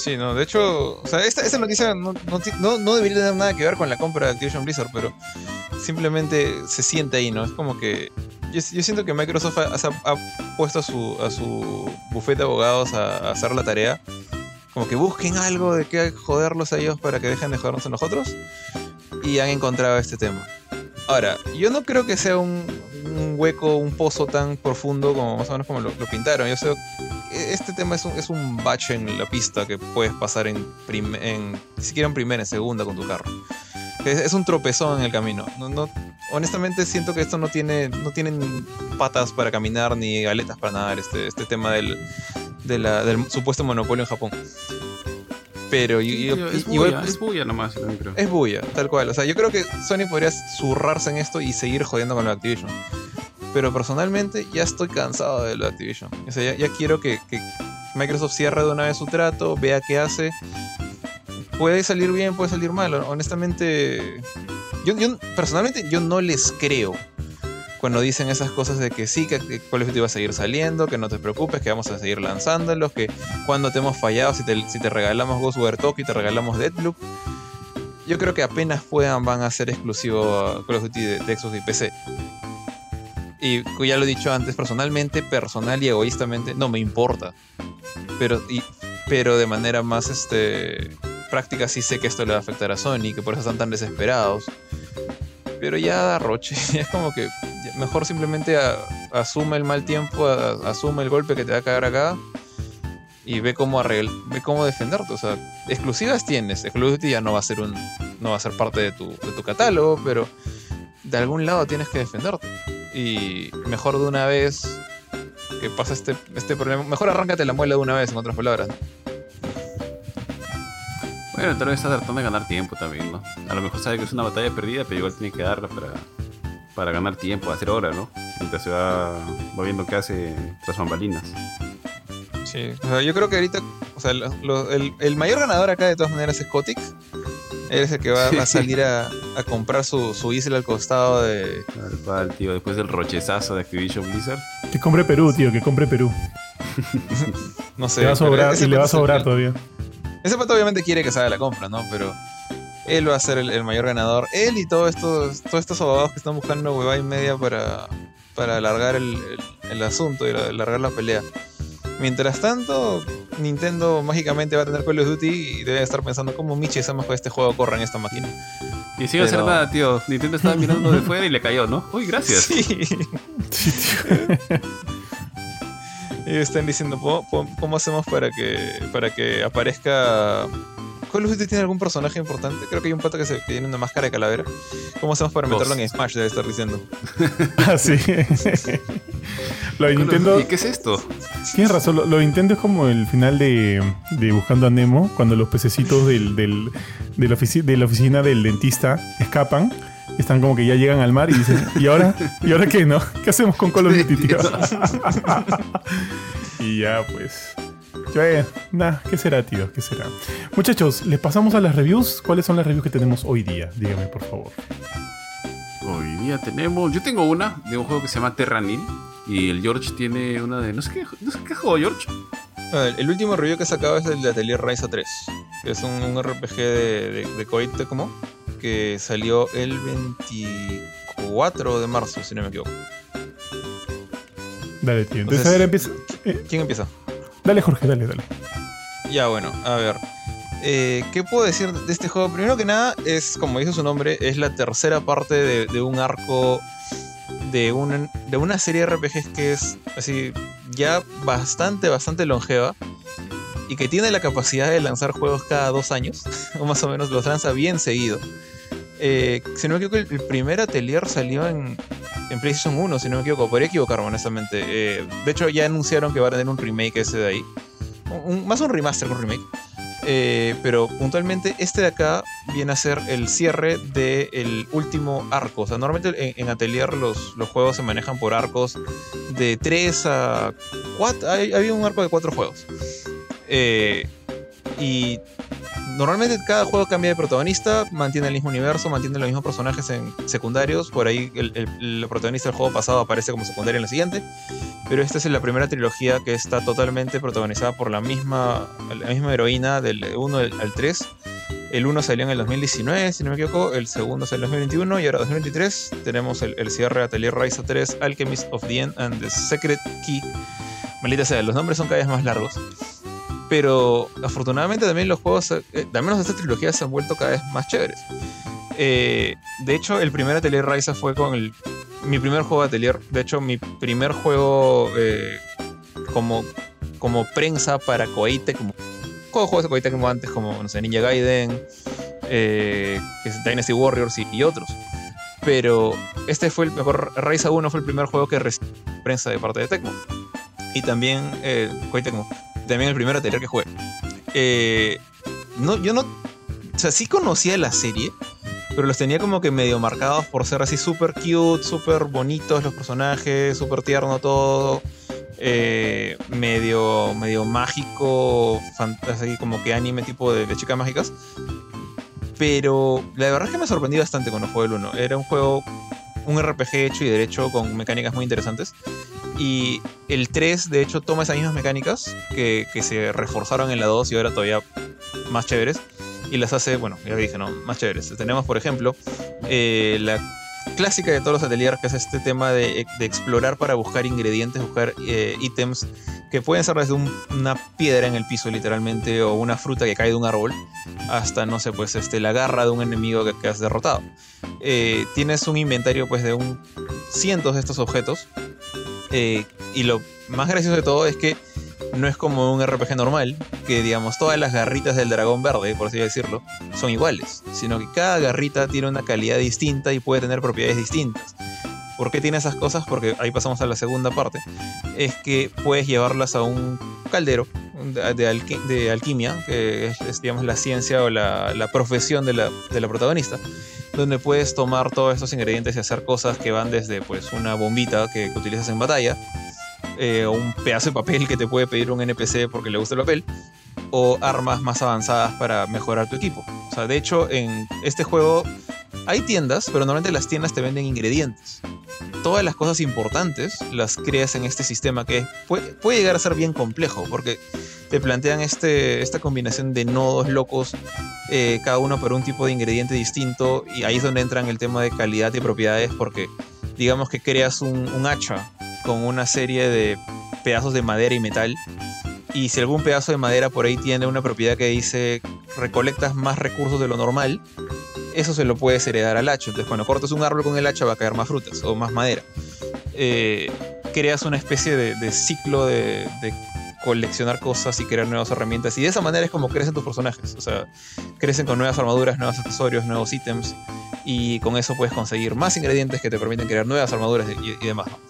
Sí, no, de hecho, o sea, esta noticia no debería tener nada que ver con la compra de Activision Blizzard, pero simplemente se siente ahí, ¿no? Es como que yo siento que Microsoft ha puesto a su bufete de abogados a hacer la tarea, como que busquen algo de que joderlos a ellos para que dejen de jodernos a nosotros, y han encontrado este tema. Ahora, yo no creo que sea un hueco, un pozo tan profundo como más o menos como lo pintaron. Yo sé, este tema es un bache en la pista que puedes pasar ni siquiera en primera, en segunda con tu carro. Es un tropezón en el camino. Honestamente siento que esto no tienen patas para caminar ni aletas para nadar, este tema del supuesto monopolio en Japón. Pero es bulla nomás, yo creo. Es bulla, tal cual. O sea, yo creo que Sony podría zurrarse en esto y seguir jodiendo con lo de Activision. Pero personalmente ya estoy cansado de lo de Activision. O sea, ya quiero que Microsoft cierre de una vez su trato, vea qué hace. Puede salir bien, puede salir mal. Honestamente, yo personalmente yo no les creo cuando dicen esas cosas de que sí, que Call of Duty va a seguir saliendo, que no te preocupes, que vamos a seguir lanzándolos, que cuando te hemos fallado, si te regalamos Ghost Over Tokyo y te regalamos Deathloop. Yo creo que apenas puedan van a ser exclusivo a Call of Duty de Xbox y PC. Y ya lo he dicho antes, personal y egoístamente, no me importa. Pero de manera más práctica sí sé que esto le va a afectar a Sony, que por eso están tan desesperados. Pero ya da roche, es como que mejor simplemente asume el mal tiempo, asume el golpe que te va a caer acá y ve cómo defenderte. O sea, exclusivas tienes, Call of Duty ya no va a ser parte de tu catálogo, pero de algún lado tienes que defenderte. Y mejor de una vez que pasa este problema, mejor arráncate la muela de una vez, en otras palabras, ¿no? Bueno, tal vez está tratando de ganar tiempo también, ¿no? A lo mejor sabe que es una batalla perdida, pero igual tiene que darla para ganar tiempo, hacer hora, ¿no? Mientras se va viendo qué hace tras bambalinas. Sí, o sea, yo creo que ahorita, o sea, el mayor ganador acá de todas maneras es Kotick. Él es el que va a salir a comprar su isla al costado de... Tío, después del rochezazo de Activision Blizzard. Que compre Perú, tío, que compre Perú. No sé. Le va a sobrar, y le va a sobrar todavía. Ese pato obviamente quiere que se haga la compra, ¿no? Pero él va a ser el mayor ganador. Él y todos estos abogados que están buscando huevada y media para alargar el asunto y alargar la pelea. Mientras tanto, Nintendo mágicamente va a tener Call of Duty y debe estar pensando cómo Michi Sama este juego corre en esta máquina. Y sin hacer nada, tío. Nintendo estaba mirando de fuera y le cayó, ¿no? Uy, gracias. Sí. Sí, tío. Y están diciendo, ¿cómo hacemos para que aparezca... ¿Call of Duty tiene algún personaje importante? Creo que hay un pato que tiene una máscara de calavera. ¿Cómo hacemos para meterlo en Smash? Debe estar diciendo. Ah, sí. Lo de Nintendo... ¿Y qué es esto? Tienes razón, lo de Nintendo es como el final de Buscando a Nemo, cuando los pececitos de la oficina del dentista escapan. Están como que ya llegan al mar y dicen, ¿y ahora qué, no? ¿Qué hacemos con Call of Duty, tío? Y ya, pues... ¿qué será, tío? ¿Qué será? Muchachos, ¿les pasamos a las reviews? ¿Cuáles son las reviews que tenemos hoy día? Dígame, por favor. Hoy día tenemos... Yo tengo una de un juego que se llama Terranil. Y el George tiene una de... No sé qué juego, George. El último review que he sacado es el de Atelier Ryza 3. Que es un RPG de Koei Tecmo, que salió el 24 de marzo, si no me equivoco. Dale, tío. Entonces, a ver, empieza. ¿Quién empieza? Dale, Jorge, dale. Ya, bueno, a ver. ¿Qué puedo decir de este juego? Primero que nada, es, como dice su nombre, es la tercera parte de un arco de una serie de RPGs que es así ya bastante longeva y que tiene la capacidad de lanzar juegos cada 2 años, o más o menos los lanza bien seguido. Si no me equivoco, el primer Atelier salió en PlayStation 1, si no me equivoco. Podría equivocarme, honestamente. De hecho, ya anunciaron que va a tener un remake ese de ahí. Más un remaster que un remake. Pero puntualmente este de acá viene a ser el cierre del último arco. O sea, normalmente en Atelier los juegos se manejan por arcos de 3 a 4. Había un arco de 4 juegos. Y normalmente cada juego cambia de protagonista, mantiene el mismo universo, mantiene los mismos personajes en secundarios. Por ahí el protagonista del juego pasado aparece como secundario en la siguiente. Pero esta es la primera trilogía que está totalmente protagonizada por la misma heroína del 1 al 3. El 1 salió en el 2019, si no me equivoco. El segundo salió en el 2021 y ahora 2023 tenemos el cierre de Atelier Ryza 3, Alchemist of the End and the Secret Key. Maldita sea, los nombres son cada vez más largos. Pero afortunadamente también los juegos, al menos de esta trilogía, se han vuelto cada vez más chéveres. De hecho, el primer Atelier Ryza fue con mi primer juego de Atelier. De hecho, mi primer juego como prensa para Koei Tecmo. Juegos de Koei Tecmo antes, como, no sé, Ninja Gaiden, Dynasty Warriors y otros. Pero este fue el mejor. Ryza 1 fue el primer juego que recibió prensa de parte de Tecmo. Y también Koei Tecmo. También el primer Atelier que jugué. Yo no. O sea, sí conocía la serie, pero los tenía como que medio marcados por ser así súper cute, súper bonitos los personajes, súper tierno todo. Medio mágico, así como que anime tipo de chicas mágicas. Pero la verdad es que me sorprendí bastante cuando jugué el 1. Era un juego, un RPG hecho y derecho con mecánicas muy interesantes. Y el 3 de hecho toma esas mismas mecánicas que se reforzaron en la 2 y ahora todavía más chéveres. Y las hace, bueno, ya dije, ¿no? Más chéveres. Tenemos, por ejemplo, la clásica de todos los ateliers, que es este tema de explorar para buscar ingredientes, buscar ítems que pueden ser desde una piedra en el piso literalmente, o una fruta que cae de un árbol, hasta, no sé, pues la garra de un enemigo que has derrotado. Tienes un inventario pues de cientos de estos objetos, y lo más gracioso de todo es que no es como un RPG normal, que digamos todas las garritas del dragón verde, por así decirlo, son iguales, sino que cada garrita tiene una calidad distinta y puede tener propiedades distintas. ¿Por qué tiene esas cosas? Porque ahí pasamos a la segunda parte. Es que puedes llevarlas a un caldero de alquimia, que es digamos la ciencia o la profesión de la protagonista, donde puedes tomar todos estos ingredientes y hacer cosas que van desde pues una bombita que utilizas en batalla, o un pedazo de papel que te puede pedir un NPC porque le gusta el papel, o armas más avanzadas para mejorar tu equipo. O sea, de hecho, en este juego hay tiendas, pero normalmente las tiendas te venden ingredientes. Todas las cosas importantes las creas en este sistema que puede llegar a ser bien complejo, porque te plantean esta combinación de nodos locos, cada uno para un tipo de ingrediente distinto, y ahí es donde entra en el tema de calidad y propiedades, porque digamos que creas un hacha con una serie de pedazos de madera y metal, y si algún pedazo de madera por ahí tiene una propiedad que dice recolectas más recursos de lo normal, eso se lo puedes heredar al hacha. Entonces cuando cortas un árbol con el hacha va a caer más frutas o más madera. Creas una especie de ciclo de coleccionar cosas y crear nuevas herramientas, y de esa manera es como crecen tus personajes. O sea, crecen con nuevas armaduras, nuevos accesorios, nuevos ítems, y con eso puedes conseguir más ingredientes que te permiten crear nuevas armaduras y demás, ¿no?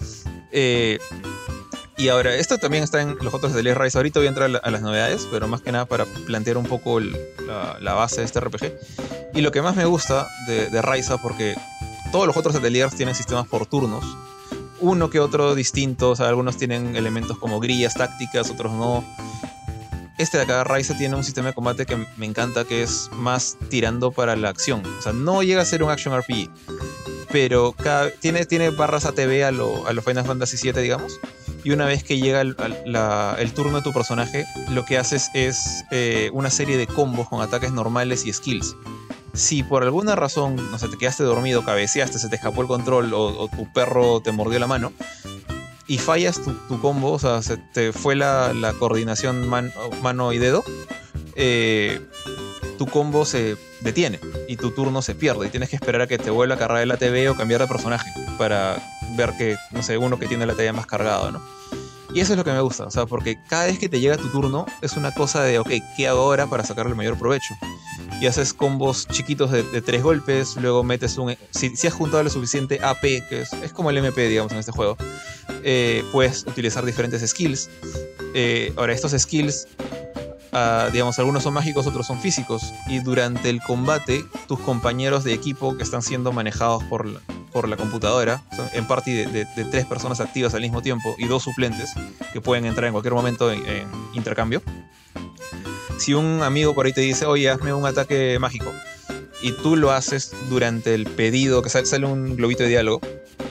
Y ahora, esto también está en los otros Atelier Ryza. Ahorita voy a entrar a las novedades, pero más que nada para plantear un poco la base de este RPG. Y lo que más me gusta de Ryza, porque todos los otros Ateliers tienen sistemas por turnos, uno que otro distinto. O sea, algunos tienen elementos como grillas tácticas, otros no. Este de acá, Ryza, tiene un sistema de combate que me encanta, que es más tirando para la acción. O sea, no llega a ser un action RPG, pero tiene barras ATB a lo Final Fantasy VII, digamos. Y una vez que llega el turno de tu personaje, lo que haces es una serie de combos con ataques normales y skills. Si por alguna razón, no sé, te quedaste dormido, cabeceaste, se te escapó el control, o tu perro te mordió la mano, y fallas tu combo, o sea, se te fue la coordinación mano y dedo, tu combo se detiene y tu turno se pierde, y tienes que esperar a que te vuelva a cargar el ATB o cambiar de personaje para ver que, no sé, uno que tiene la ATB más cargado, ¿no? Y eso es lo que me gusta, o sea, porque cada vez que te llega tu turno es una cosa de, ok, ¿qué hago ahora para sacarle el mayor provecho? Y haces combos chiquitos de 3 golpes, luego metes si has juntado lo suficiente AP, que es como el MP, digamos, en este juego, puedes utilizar diferentes skills. Ahora, estos skills, digamos, algunos son mágicos, otros son físicos, y durante el combate tus compañeros de equipo que están siendo manejados por la computadora, son en parte de 3 personas activas al mismo tiempo y 2 suplentes que pueden entrar en cualquier momento en intercambio. si un amigo por ahí te dice, oye, hazme un ataque mágico, y tú lo haces durante el pedido, que sale un globito de diálogo,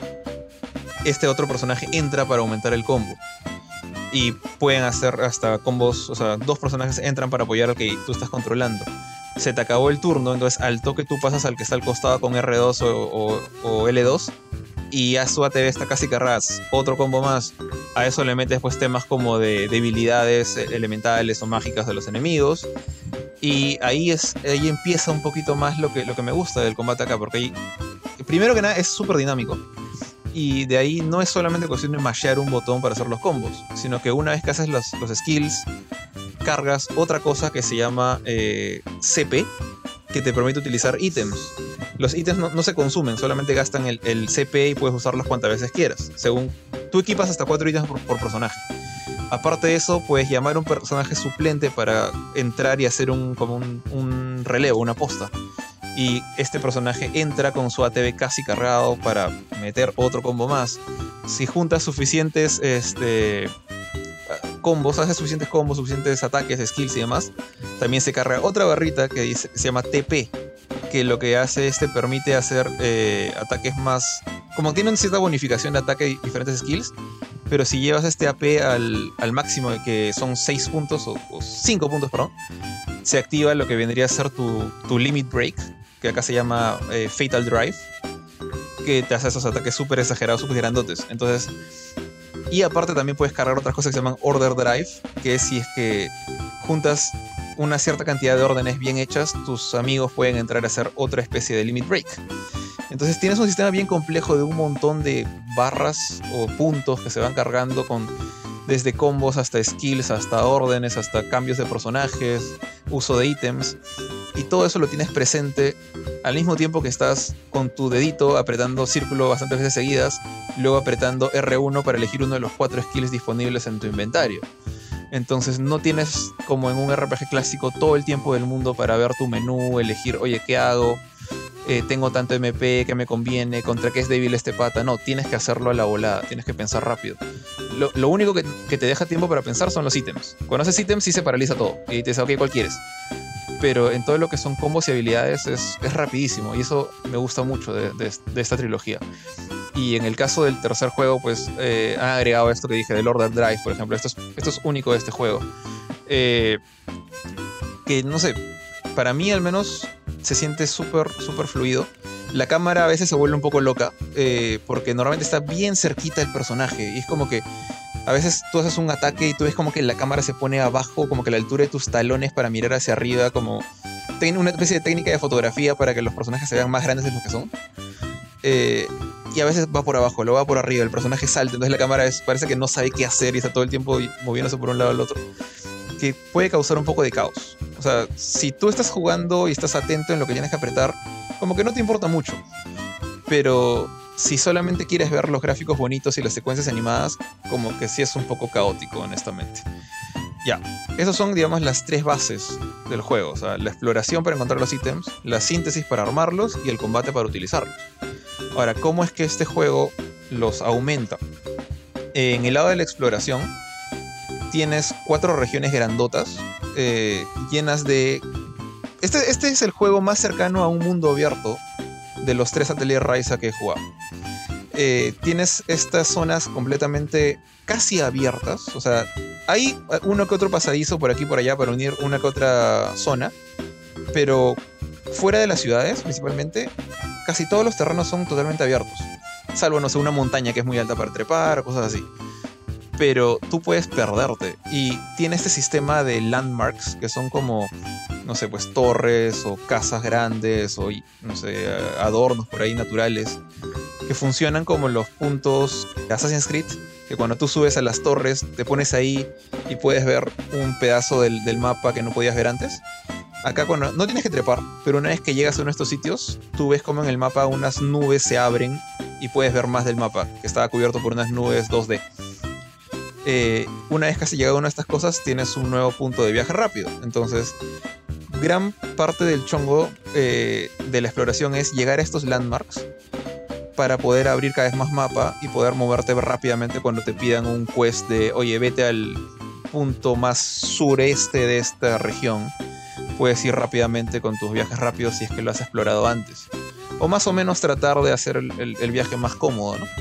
este otro personaje entra para aumentar el combo. Y pueden hacer hasta combos, o sea, 2 personajes entran para apoyar al que tú estás controlando. Se te acabó el turno, entonces al toque tú pasas al que está al costado con R2 o L2 y ya su ATB está casi carras. Otro combo más. A eso le metes pues temas como de debilidades elementales o mágicas de los enemigos. Y ahí empieza un poquito más lo que me gusta del combate acá, porque ahí, primero que nada, es súper dinámico. Y de ahí no es solamente cuestión de mashear un botón para hacer los combos, sino que una vez que haces los skills, cargas otra cosa que se llama CP, que te permite utilizar ítems. Los ítems no se consumen, solamente gastan el CP y puedes usarlos cuantas veces quieras. Según tú equipas hasta 4 ítems por personaje. Aparte de eso, puedes llamar a un personaje suplente para entrar y hacer como un relevo, una posta. Y este personaje entra con su ATB casi cargado para meter otro combo más. Si juntas suficientes combos, haces suficientes combos, suficientes ataques, skills y demás, también se carga otra barrita que se llama TP, que lo que hace es te permite hacer ataques más... Como tiene una cierta bonificación de ataque y diferentes skills, pero si llevas este AP al máximo, que son 6 puntos o 5 puntos, perdón, se activa lo que vendría a ser tu Limit Break, que acá se llama Fatal Drive, que te hace esos ataques súper exagerados, súper grandotes. Entonces, y aparte también puedes cargar otras cosas que se llaman Order Drive, que es si es que juntas una cierta cantidad de órdenes bien hechas, tus amigos pueden entrar a hacer otra especie de Limit Break. Entonces tienes un sistema bien complejo de un montón de barras o puntos que se van cargando desde combos hasta skills, hasta órdenes, hasta cambios de personajes, uso de ítems. Y todo eso lo tienes presente al mismo tiempo que estás con tu dedito apretando círculo bastantes veces seguidas, luego apretando R1 para elegir uno de los 4 skills disponibles en tu inventario. Entonces no tienes, como en un RPG clásico, todo el tiempo del mundo para ver tu menú, elegir, oye, ¿qué hago? Tengo tanto MP, ¿qué me conviene? ¿Contra qué es débil este pata? No, tienes que hacerlo a la volada, tienes que pensar rápido. Lo único que te deja tiempo para pensar son los ítems. Cuando haces ítems sí se paraliza todo y te dice, ok, ¿cuál quieres? Pero en todo lo que son combos y habilidades es rapidísimo, y eso me gusta mucho de esta trilogía. Y en el caso del tercer juego, pues han agregado esto que dije del Order Drive, por ejemplo. Esto es único de este juego. Que no sé, para mí al menos se siente súper fluido. La cámara a veces se vuelve un poco loca, porque normalmente está bien cerquita del personaje, y es como que a veces tú haces un ataque y tú ves como que la cámara se pone abajo, como que a la altura de tus talones para mirar hacia arriba, como tiene una especie de técnica de fotografía para que los personajes se vean más grandes de lo que son. Y a veces va por abajo, luego va por arriba, el personaje salta, entonces la cámara parece que no sabe qué hacer y está todo el tiempo moviéndose por un lado al otro, que puede causar un poco de caos. O sea, si tú estás jugando y estás atento en lo que tienes que apretar, como que no te importa mucho. Pero si solamente quieres ver los gráficos bonitos y las secuencias animadas, como que sí es un poco caótico, honestamente. Ya, esas son, digamos, las 3 bases del juego. O sea, la exploración para encontrar los ítems, la síntesis para armarlos y el combate para utilizarlos. Ahora, ¿cómo es que este juego los aumenta? En el lado de la exploración tienes 4 regiones grandotas, llenas de... Este es el juego más cercano a un mundo abierto de los 3 Atelier Ryza que he jugado. Tienes estas zonas completamente casi abiertas. O sea, hay uno que otro pasadizo por aquí y por allá para unir una que otra zona, pero fuera de las ciudades, principalmente, casi todos los terrenos son totalmente abiertos, salvo, no sé, una montaña que es muy alta para trepar o cosas así. Pero tú puedes perderte, y tiene este sistema de landmarks que son como, no sé, pues torres o casas grandes o, no sé, adornos por ahí naturales, que funcionan como los puntos de Assassin's Creed, que cuando tú subes a las torres te pones ahí y puedes ver un pedazo del mapa que no podías ver antes. Acá cuando no tienes que trepar, pero una vez que llegas a uno de estos sitios, tú ves como en el mapa unas nubes se abren y puedes ver más del mapa, que estaba cubierto por unas nubes 2D. Una vez que has llegado a una de estas cosas, tienes un nuevo punto de viaje rápido. Entonces, gran parte del chongo de la exploración es llegar a estos landmarks para poder abrir cada vez más mapa y poder moverte rápidamente cuando te pidan un quest de, oye, vete punto más sureste de esta región, puedes ir rápidamente con tus viajes rápidos si es que lo has explorado antes. O más o menos tratar de hacer el viaje más cómodo, ¿no?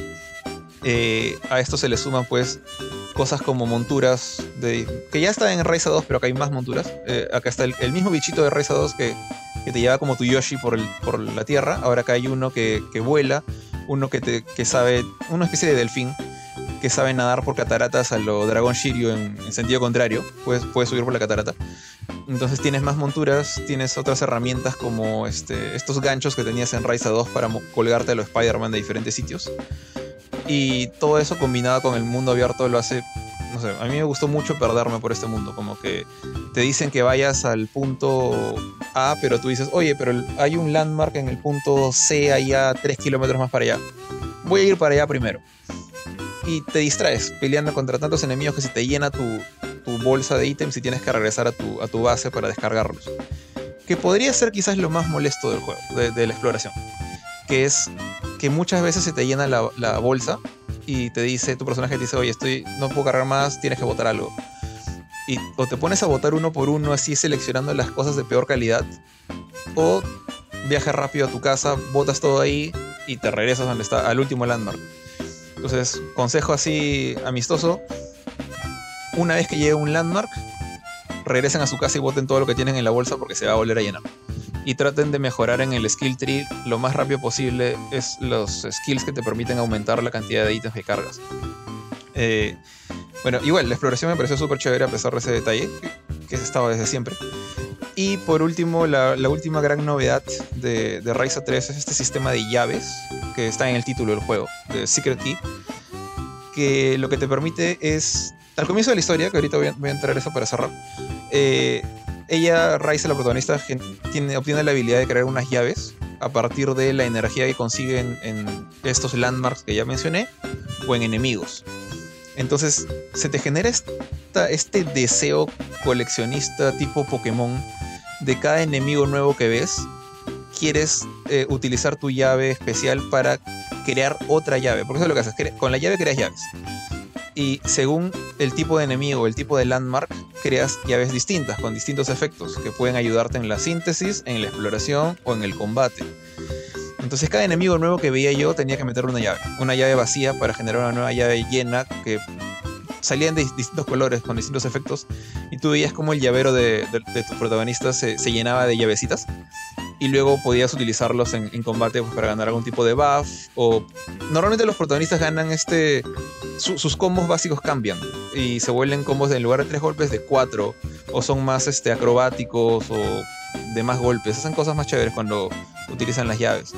A esto se le suman pues cosas como monturas que ya están en Raiza 2, pero acá hay más monturas. Acá está el mismo bichito de Raiza 2 que te lleva como tu Yoshi por la tierra. Ahora acá hay uno que vuela, uno que sabe, una especie de delfín que sabe nadar por cataratas a lo Dragon Shiryu en sentido contrario. Puedes subir por la catarata. Entonces tienes más monturas, tienes otras herramientas como estos ganchos que tenías en Raiza 2 para colgarte a los Spider-Man de diferentes sitios. Y todo eso combinado con el mundo abierto lo hace, no sé, a mí me gustó mucho perderme por este mundo. Como que te dicen que vayas al punto A, pero tú dices, oye, pero hay un landmark en el punto C allá 3 kilómetros más para allá. Voy a ir para allá primero. Y te distraes peleando contra tantos enemigos que se te llena tu bolsa de ítems y tienes que regresar a tu base para descargarlos. Que podría ser quizás lo más molesto del juego, de la exploración. Que es que muchas veces se te llena la bolsa y te dice, tu personaje te dice, oye, no puedo cargar más, tienes que botar algo. Y o te pones a botar uno por uno así seleccionando las cosas de peor calidad, o viajas rápido a tu casa, botas todo ahí y te regresas donde está, al último landmark. Entonces, consejo así amistoso, una vez que llegue un landmark, regresen a su casa y boten todo lo que tienen en la bolsa porque se va a volver a llenar. Y traten de mejorar en el skill tree lo más rápido posible. Es los skills que te permiten aumentar la cantidad de ítems que cargas. Bueno, igual, la exploración me pareció súper chévere a pesar de ese detalle, que estaba desde siempre. Y por último, la última gran novedad de Raiza 3 es este sistema de llaves que está en el título del juego, de Secret Key, que lo que te permite es, al comienzo de la historia, que ahorita voy a entrar a eso para cerrar, ella, Raiza, la protagonista, obtiene la habilidad de crear unas llaves a partir de la energía que consiguen en estos landmarks que ya mencioné o en enemigos. Entonces se te genera este deseo coleccionista tipo Pokémon de cada enemigo nuevo que ves. Quieres utilizar tu llave especial para crear otra llave, porque eso es lo que haces, con la llave creas llaves. Y según el tipo de enemigo, el tipo de landmark, creas llaves distintas, con distintos efectos, que pueden ayudarte en la síntesis, en la exploración o en el combate. Entonces cada enemigo nuevo que veía yo tenía que meter una llave vacía para generar una nueva llave llena, que salían de distintos colores, con distintos efectos, y tú veías como el llavero de tus protagonistas se llenaba de llavecitas. Y luego podías utilizarlos en combate pues, para ganar algún tipo de buff. O normalmente los protagonistas ganan sus combos básicos cambian. Y se vuelven combos de, en lugar de 3 golpes, de 4. O son más acrobáticos o de más golpes. Hacen cosas más chéveres cuando utilizan las llaves.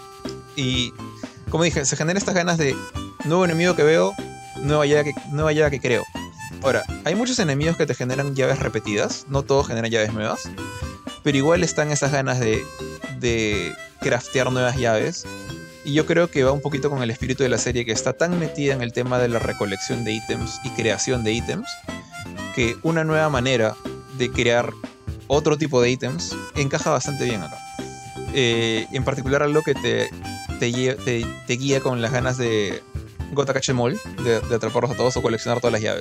Y como dije, se generan estas ganas de nuevo enemigo que veo, nueva llave que creo. Ahora, hay muchos enemigos que te generan llaves repetidas. No todos generan llaves nuevas. Pero igual están esas ganas de craftear nuevas llaves. Y yo creo que va un poquito con el espíritu de la serie, que está tan metida en el tema de la recolección de ítems y creación de ítems, que una nueva manera de crear otro tipo de ítems encaja bastante bien acá. En particular algo que te guía con las ganas de Gota Cachemol, de atraparlos a todos o coleccionar todas las llaves.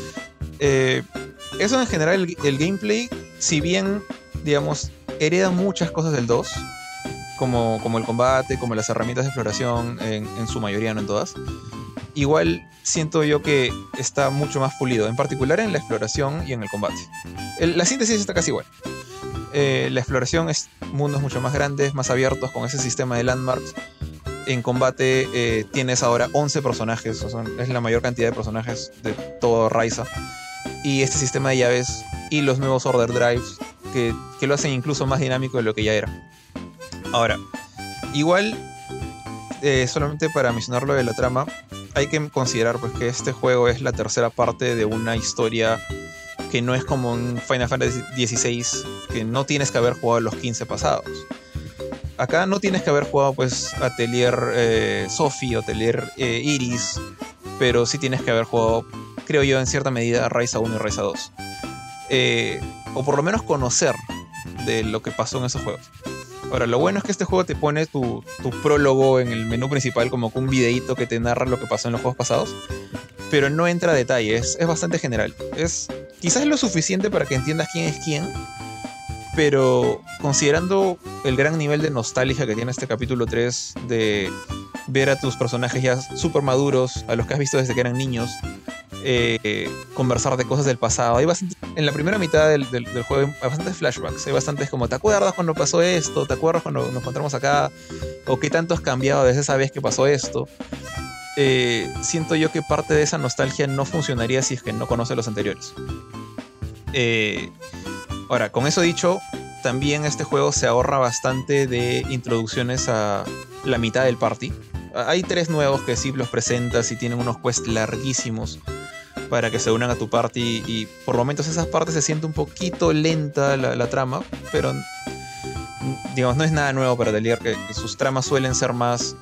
Eso en general, el gameplay, si bien digamos, hereda muchas cosas del 2, como el combate, como las herramientas de exploración, en su mayoría, no en todas. Igual siento yo que está mucho más pulido, en particular en la exploración y en el combate. La síntesis está casi igual. La exploración es mundos mucho más grandes, más abiertos, con ese sistema de landmarks. En combate tienes ahora 11 personajes, es la mayor cantidad de personajes de todo Raiza. Y este sistema de llaves y los nuevos Order Drives que lo hacen incluso más dinámico de lo que ya era. Ahora, igual, solamente para mencionar lo de la trama, hay que considerar pues, que este juego es la tercera parte de una historia que no es como en Final Fantasy XVI, que no tienes que haber jugado los 15 pasados. Acá no tienes que haber jugado pues Atelier Sophie, Atelier Iris, pero sí tienes que haber jugado, creo yo, en cierta medida Raiza 1 y Raiza 2. O por lo menos conocer de lo que pasó en esos juegos. Ahora, lo bueno es que este juego te pone tu prólogo en el menú principal, como con un videíto que te narra lo que pasó en los juegos pasados. pero no entra a detalle, es bastante general. Quizás es lo suficiente para que entiendas quién es quién, pero considerando el gran nivel de nostalgia que tiene este capítulo 3 de ver a tus personajes ya súper maduros, a los que has visto desde que eran niños, conversar de cosas del pasado. En la primera mitad del juego hay bastantes flashbacks, hay bastantes como, ¿te acuerdas cuando pasó esto? ¿Te acuerdas cuando nos encontramos acá? ¿O qué tanto has cambiado desde esa vez que pasó esto? Siento yo que parte de esa nostalgia no funcionaría si es que no conoces los anteriores. Ahora, con eso dicho, también este juego se ahorra bastante de introducciones a la mitad del party. Hay 3 nuevos que sí los presentas y tienen unos quests larguísimos para que se unan a tu party, y por momentos esas partes se siente un poquito lenta la trama, pero digamos, no es nada nuevo para Atelier, que sus tramas suelen ser más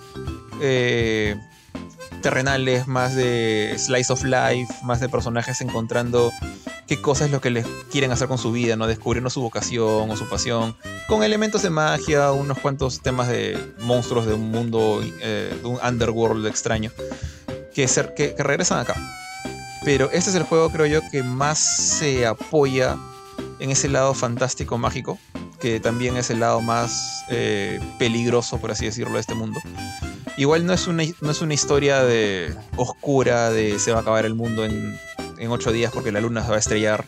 terrenales, más de slice of life, más de personajes encontrando qué cosa es lo que les quieren hacer con su vida, ¿no? Descubriendo su vocación o su pasión, con elementos de magia, unos cuantos temas de monstruos de un mundo, de un underworld extraño, que regresan acá. Pero este es el juego, creo yo, que más se apoya en ese lado fantástico, mágico, que también es el lado más peligroso, por así decirlo, de este mundo. Igual no es una historia de oscura, de se va a acabar el mundo en 8 días porque la luna se va a estrellar.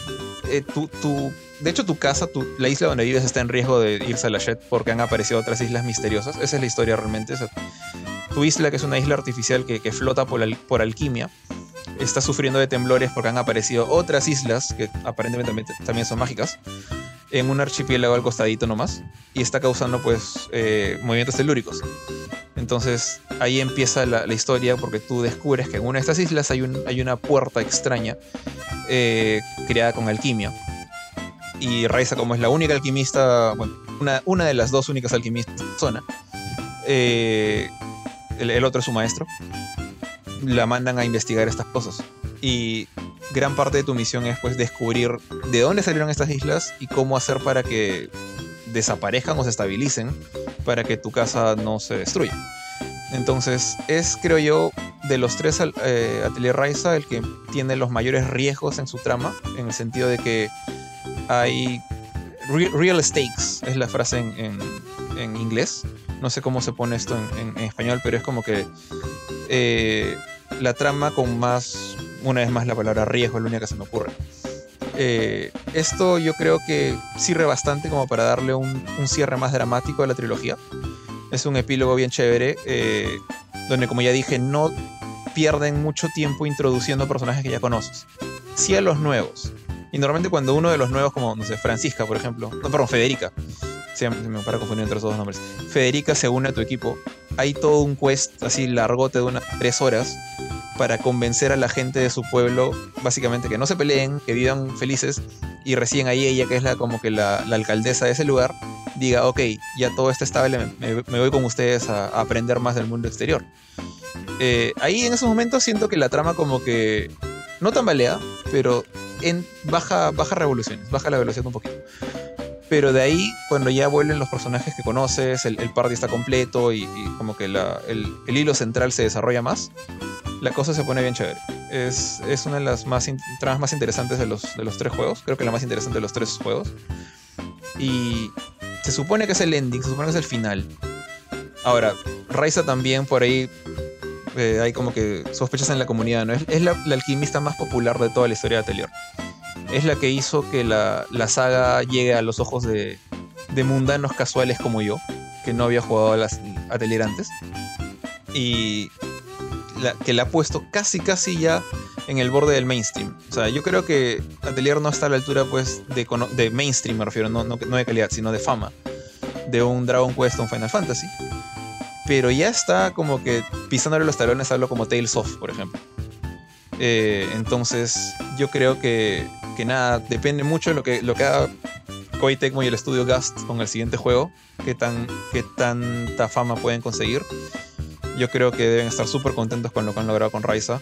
De hecho, tu casa, la isla donde vives está en riesgo de irse a la shit porque han aparecido otras islas misteriosas. Esa es la historia realmente. O sea, tu isla, que es una isla artificial que flota por alquimia, está sufriendo de temblores porque han aparecido otras islas que aparentemente también son mágicas en un archipiélago al costadito nomás, y está causando pues movimientos telúricos. Entonces ahí empieza la historia, porque tú descubres que en una de estas islas hay una puerta extraña creada con alquimia. Y Raiza, como es la única alquimista, bueno, una de las 2 únicas alquimistas de la zona, el otro es su maestro, la mandan a investigar estas cosas. Y gran parte de tu misión es pues descubrir de dónde salieron estas islas y cómo hacer para que desaparezcan o se estabilicen, para que tu casa no se destruya. Entonces es, creo yo, de los 3 Atelier Raiza el que tiene los mayores riesgos en su trama, en el sentido de que hay real stakes, es la frase en inglés. No sé cómo se pone esto en español, pero es como que la trama con más, una vez más la palabra riesgo es la única que se me ocurre. Esto yo creo que sirve bastante como para darle un cierre más dramático a la trilogía. Es un epílogo bien chévere, donde, como ya dije, no pierden mucho tiempo introduciendo personajes que ya conoces, sí a los nuevos. Y normalmente cuando uno de los nuevos, como, no sé, Francisca, por ejemplo, no, perdón, Federica, se me para confundir entre esos 2 nombres, Federica se une a tu equipo, hay todo un quest así largote de unas 3 horas para convencer a la gente de su pueblo, básicamente, que no se peleen, que vivan felices, y recién ahí ella, que es como que la alcaldesa de ese lugar, diga, ok, ya todo está estable, me voy con ustedes a aprender más del mundo exterior. Ahí en esos momentos siento que la trama como que no tambalea, pero baja revoluciones, baja la velocidad un poquito. Pero de ahí, cuando ya vuelven los personajes que conoces, el party está completo y como que el hilo central se desarrolla más, la cosa se pone bien chévere. Es una de las tramas más interesantes de los 3 juegos. Creo que la más interesante de los 3 juegos. Y se supone que es el ending, se supone que es el final. Ahora, Raiza también por ahí hay como que sospechas en la comunidad, ¿no? Es la alquimista más popular de toda la historia de Atelier. Es la que hizo que la saga llegue a los ojos de mundanos casuales como yo, que no había jugado a Atelier antes. Y que la ha puesto casi ya en el borde del mainstream. O sea, yo creo que Atelier no está a la altura pues de mainstream, me refiero, no de calidad, sino de fama, de un Dragon Quest o un Final Fantasy. Pero ya está como que pisándole los talones a algo como Tales of, por ejemplo. Entonces yo creo que nada, depende mucho de lo que haga Koei Tecmo y el estudio Gast con el siguiente juego, qué tanta fama pueden conseguir. Yo creo que deben estar súper contentos con lo que han logrado con Raiza.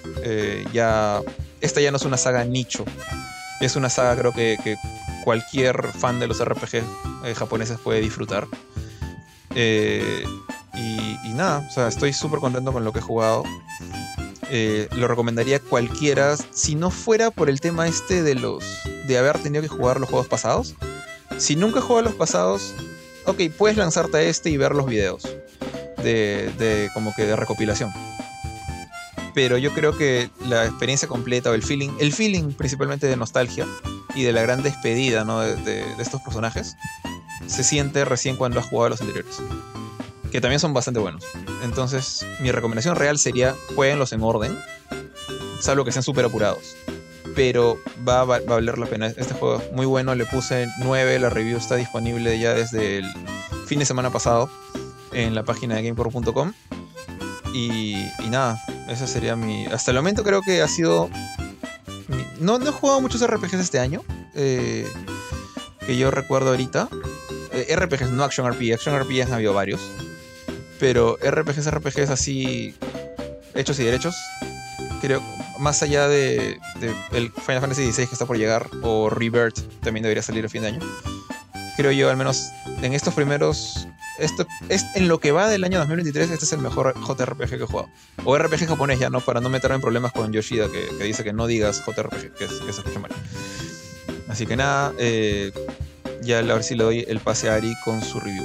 Esta ya no es una saga nicho, es una saga, creo que cualquier fan de los RPG japoneses puede disfrutar. Y nada, o sea, estoy súper contento con lo que he jugado. Lo recomendaría cualquiera, si no fuera por el tema de haber tenido que jugar los juegos pasados. Si nunca has jugado los pasados, ok, puedes lanzarte a y ver los videos como que de recopilación. Pero yo creo que la experiencia completa o el feeling principalmente de nostalgia y de la gran despedida, ¿no? de estos personajes, se siente recién cuando has jugado a los anteriores, que también son bastante buenos. Entonces, mi recomendación real sería: jueguenlos en orden, salvo que sean súper apurados. Pero va a valer la pena. Este juego es muy bueno, le puse 9, la review está disponible ya desde el fin de semana pasado en la página de gamecore.com. Y nada, esa sería mi... Hasta el momento creo que ha sido... No he jugado muchos RPGs este año, que yo recuerdo ahorita. RPGs, no Action RPG. Action RPGs han habido varios. Pero RPGs así, hechos y derechos, creo, más allá de el Final Fantasy XVI que está por llegar, o Rebirth, también debería salir a fin de año. Creo yo, al menos en estos primeros... en lo que va del año 2023, este es el mejor JRPG que he jugado. O RPG japonés, ya, ¿no? Para no meterme en problemas con Yoshida, que dice que no digas JRPG, que se escucha mal. Así que nada, ya a ver si le doy el pase a Ari con su review.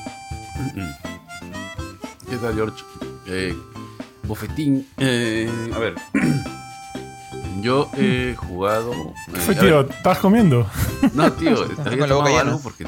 ¿Qué tal, George? Bofetín. A ver. Yo he jugado... ¿Qué fue, tío? ¿Estás comiendo? No, tío, había tomado algo porque...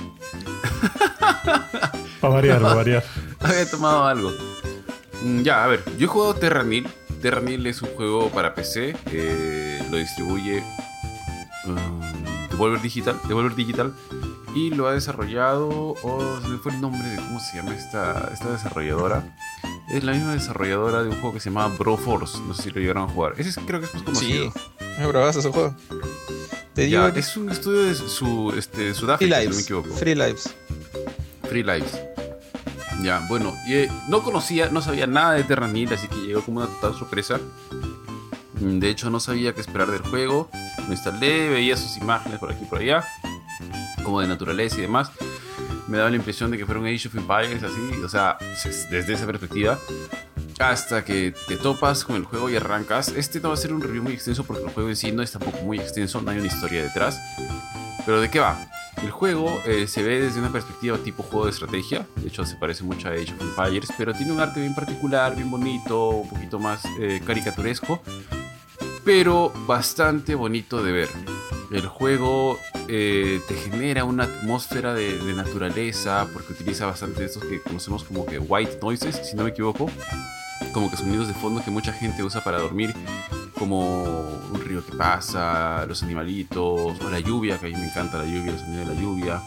Para variar. Había tomado algo. Ya, a ver, yo he jugado Terranil. Terranil es un juego para PC. Lo distribuye Devolver Digital. Y lo ha desarrollado... se me fue el nombre de cómo se llama esta desarrolladora. Es la misma desarrolladora de un juego que se llama Broforce. No sé si lo llegaron a jugar. Ese creo que es más conocido. Sí, es bravazo ese juego. Es un estudio de Sudáfrica, si no me equivoco. Free Lives. Ya, bueno, no sabía nada de Terranil, así que llegó como una total sorpresa. De hecho, no sabía qué esperar del juego. Lo instalé, veía sus imágenes por aquí y por allá, como de naturaleza y demás. Me daba la impresión de que fuera un Age of Empires, así, o sea, desde esa perspectiva. Hasta que te topas con el juego y arrancas. Este no va a ser un review muy extenso porque el juego en sí no es tampoco muy extenso, no hay una historia detrás. Pero ¿de qué va? El juego se ve desde una perspectiva tipo juego de estrategia. De hecho, se parece mucho a Age of Empires, pero tiene un arte bien particular, bien bonito, un poquito más caricaturesco, pero bastante bonito de ver. El juego te genera una atmósfera de naturaleza, porque utiliza bastante de estos que conocemos como que white noises, si no me equivoco, como que sonidos de fondo que mucha gente usa para dormir, como un río que pasa, los animalitos, o la lluvia, que a mí me encanta la lluvia, el sonido de la lluvia.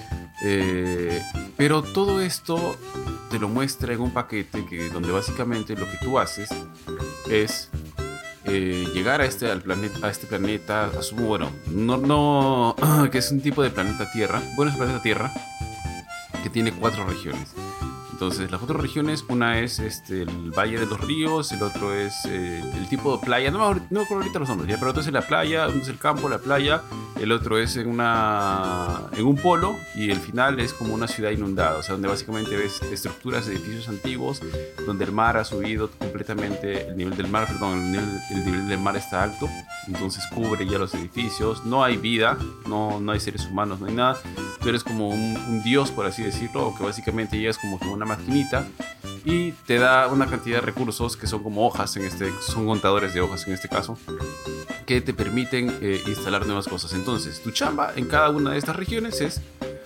Pero todo esto te lo muestra en un paquete donde básicamente lo que tú haces es llegar a este planeta, asumo, bueno, no que es un tipo de planeta Tierra. Bueno, es planeta Tierra que tiene 4 regiones. Entonces, las 4 regiones, una es el Valle de los Ríos, el otro es el tipo de playa, no me acuerdo ahorita los nombres, ¿ya? Pero otro es la playa, uno es el campo, la playa, el otro es en un polo, y el final es como una ciudad inundada, o sea, donde básicamente ves estructuras de edificios antiguos, donde el mar ha subido completamente, el nivel del mar está alto, entonces cubre ya los edificios, no hay vida, no hay seres humanos, no hay nada. Tú eres como un dios, por así decirlo, o que básicamente llegas como que una maquinita y te da una cantidad de recursos que son como hojas, son contadores de hojas en este caso, que te permiten instalar nuevas cosas. Entonces, tu chamba en cada una de estas regiones es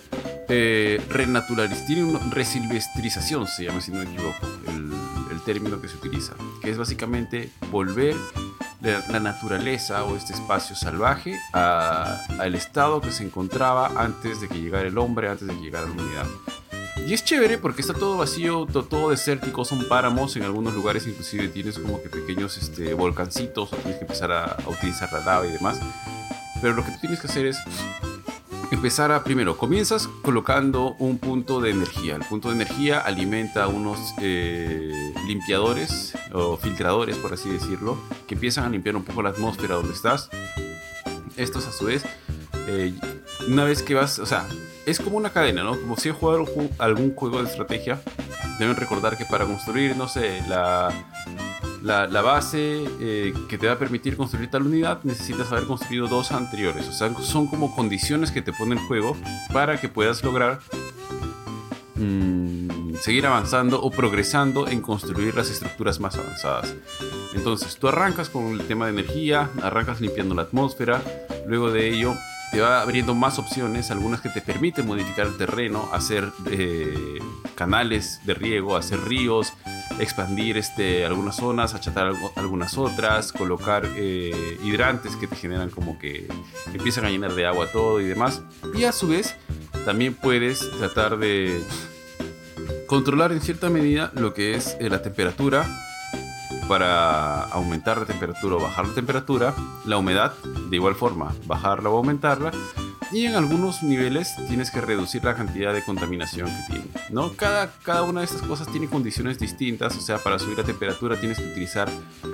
tiene una resilvestrización, se llama, si no me equivoco, el término que se utiliza, que es básicamente volver la naturaleza o este espacio salvaje al estado que se encontraba antes de que llegara el hombre, antes de que llegara la humanidad. Y es chévere porque está todo vacío, todo desértico, son páramos, en algunos lugares inclusive tienes como que pequeños volcancitos, o tienes que empezar a utilizar la lava y demás. Pero lo que tú tienes que hacer es empezar primero, comienzas colocando un punto de energía. El punto de energía alimenta unos limpiadores o filtradores, por así decirlo, que empiezan a limpiar un poco la atmósfera donde estás. Estos a su vez, una vez que vas, o sea, es como una cadena, ¿no? Como si he jugado algún juego de estrategia, deben recordar que para construir, no sé, la base que te va a permitir construir tal unidad, necesitas haber construido 2 anteriores. O sea, son como condiciones que te pone el juego para que puedas lograr seguir avanzando o progresando en construir las estructuras más avanzadas. Entonces, tú arrancas con el tema de energía, arrancas limpiando la atmósfera, luego de ello te va abriendo más opciones, algunas que te permiten modificar el terreno, hacer canales de riego, hacer ríos, expandir algunas zonas, achatar algunas otras, colocar hidrantes que te generan como que empiezan a llenar de agua todo y demás. Y a su vez también puedes tratar de controlar en cierta medida lo que es la temperatura, para aumentar la temperatura o bajar la temperatura, la humedad de igual forma, bajarla o aumentarla, y en algunos niveles tienes que reducir la cantidad de contaminación que tiene, ¿no? Cada una de estas cosas tiene condiciones distintas. O sea, para subir la temperatura tienes que utilizar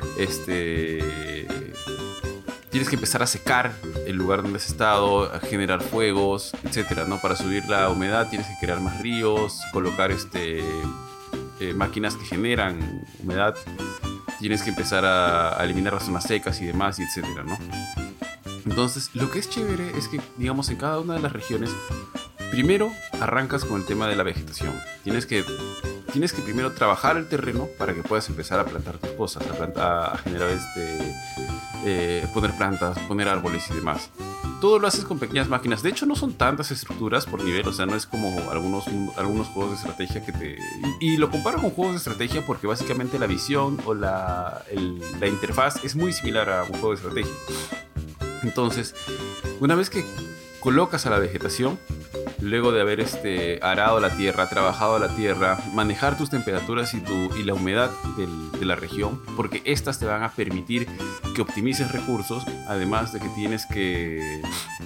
tienes que empezar a secar el lugar donde has estado, a generar fuegos, etcétera, ¿no? Para subir la humedad tienes que crear más ríos, colocar máquinas que generan humedad, tienes que empezar a eliminar las zonas secas y demás, y etcétera, ¿no? Entonces, lo que es chévere es que, digamos, en cada una de las regiones, primero arrancas con el tema de la vegetación. Tienes que primero trabajar el terreno para que puedas empezar a plantar tus cosas, a generar poner plantas, poner árboles y demás. Todo lo haces con pequeñas máquinas. De hecho, no son tantas estructuras por nivel. O sea, no es como algunos juegos de estrategia que te... Y lo comparo con juegos de estrategia porque básicamente la visión o la interfaz es muy similar a un juego de estrategia. Entonces, una vez que colocas a la vegetación, luego de haber arado la tierra, trabajado la tierra, manejar tus temperaturas y la humedad de la región, porque estas te van a permitir que optimices recursos, además de que tienes que...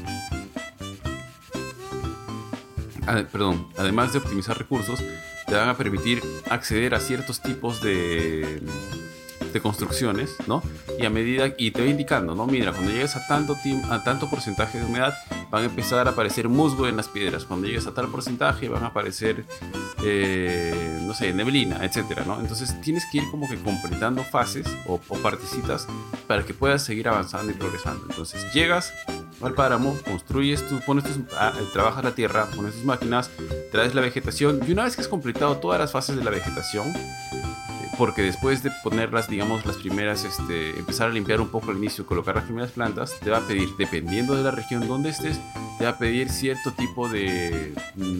además de optimizar recursos, te van a permitir acceder a ciertos tipos de construcciones, ¿no? Y te va indicando, ¿no? Mira, cuando llegues a tanto porcentaje de humedad, van a empezar a aparecer musgo en las piedras. Cuando llegues a tal porcentaje, van a aparecer, no sé, neblina, etcétera, ¿no? Entonces tienes que ir como que completando fases o partecitas para que puedas seguir avanzando y progresando. Entonces llegas al páramo, trabajas la tierra, pones tus máquinas, traes la vegetación, y una vez que has completado todas las fases de la vegetación, porque después de ponerlas, digamos, las primeras, empezar a limpiar un poco al inicio, colocar las primeras plantas, te va a pedir, dependiendo de la región donde estés, te va a pedir cierto tipo de...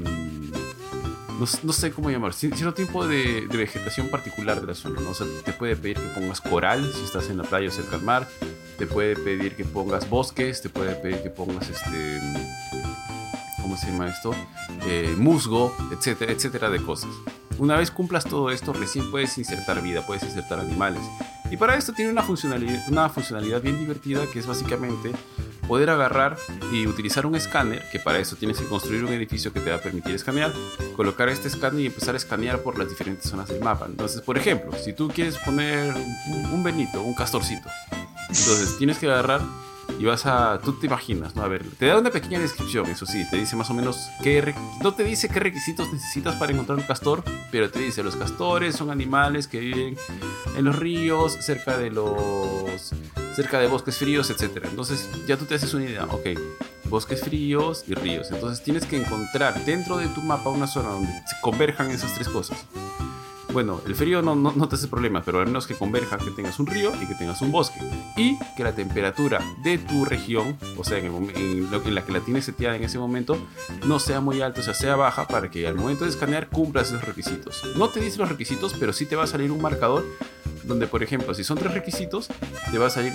no sé cómo llamar, cierto tipo de vegetación particular de la zona, ¿no? O sea, te puede pedir que pongas coral si estás en la playa o cerca al mar, te puede pedir que pongas bosques, te puede pedir que pongas ¿cómo se llama esto? Musgo, etcétera, etcétera, de cosas. Una vez cumplas todo esto, recién puedes insertar vida, puedes insertar animales. Y para esto tiene una funcionalidad bien divertida, que es básicamente poder agarrar y utilizar un escáner, que para eso tienes que construir un edificio que te va a permitir escanear, colocar este escáner y empezar a escanear por las diferentes zonas del mapa. Entonces, por ejemplo, si tú quieres poner un benito, un castorcito, entonces tienes que agarrar y tú te imaginas, ¿no? A ver, te da una pequeña descripción, eso sí, te dice más o menos no te dice qué requisitos necesitas para encontrar un castor, pero te dice, los castores son animales que viven en los ríos, cerca de bosques fríos, etc. Entonces ya tú te haces una idea, ok, bosques fríos y ríos. Entonces tienes que encontrar dentro de tu mapa una zona donde se converjan esas tres cosas. Bueno, el frío no te hace problema, pero al menos que converja, que tengas un río y que tengas un bosque. Y que la temperatura de tu región, o sea, en la que la tienes seteada en ese momento, no sea muy alta, o sea, sea baja, para que al momento de escanear cumplas esos requisitos. No te dice los requisitos, pero sí te va a salir un marcador donde, por ejemplo, si son 3 requisitos, te va a salir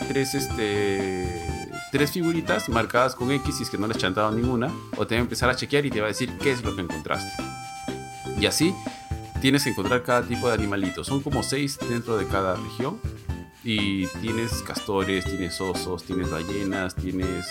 3 figuritas marcadas con X si es que no le has chantado ninguna, o te va a empezar a chequear y te va a decir qué es lo que encontraste. Y así tienes que encontrar cada tipo de animalito. Son como 6 dentro de cada región. Y tienes castores, tienes osos, tienes ballenas, tienes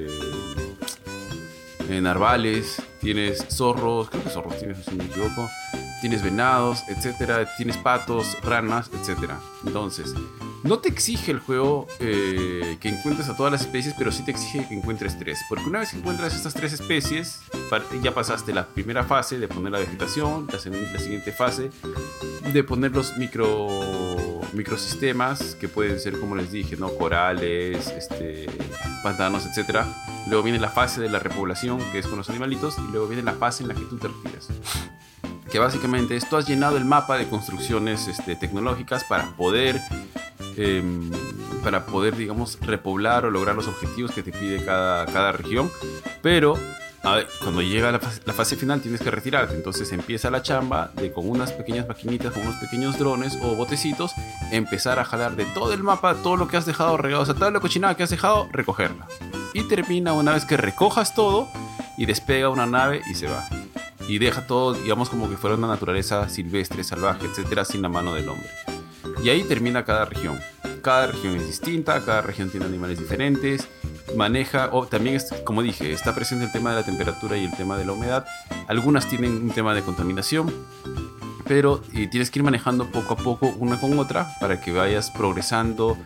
narvales, tienes zorros, creo que zorros tienes, si no me equivoco, tienes venados, etcétera, tienes patos, ranas, etcétera. Entonces, no te exige el juego que encuentres a todas las especies, pero sí te exige que encuentres 3. Porque una vez que encuentras estas 3 especies, ya pasaste la primera fase de poner la vegetación, la siguiente fase de poner los microsistemas que pueden ser, como les dije, ¿no? Corales, pantanos, etc. Luego viene la fase de la repoblación, que es con los animalitos, y luego viene la fase en la que tú te retiras. Que básicamente es, tú has llenado el mapa de construcciones tecnológicas para poder, digamos, repoblar o lograr los objetivos que te pide cada región. Pero cuando llega la fase final tienes que retirarte. Entonces empieza la chamba de, con unas pequeñas maquinitas, con unos pequeños drones o botecitos, empezar a jalar de todo el mapa todo lo que has dejado regado, o sea, toda la cochinada que has dejado, recogerla. Y termina una vez que recojas todo y despega una nave y se va. Y deja todo, digamos, como que fuera una naturaleza silvestre, salvaje, etcétera, sin la mano del hombre. Y ahí termina cada región. Cada región es distinta, cada región tiene animales diferentes, maneja, o también, como dije, está presente el tema de la temperatura y el tema de la humedad. Algunas tienen un tema de contaminación, pero tienes que ir manejando poco a poco una con otra para que vayas progresando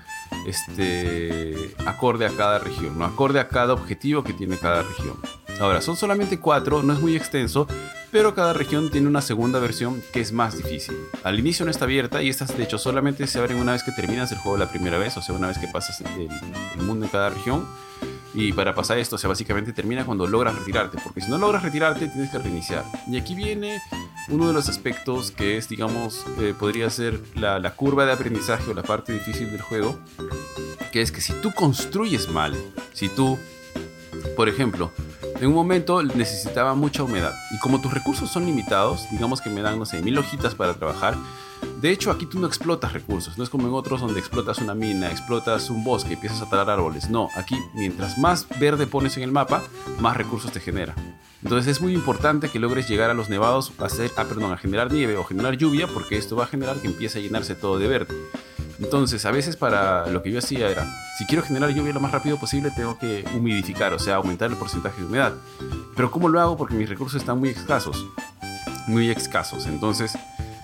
acorde a cada región, ¿no? Acorde a cada objetivo que tiene cada región. Ahora, son solamente 4, no es muy extenso, pero cada región tiene una segunda versión que es más difícil. Al inicio no está abierta y estas de hecho solamente se abren una vez que terminas el juego la primera vez, o sea, una vez que pasas el mundo en cada región. Y para pasar esto, o sea, básicamente termina cuando logras retirarte, porque si no logras retirarte tienes que reiniciar. Y aquí viene uno de los aspectos que es, digamos, podría ser la curva de aprendizaje o la parte difícil del juego, que es que si tú construyes mal, si tú, por ejemplo, en un momento necesitaba mucha humedad y como tus recursos son limitados, digamos que me dan, no sé, 1000 hojitas para trabajar. De hecho, aquí tú no explotas recursos, no es como en otros donde explotas una mina, explotas un bosque, empiezas a talar árboles. No, aquí mientras más verde pones en el mapa, más recursos te genera. Entonces es muy importante que logres llegar a los nevados, a generar nieve o generar lluvia, porque esto va a generar que empiece a llenarse todo de verde. Entonces, a veces para lo que yo hacía era, si quiero generar lluvia lo más rápido posible, tengo que humidificar, o sea, aumentar el porcentaje de humedad. Pero ¿cómo lo hago? Porque mis recursos están muy escasos. Entonces,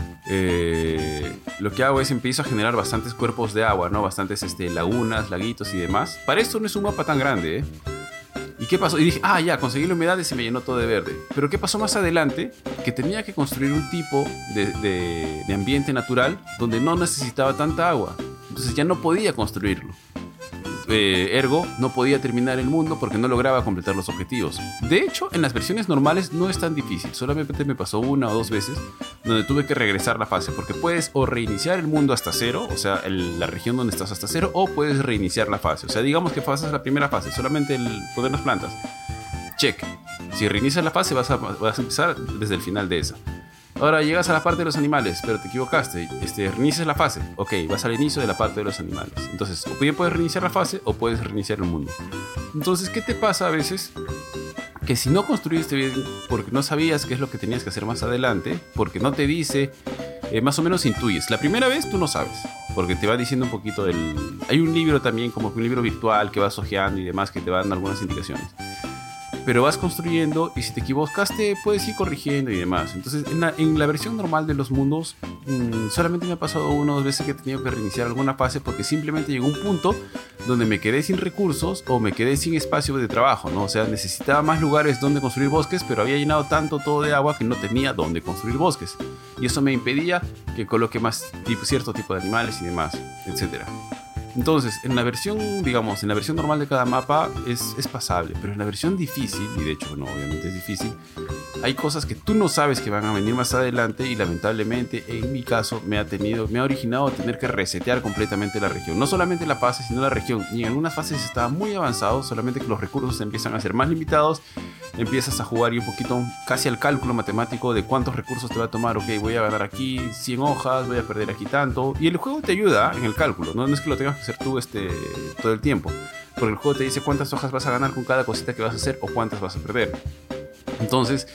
lo que hago es empiezo a generar bastantes cuerpos de agua, ¿no? Bastantes lagunas, laguitos y demás. Para esto no es un mapa tan grande, ¿eh? ¿Y qué pasó? Y dije, ya, conseguí la humedad y se me llenó todo de verde. Pero ¿qué pasó más adelante? Que tenía que construir un tipo de ambiente natural donde no necesitaba tanta agua. Entonces ya no podía construirlo. Ergo, no podía terminar el mundo porque no lograba completar los objetivos. De hecho, en las versiones normales no es tan difícil. Solamente me pasó 1 o 2 veces donde tuve que regresar la fase. Porque puedes o reiniciar el mundo hasta 0, o sea, la región donde estás hasta 0, o puedes reiniciar la fase. O sea, digamos que pasas la primera fase, solamente el poner las plantas. Check. Si reinicias la fase vas a empezar desde el final de esa. Ahora llegas a la parte de los animales, pero te equivocaste. Reinicias la fase. Ok, vas al inicio de la parte de los animales. Entonces, o bien puedes reiniciar la fase o puedes reiniciar el mundo. Entonces, ¿qué te pasa a veces? Que si no construiste bien, porque no sabías qué es lo que tenías que hacer más adelante, porque no te dice, más o menos intuyes. La primera vez tú no sabes, porque te va diciendo un poquito Hay un libro también, como un libro virtual que vas hojeando y demás, que te va dando algunas indicaciones. Pero vas construyendo y si te equivocaste puedes ir corrigiendo y demás. Entonces en la versión normal de los mundos solamente me ha pasado 1 o 2 veces que he tenido que reiniciar alguna fase porque simplemente llegó un punto donde me quedé sin recursos o me quedé sin espacio de trabajo, ¿no? O sea, necesitaba más lugares donde construir bosques, pero había llenado tanto todo de agua que no tenía donde construir bosques. Y eso me impedía que coloque más cierto tipo de animales y demás, etcétera. Entonces, en la versión normal de cada mapa es pasable, pero en la versión difícil, y de hecho, no, obviamente es difícil, hay cosas que tú no sabes que van a venir más adelante y lamentablemente, en mi caso, me ha originado tener que resetear completamente la región. No solamente la fase, sino la región. Y en algunas fases estaba muy avanzado, solamente que los recursos empiezan a ser más limitados, empiezas a jugar y un poquito casi al cálculo matemático de cuántos recursos te va a tomar. Ok, voy a ganar aquí 100 hojas, voy a perder aquí tanto. Y el juego te ayuda en el cálculo, no es que lo tengas que hacer tú todo el tiempo, porque el juego te dice cuántas hojas vas a ganar con cada cosita que vas a hacer o cuántas vas a perder. Entonces,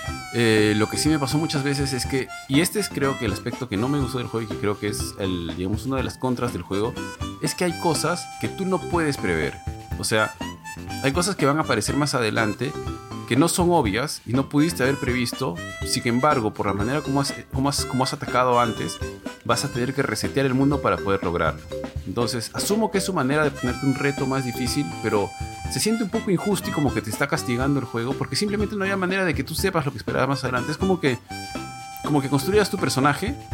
lo que sí me pasó muchas veces es que, y es creo que el aspecto que no me gustó del juego y que creo que es una de las contras del juego, es que hay cosas que tú no puedes prever. O sea, hay cosas que van a aparecer más adelante que no son obvias y no pudiste haber previsto. Sin embargo, por la manera como has atacado antes, vas a tener que resetear el mundo para poder lograrlo. Entonces, asumo que es su manera de ponerte un reto más difícil, pero se siente un poco injusto y como que te está castigando el juego, porque simplemente no había manera de que tú sepas lo que esperabas más adelante. Es como que construyas tu personaje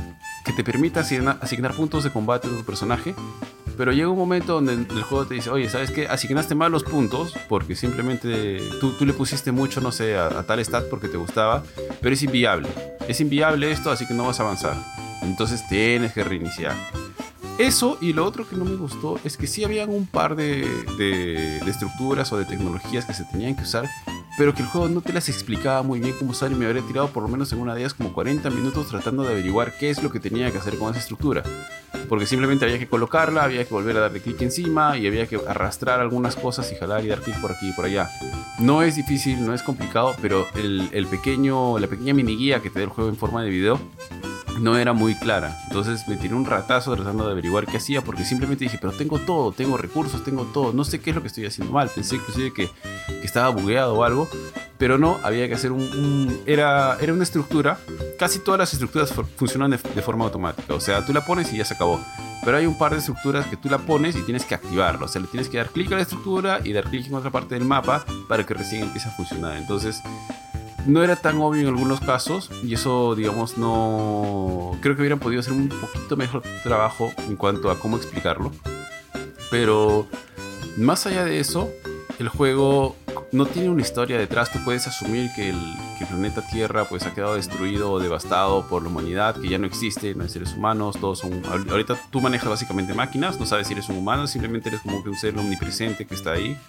que te permita asignar puntos de combate a tu personaje. Pero llega un momento donde el juego te dice, oye, ¿sabes qué? Asignaste mal los puntos porque simplemente tú le pusiste mucho, no sé, a tal stat porque te gustaba, pero es inviable. Es inviable esto, así que no vas a avanzar. Entonces tienes que reiniciar. Eso, y lo otro que no me gustó es que sí habían un par de estructuras o de tecnologías que se tenían que usar, pero que el juego no te las explicaba muy bien cómo usar, y me habría tirado por lo menos en una de ellas como 40 minutos tratando de averiguar qué es lo que tenía que hacer con esa estructura. Porque simplemente había que colocarla, había que volver a darle clic encima y había que arrastrar algunas cosas y jalar y dar clic por aquí y por allá. No es difícil, no es complicado, pero la pequeña mini guía que te da el juego en forma de video no era muy clara. Entonces me tiré un ratazo tratando de averiguar qué hacía, porque simplemente dije, pero tengo todo, tengo recursos, tengo todo, no sé qué es lo que estoy haciendo mal. Pensé inclusive que estaba bugueado o algo, pero no, había que hacer era una estructura. Casi todas las estructuras funcionan de forma automática, o sea, tú la pones y ya se acabó. Pero hay un par de estructuras que tú la pones y tienes que activarlo, o sea, le tienes que dar clic a la estructura y dar clic en otra parte del mapa para que recién empiece a funcionar. Entonces no era tan obvio en algunos casos, y eso, digamos, no... Creo que hubieran podido hacer un poquito mejor trabajo en cuanto a cómo explicarlo. Pero más allá de eso, el juego no tiene una historia detrás. Tú puedes asumir que el planeta Tierra pues ha quedado destruido o devastado por la humanidad, que ya no existe, no hay seres humanos, todos son... Ahorita tú manejas básicamente máquinas, no sabes si eres un humano, simplemente eres como que un ser omnipresente que está ahí.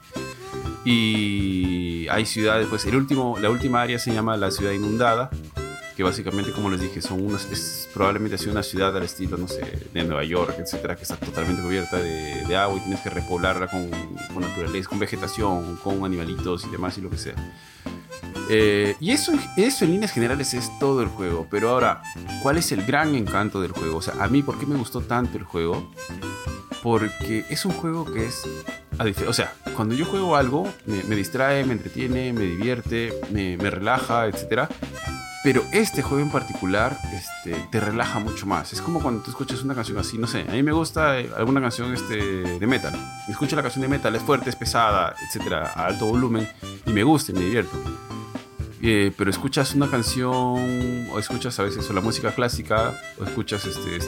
Y hay ciudades, pues la última área se llama la ciudad inundada, que básicamente, como les dije, es probablemente así una ciudad al estilo, no sé, de Nueva York, etcétera, que está totalmente cubierta de agua y tienes que repoblarla con naturaleza, con vegetación, con animalitos y demás y lo que sea. Y eso en líneas generales es todo el juego. Pero ahora, ¿cuál es el gran encanto del juego? O sea, a mí, ¿por qué me gustó tanto el juego? Porque es un juego que es... O sea, cuando yo juego algo, me distrae, me entretiene, me divierte, me relaja, etc. Pero este juego en particular te relaja mucho más. Es como cuando tú escuchas una canción así, no sé, a mí me gusta alguna canción de metal. Escucho la canción de metal, es fuerte, es pesada, etc. A alto volumen, y me gusta y me divierto. Pero escuchas una canción, o escuchas a veces la música clásica, o escuchas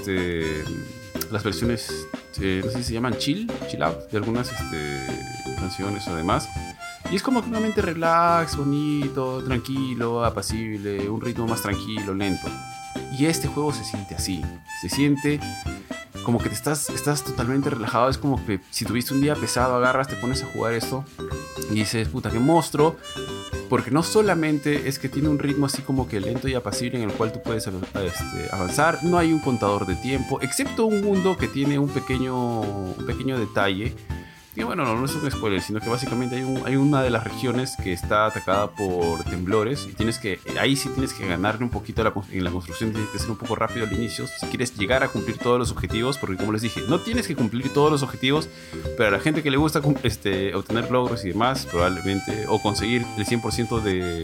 las versiones, no sé si se llaman chill out, de algunas canciones o demás. Y es como que una mente relax, bonito, tranquilo, apacible, un ritmo más tranquilo, lento. Y este juego se siente así, se siente como que estás totalmente relajado. Es como que si tuviste un día pesado, agarras, te pones a jugar esto y dices, puta, qué monstruo. Porque no solamente es que tiene un ritmo así como que lento y apacible en el cual tú puedes avanzar, no hay un contador de tiempo, excepto un mundo que tiene un pequeño detalle. Y bueno, no es un spoiler, sino que básicamente hay una de las regiones que está atacada por temblores, y ahí sí tienes que ganarle un poquito en la construcción, tienes que ser un poco rápido al inicio si quieres llegar a cumplir todos los objetivos, porque como les dije, no tienes que cumplir todos los objetivos, pero a la gente que le gusta obtener logros y demás, probablemente, o conseguir el 100%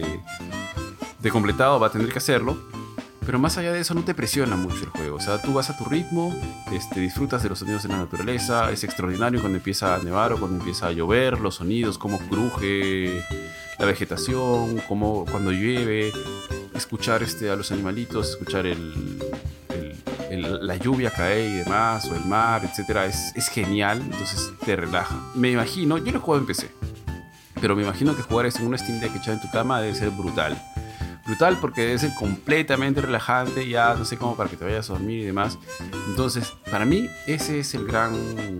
de completado, va a tener que hacerlo. Pero más allá de eso no te presiona mucho el juego. O sea, tú vas a tu ritmo, disfrutas de los sonidos de la naturaleza. Es extraordinario cuando empieza a nevar o cuando empieza a llover, los sonidos, cómo cruje la vegetación, cuando llueve, escuchar a los animalitos, escuchar la lluvia caer y demás, o el mar, etc. Es genial, entonces te relaja. Me imagino, yo lo he jugado en PC, pero me imagino que jugar en una Steam Deck echada en tu cama debe ser brutal. Brutal porque debe ser completamente relajante, ya no sé cómo, para que te vayas a dormir y demás. Entonces, para mí ese es el gran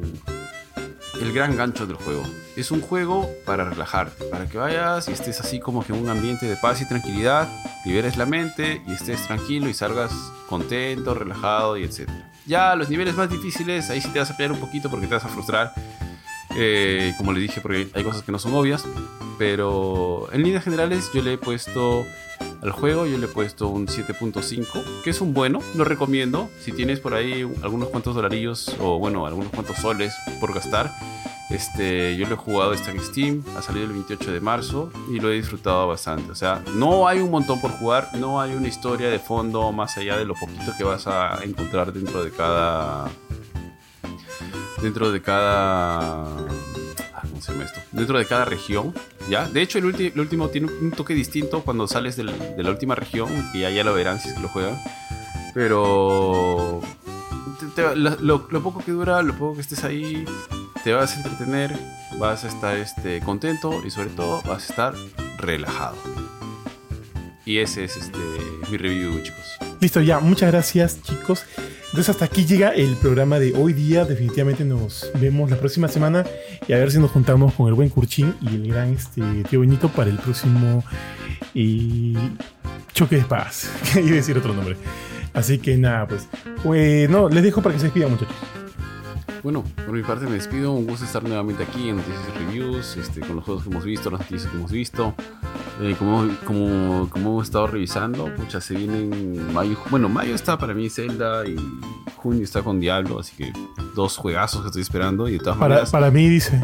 gancho del juego. Es un juego para relajarte, para que vayas y estés así como que en un ambiente de paz y tranquilidad, liberes la mente y estés tranquilo y salgas contento, relajado y etc. Ya los niveles más difíciles, ahí sí te vas a pelear un poquito porque te vas a frustrar. Como les dije, porque hay cosas que no son obvias. Pero en líneas generales yo le he puesto al juego, yo le he puesto un 7.5, que es un bueno, lo recomiendo. Si tienes por ahí algunos cuantos dolarillos, o bueno, algunos cuantos soles por gastar, yo lo he jugado, está en Steam, ha salido el 28 de marzo y lo he disfrutado bastante. O sea, no hay un montón por jugar, no hay una historia de fondo más allá de lo poquito que vas a encontrar dentro de cada ¿cómo se llama esto? Dentro de cada región, ¿ya? De hecho, el último tiene un toque distinto cuando sales de la última región, que ya lo verán si es que lo juegan. Pero lo poco que dura, lo poco que estés ahí, te vas a entretener, vas a estar contento y sobre todo vas a estar relajado. Y ese es mi review, chicos. Listo, ya. Muchas gracias, chicos. Entonces hasta aquí llega el programa de hoy día. Definitivamente nos vemos la próxima semana y a ver si nos juntamos con el buen Curchín y el gran tío Benito para el próximo choque de espadas. Iba a decir otro nombre. Así que nada, pues no, les dejo para que se despidan, muchachos. Bueno, por mi parte me despido. Un gusto estar nuevamente aquí en Noticias y Reviews, con los juegos que hemos visto, las noticias que hemos visto. Como hemos estado revisando, pucha, se vienen mayo. Bueno, mayo está para mí Zelda y junio está con Diablo, así que 2 juegazos que estoy esperando. Y de todas maneras. Para mí, dice.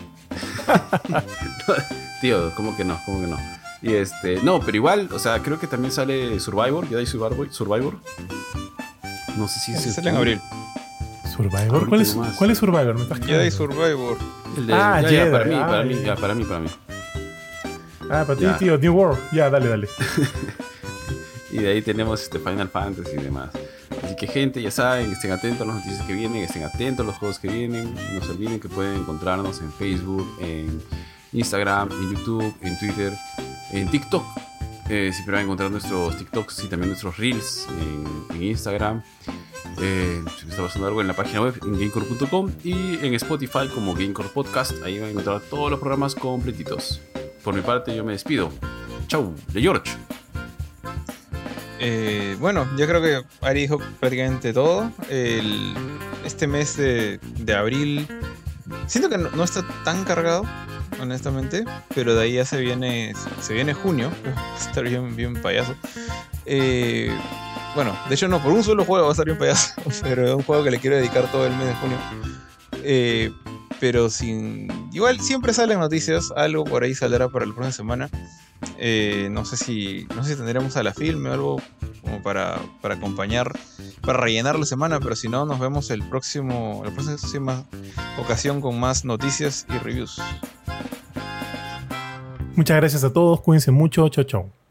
Tío, ¿cómo que no? Y no, pero igual, o sea, creo que también sale Survivor, Jedi Survivor. No sé si se sale en abril. ¿Survivor? ¿Cuál es Survivor? ¿Me estás Jedi Survivor. El de Jedi. Para mí. Para ti, tío, New World. Ya, dale. Y de ahí tenemos Final Fantasy y demás. Así que, gente, ya saben, estén atentos a las noticias que vienen, estén atentos a los juegos que vienen. No se olviden que pueden encontrarnos en Facebook, en Instagram, en YouTube, en Twitter, en TikTok. Siempre van a encontrar nuestros TikToks y también nuestros Reels en Instagram. Si está pasando algo en la página web, en gamecore.com, y en Spotify como Gamecore Podcast. Ahí van a encontrar todos los programas completitos. Por mi parte, yo me despido. Chau, de George. Bueno, yo creo que Ari dijo prácticamente todo. Este mes de abril siento que no está tan cargado, honestamente, pero de ahí ya se viene junio. Va a estar bien payaso. Bueno, de hecho no, por un solo juego va a estar bien payaso, pero es un juego que le quiero dedicar todo el mes de junio. Pero igual siempre salen noticias, algo por ahí saldrá para la próxima semana. No sé si tendremos a la filme o algo como para acompañar, para rellenar la semana, pero si no, nos vemos la próxima ocasión con más noticias y reviews. Muchas gracias a todos, cuídense mucho, chau.